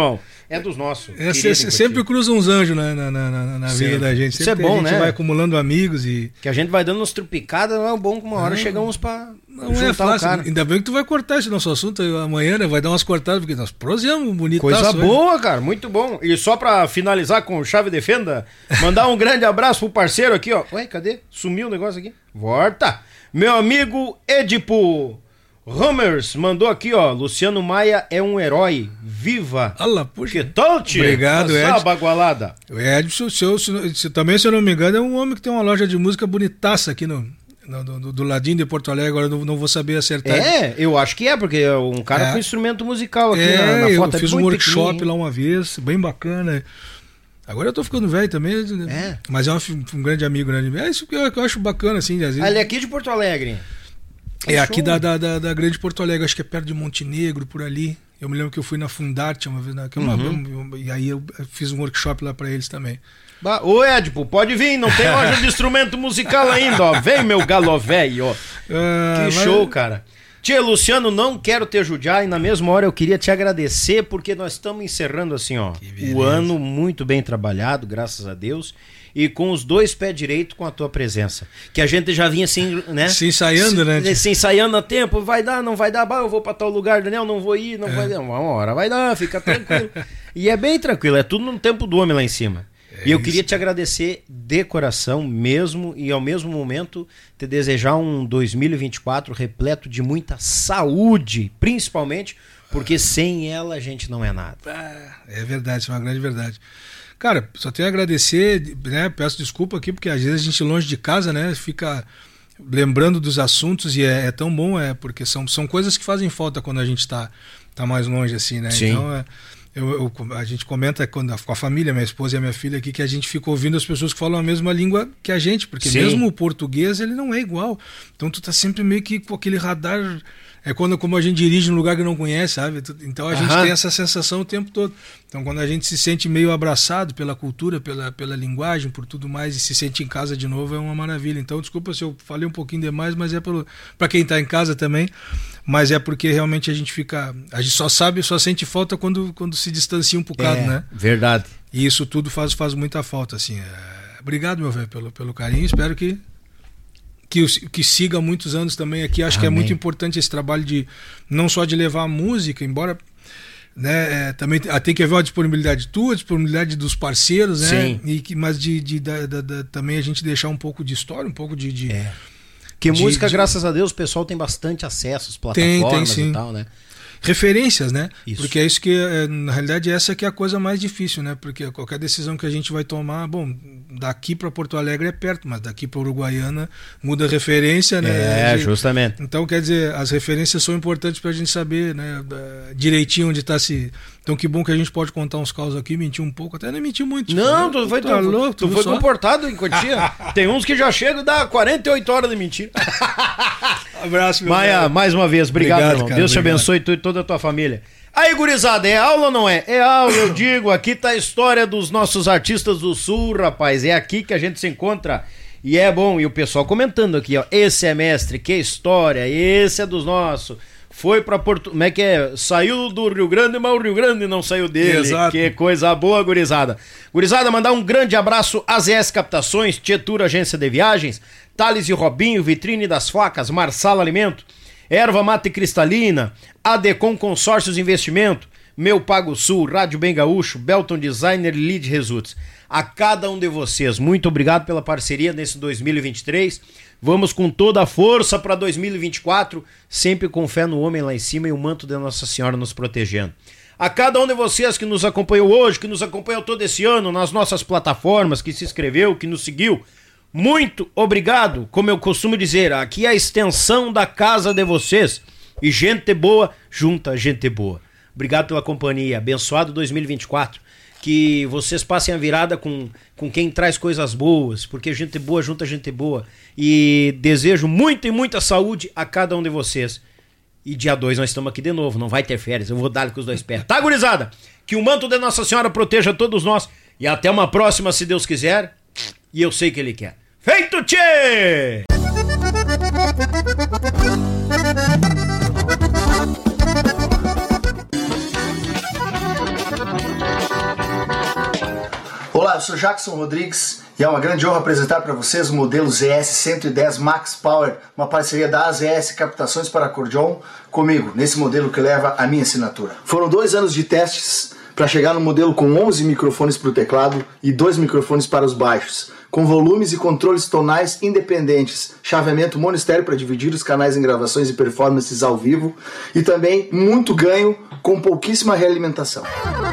é dos nossos. É, cê, cê sempre cruza uns anjos na, na, na, na vida da gente. Sempre Isso é bom, a gente né? vai acumulando amigos e... Que a gente vai dando umas trupicadas, não é bom que uma hora chega uns pra Não é fácil. Ainda bem que tu vai cortar esse nosso assunto amanhã, né? Vai dar umas cortadas, porque nós prosseamos bonito. Coisa boa, cara, muito bom. E só pra finalizar com chave de fenda, mandar um grande abraço pro parceiro aqui, ó. Ué, cadê? Sumiu o negócio aqui. Volta! Meu amigo Edipo Romers mandou aqui, ó. Luciano Maia é um herói. Viva! Olha, puxa. Que tal, tia? Obrigado, Ed. Bagualada. O Edson, se eu, se, se, também, se eu não me engano, é um homem que tem uma loja de música bonitaça aqui no, no, do, do ladinho de Porto Alegre. Agora não, não vou saber acertar. É, eu acho que é, porque é um cara é. com instrumento musical aqui é, na, na foto. Eu fiz é um workshop lá uma vez, bem bacana. Agora eu tô ficando velho também, é. mas é um, um grande amigo, né? É isso que eu, que eu acho bacana, assim. Às vezes... Ah, ele é aqui de Porto Alegre. É aqui da, da, da, da grande Porto Alegre, acho que é perto de Montenegro, por ali. Eu me lembro que eu fui na Fundarte uma vez, né, que é uma, uhum. e aí eu fiz um workshop lá pra eles também. Bah, ô Edipo, pode vir, não tem loja de instrumento musical ainda, ó. Vem, meu galo velho, ó. Ah, que mas... show, cara. Tia Luciano, não quero te judiar e na mesma hora eu queria te agradecer porque nós estamos encerrando assim, ó, o ano muito bem trabalhado, graças a Deus. E com os dois pés direitos com a tua presença. Que a gente já vinha assim, né? Se ensaiando, né? Se, se ensaiando a tempo, vai dar, não vai dar, bah, eu vou pra tal lugar, Daniel, não vou ir, não é. vai dar. Uma hora vai dar, fica tranquilo. E é bem tranquilo, é tudo no tempo do homem lá em cima. É e eu isso. queria te agradecer de coração mesmo e ao mesmo momento te desejar um dois mil e vinte e quatro repleto de muita saúde, principalmente porque ah. sem ela a gente não é nada. Ah, é verdade, isso é uma grande verdade. Cara, só tenho a agradecer, né? Peço desculpa aqui, porque às vezes a gente longe de casa, né? Fica lembrando dos assuntos e é, é tão bom, é porque são, são coisas que fazem falta quando a gente está tá mais longe, assim, né? Sim. Então, é, eu, eu, a gente comenta quando, com a família, minha esposa e a minha filha aqui, que a gente fica ouvindo as pessoas que falam a mesma língua que a gente, porque Sim. mesmo o português, ele não é igual. Então, tu tá sempre meio que com aquele radar... É quando como a gente dirige num lugar que não conhece, sabe? Então a gente Aham. tem essa sensação o tempo todo. Então quando a gente se sente meio abraçado pela cultura, pela, pela linguagem, por tudo mais, e se sente em casa de novo, é uma maravilha. Então desculpa se eu falei um pouquinho demais, mas é para quem está em casa também. Mas é porque realmente a gente fica... A gente só sabe, só sente falta quando, quando se distancia um bocado, é, né? Verdade. E isso tudo faz, faz muita falta, assim. É... Obrigado, meu velho, pelo, pelo carinho. Espero que... Que, que siga há muitos anos também aqui. Acho Amém. que é muito importante esse trabalho de não só de levar a música, embora né, é, também tem que haver uma disponibilidade tua, disponibilidade dos parceiros, né? Sim. E que, mas de, de, de, de, de, também a gente deixar um pouco de história, um pouco de... de é. Que de, música, de... graças a Deus, o pessoal tem bastante acesso às plataformas tem, tem, sim. e tal, né? Referências, né? Isso. Porque é isso que, na realidade, essa que é a coisa mais difícil, né? Porque qualquer decisão que a gente vai tomar, bom, daqui para Porto Alegre é perto, mas daqui para Uruguaiana muda a referência, né? É, justamente. Então, quer dizer, as referências são importantes para a gente saber, né, direitinho onde está se... Então, que bom que a gente pode contar uns causos aqui, mentir um pouco, até nem mentir muito. Tipo, não, tu foi, tá tu, louco, tu foi comportado em Cotia. Tem uns que já chegam e dá quarenta e oito horas de mentira. Abraço, meu Maia, mais uma vez, obrigado, obrigado irmão. Cara, Deus obrigado. te abençoe tu e toda a tua família. Aí, gurizada, é aula ou não é? É aula, eu digo. Aqui tá a história dos nossos artistas do Sul, rapaz. É aqui que a gente se encontra. E é bom. E o pessoal comentando aqui, ó. Esse é mestre, que história. Esse é dos nossos. Foi pra Porto... Como é que é? Saiu do Rio Grande, mas o Rio Grande não saiu dele. Exato. Que coisa boa, gurizada. Gurizada, mandar um grande abraço A Z S Captações, Tietur Agência de Viagens, Thales e Robinho, Vitrine das Facas, Marsala Alimento, Erva Mate Cristalina, Adecom Consórcios Investimento, Meu Pago Sul, Rádio Bem Gaúcho, Belton Designer, Lead Results. A cada um de vocês, muito obrigado pela parceria nesse dois mil e vinte e três. Vamos com toda a força para dois mil e vinte e quatro, sempre com fé no homem lá em cima e o manto de Nossa Senhora nos protegendo. A cada um de vocês que nos acompanhou hoje, que nos acompanhou todo esse ano nas nossas plataformas, que se inscreveu, que nos seguiu, muito obrigado. Como eu costumo dizer, aqui é a extensão da casa de vocês. E gente boa junta gente boa. Obrigado pela companhia. Abençoado dois mil e vinte e quatro. Que vocês passem a virada com, com quem traz coisas boas, porque gente boa junta gente boa. E desejo muita e muita saúde a cada um de vocês. E dia dois nós estamos aqui de novo, não vai ter férias, eu vou dar com os dois pés. Tá, gurizada? Que o manto de Nossa Senhora proteja todos nós. E até uma próxima, se Deus quiser. E eu sei que Ele quer. Feito, tchê! sou Jackson Rodrigues e é uma grande honra apresentar para vocês o modelo Z S cento e dez Max Power, uma parceria da A Z S Captações para Acordeon, comigo, nesse modelo que leva a minha assinatura. Foram dois anos de testes para chegar no modelo com onze microfones para o teclado e dois microfones para os baixos, com volumes e controles tonais independentes, chaveamento mono-estéreo para dividir os canais em gravações e performances ao vivo e também muito ganho com pouquíssima realimentação.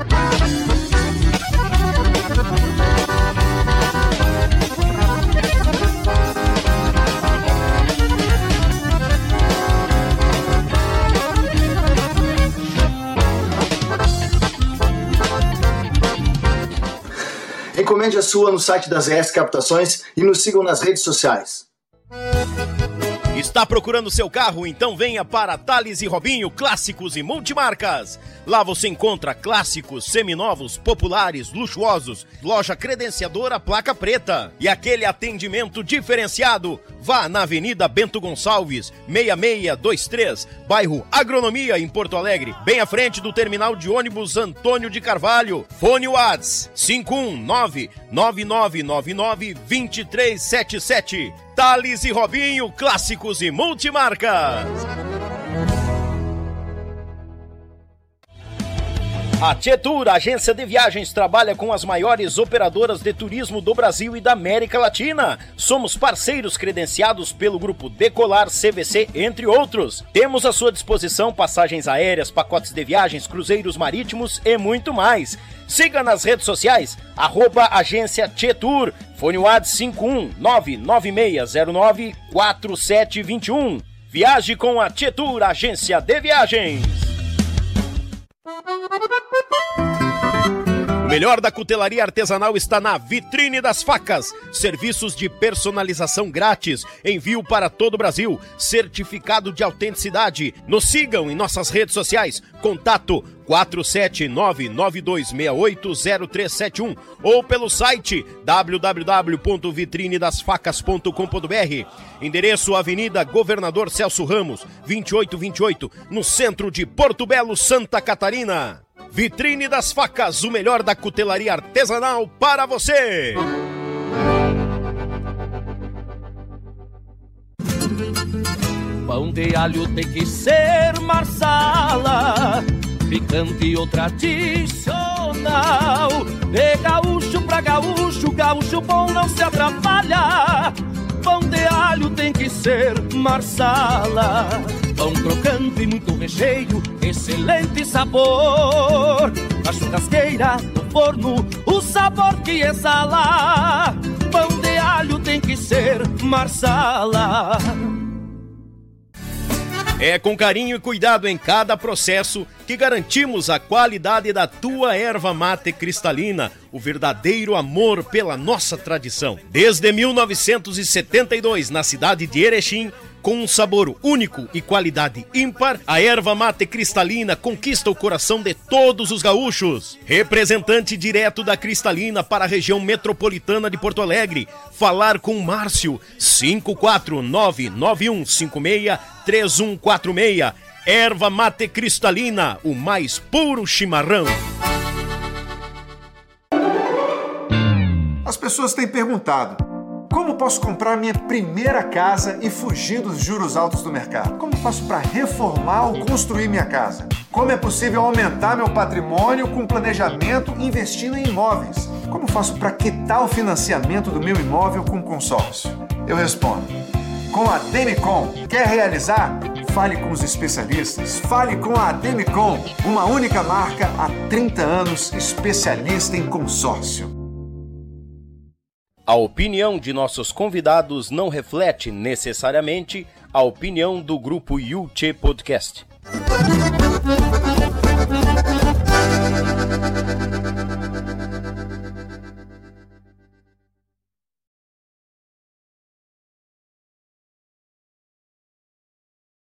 Encomende a sua no site da Z S Captações e nos sigam nas redes sociais. Está procurando seu carro? Então venha para Thales e Robinho Clássicos e Multimarcas. Lá você encontra clássicos, seminovos, populares, luxuosos, loja credenciadora placa preta e aquele atendimento diferenciado. Vá na Avenida Bento Gonçalves, seis seis dois três, bairro Agronomia, em Porto Alegre, bem à frente do terminal de ônibus Antônio de Carvalho. Fone Whats cinco um nove, nove nove nove nove, dois três sete sete. Thales e Robinho, Clássicos e Multimarcas. A Tietur, agência de viagens, trabalha com as maiores operadoras de turismo do Brasil e da América Latina. Somos parceiros credenciados pelo Grupo Decolar, C V C, entre outros. Temos à sua disposição passagens aéreas, pacotes de viagens, cruzeiros marítimos e muito mais. Siga nas redes sociais, arroba agência Tietur, fone Whats cinco um nove, nove seis zero nove, quatro sete dois um. Viaje com a Tietur, agência de viagens. O melhor da cutelaria artesanal está na Vitrine das Facas. Serviços de personalização grátis, envio para todo o Brasil, certificado de autenticidade. Nos sigam em nossas redes sociais, contato quatro sete nove, nove dois seis oito, zero três sete um ou pelo site w w w ponto vitrine das facas ponto com ponto b r. Endereço Avenida Governador Celso Ramos, vinte e oito vinte e oito, no centro de Porto Belo, Santa Catarina. Vitrine das Facas, o melhor da cutelaria artesanal para você. Pão de alho tem que ser marsala, picante ou tradicional. De gaúcho pra gaúcho, gaúcho bom não se atrapalha. Pão de alho tem que ser marsala. Pão crocante e muito recheio, excelente sabor. Na churrasqueira, no forno, o sabor que exala. Pão de alho tem que ser marsala. É com carinho e cuidado em cada processo que garantimos a qualidade da tua erva mate cristalina, o verdadeiro amor pela nossa tradição. Desde mil novecentos e setenta e dois, na cidade de Erechim, com um sabor único e qualidade ímpar, a erva mate cristalina conquista o coração de todos os gaúchos. Representante direto da Cristalina para a região metropolitana de Porto Alegre. Falar com Márcio, cinco quatro nove, nove um cinco seis, três um quatro seis. Erva mate cristalina, o mais puro chimarrão. As pessoas têm perguntado: como posso comprar minha primeira casa e fugir dos juros altos do mercado? Como faço para reformar ou construir minha casa? Como é possível aumentar meu patrimônio com planejamento investindo em imóveis? Como faço para quitar o financiamento do meu imóvel com consórcio? Eu respondo: com a Demicon. Quer realizar? Fale com os especialistas. Fale com a Demicon, uma única marca há trinta anos, especialista em consórcio. A opinião de nossos convidados não reflete necessariamente a opinião do Grupo Yuchê Podcast.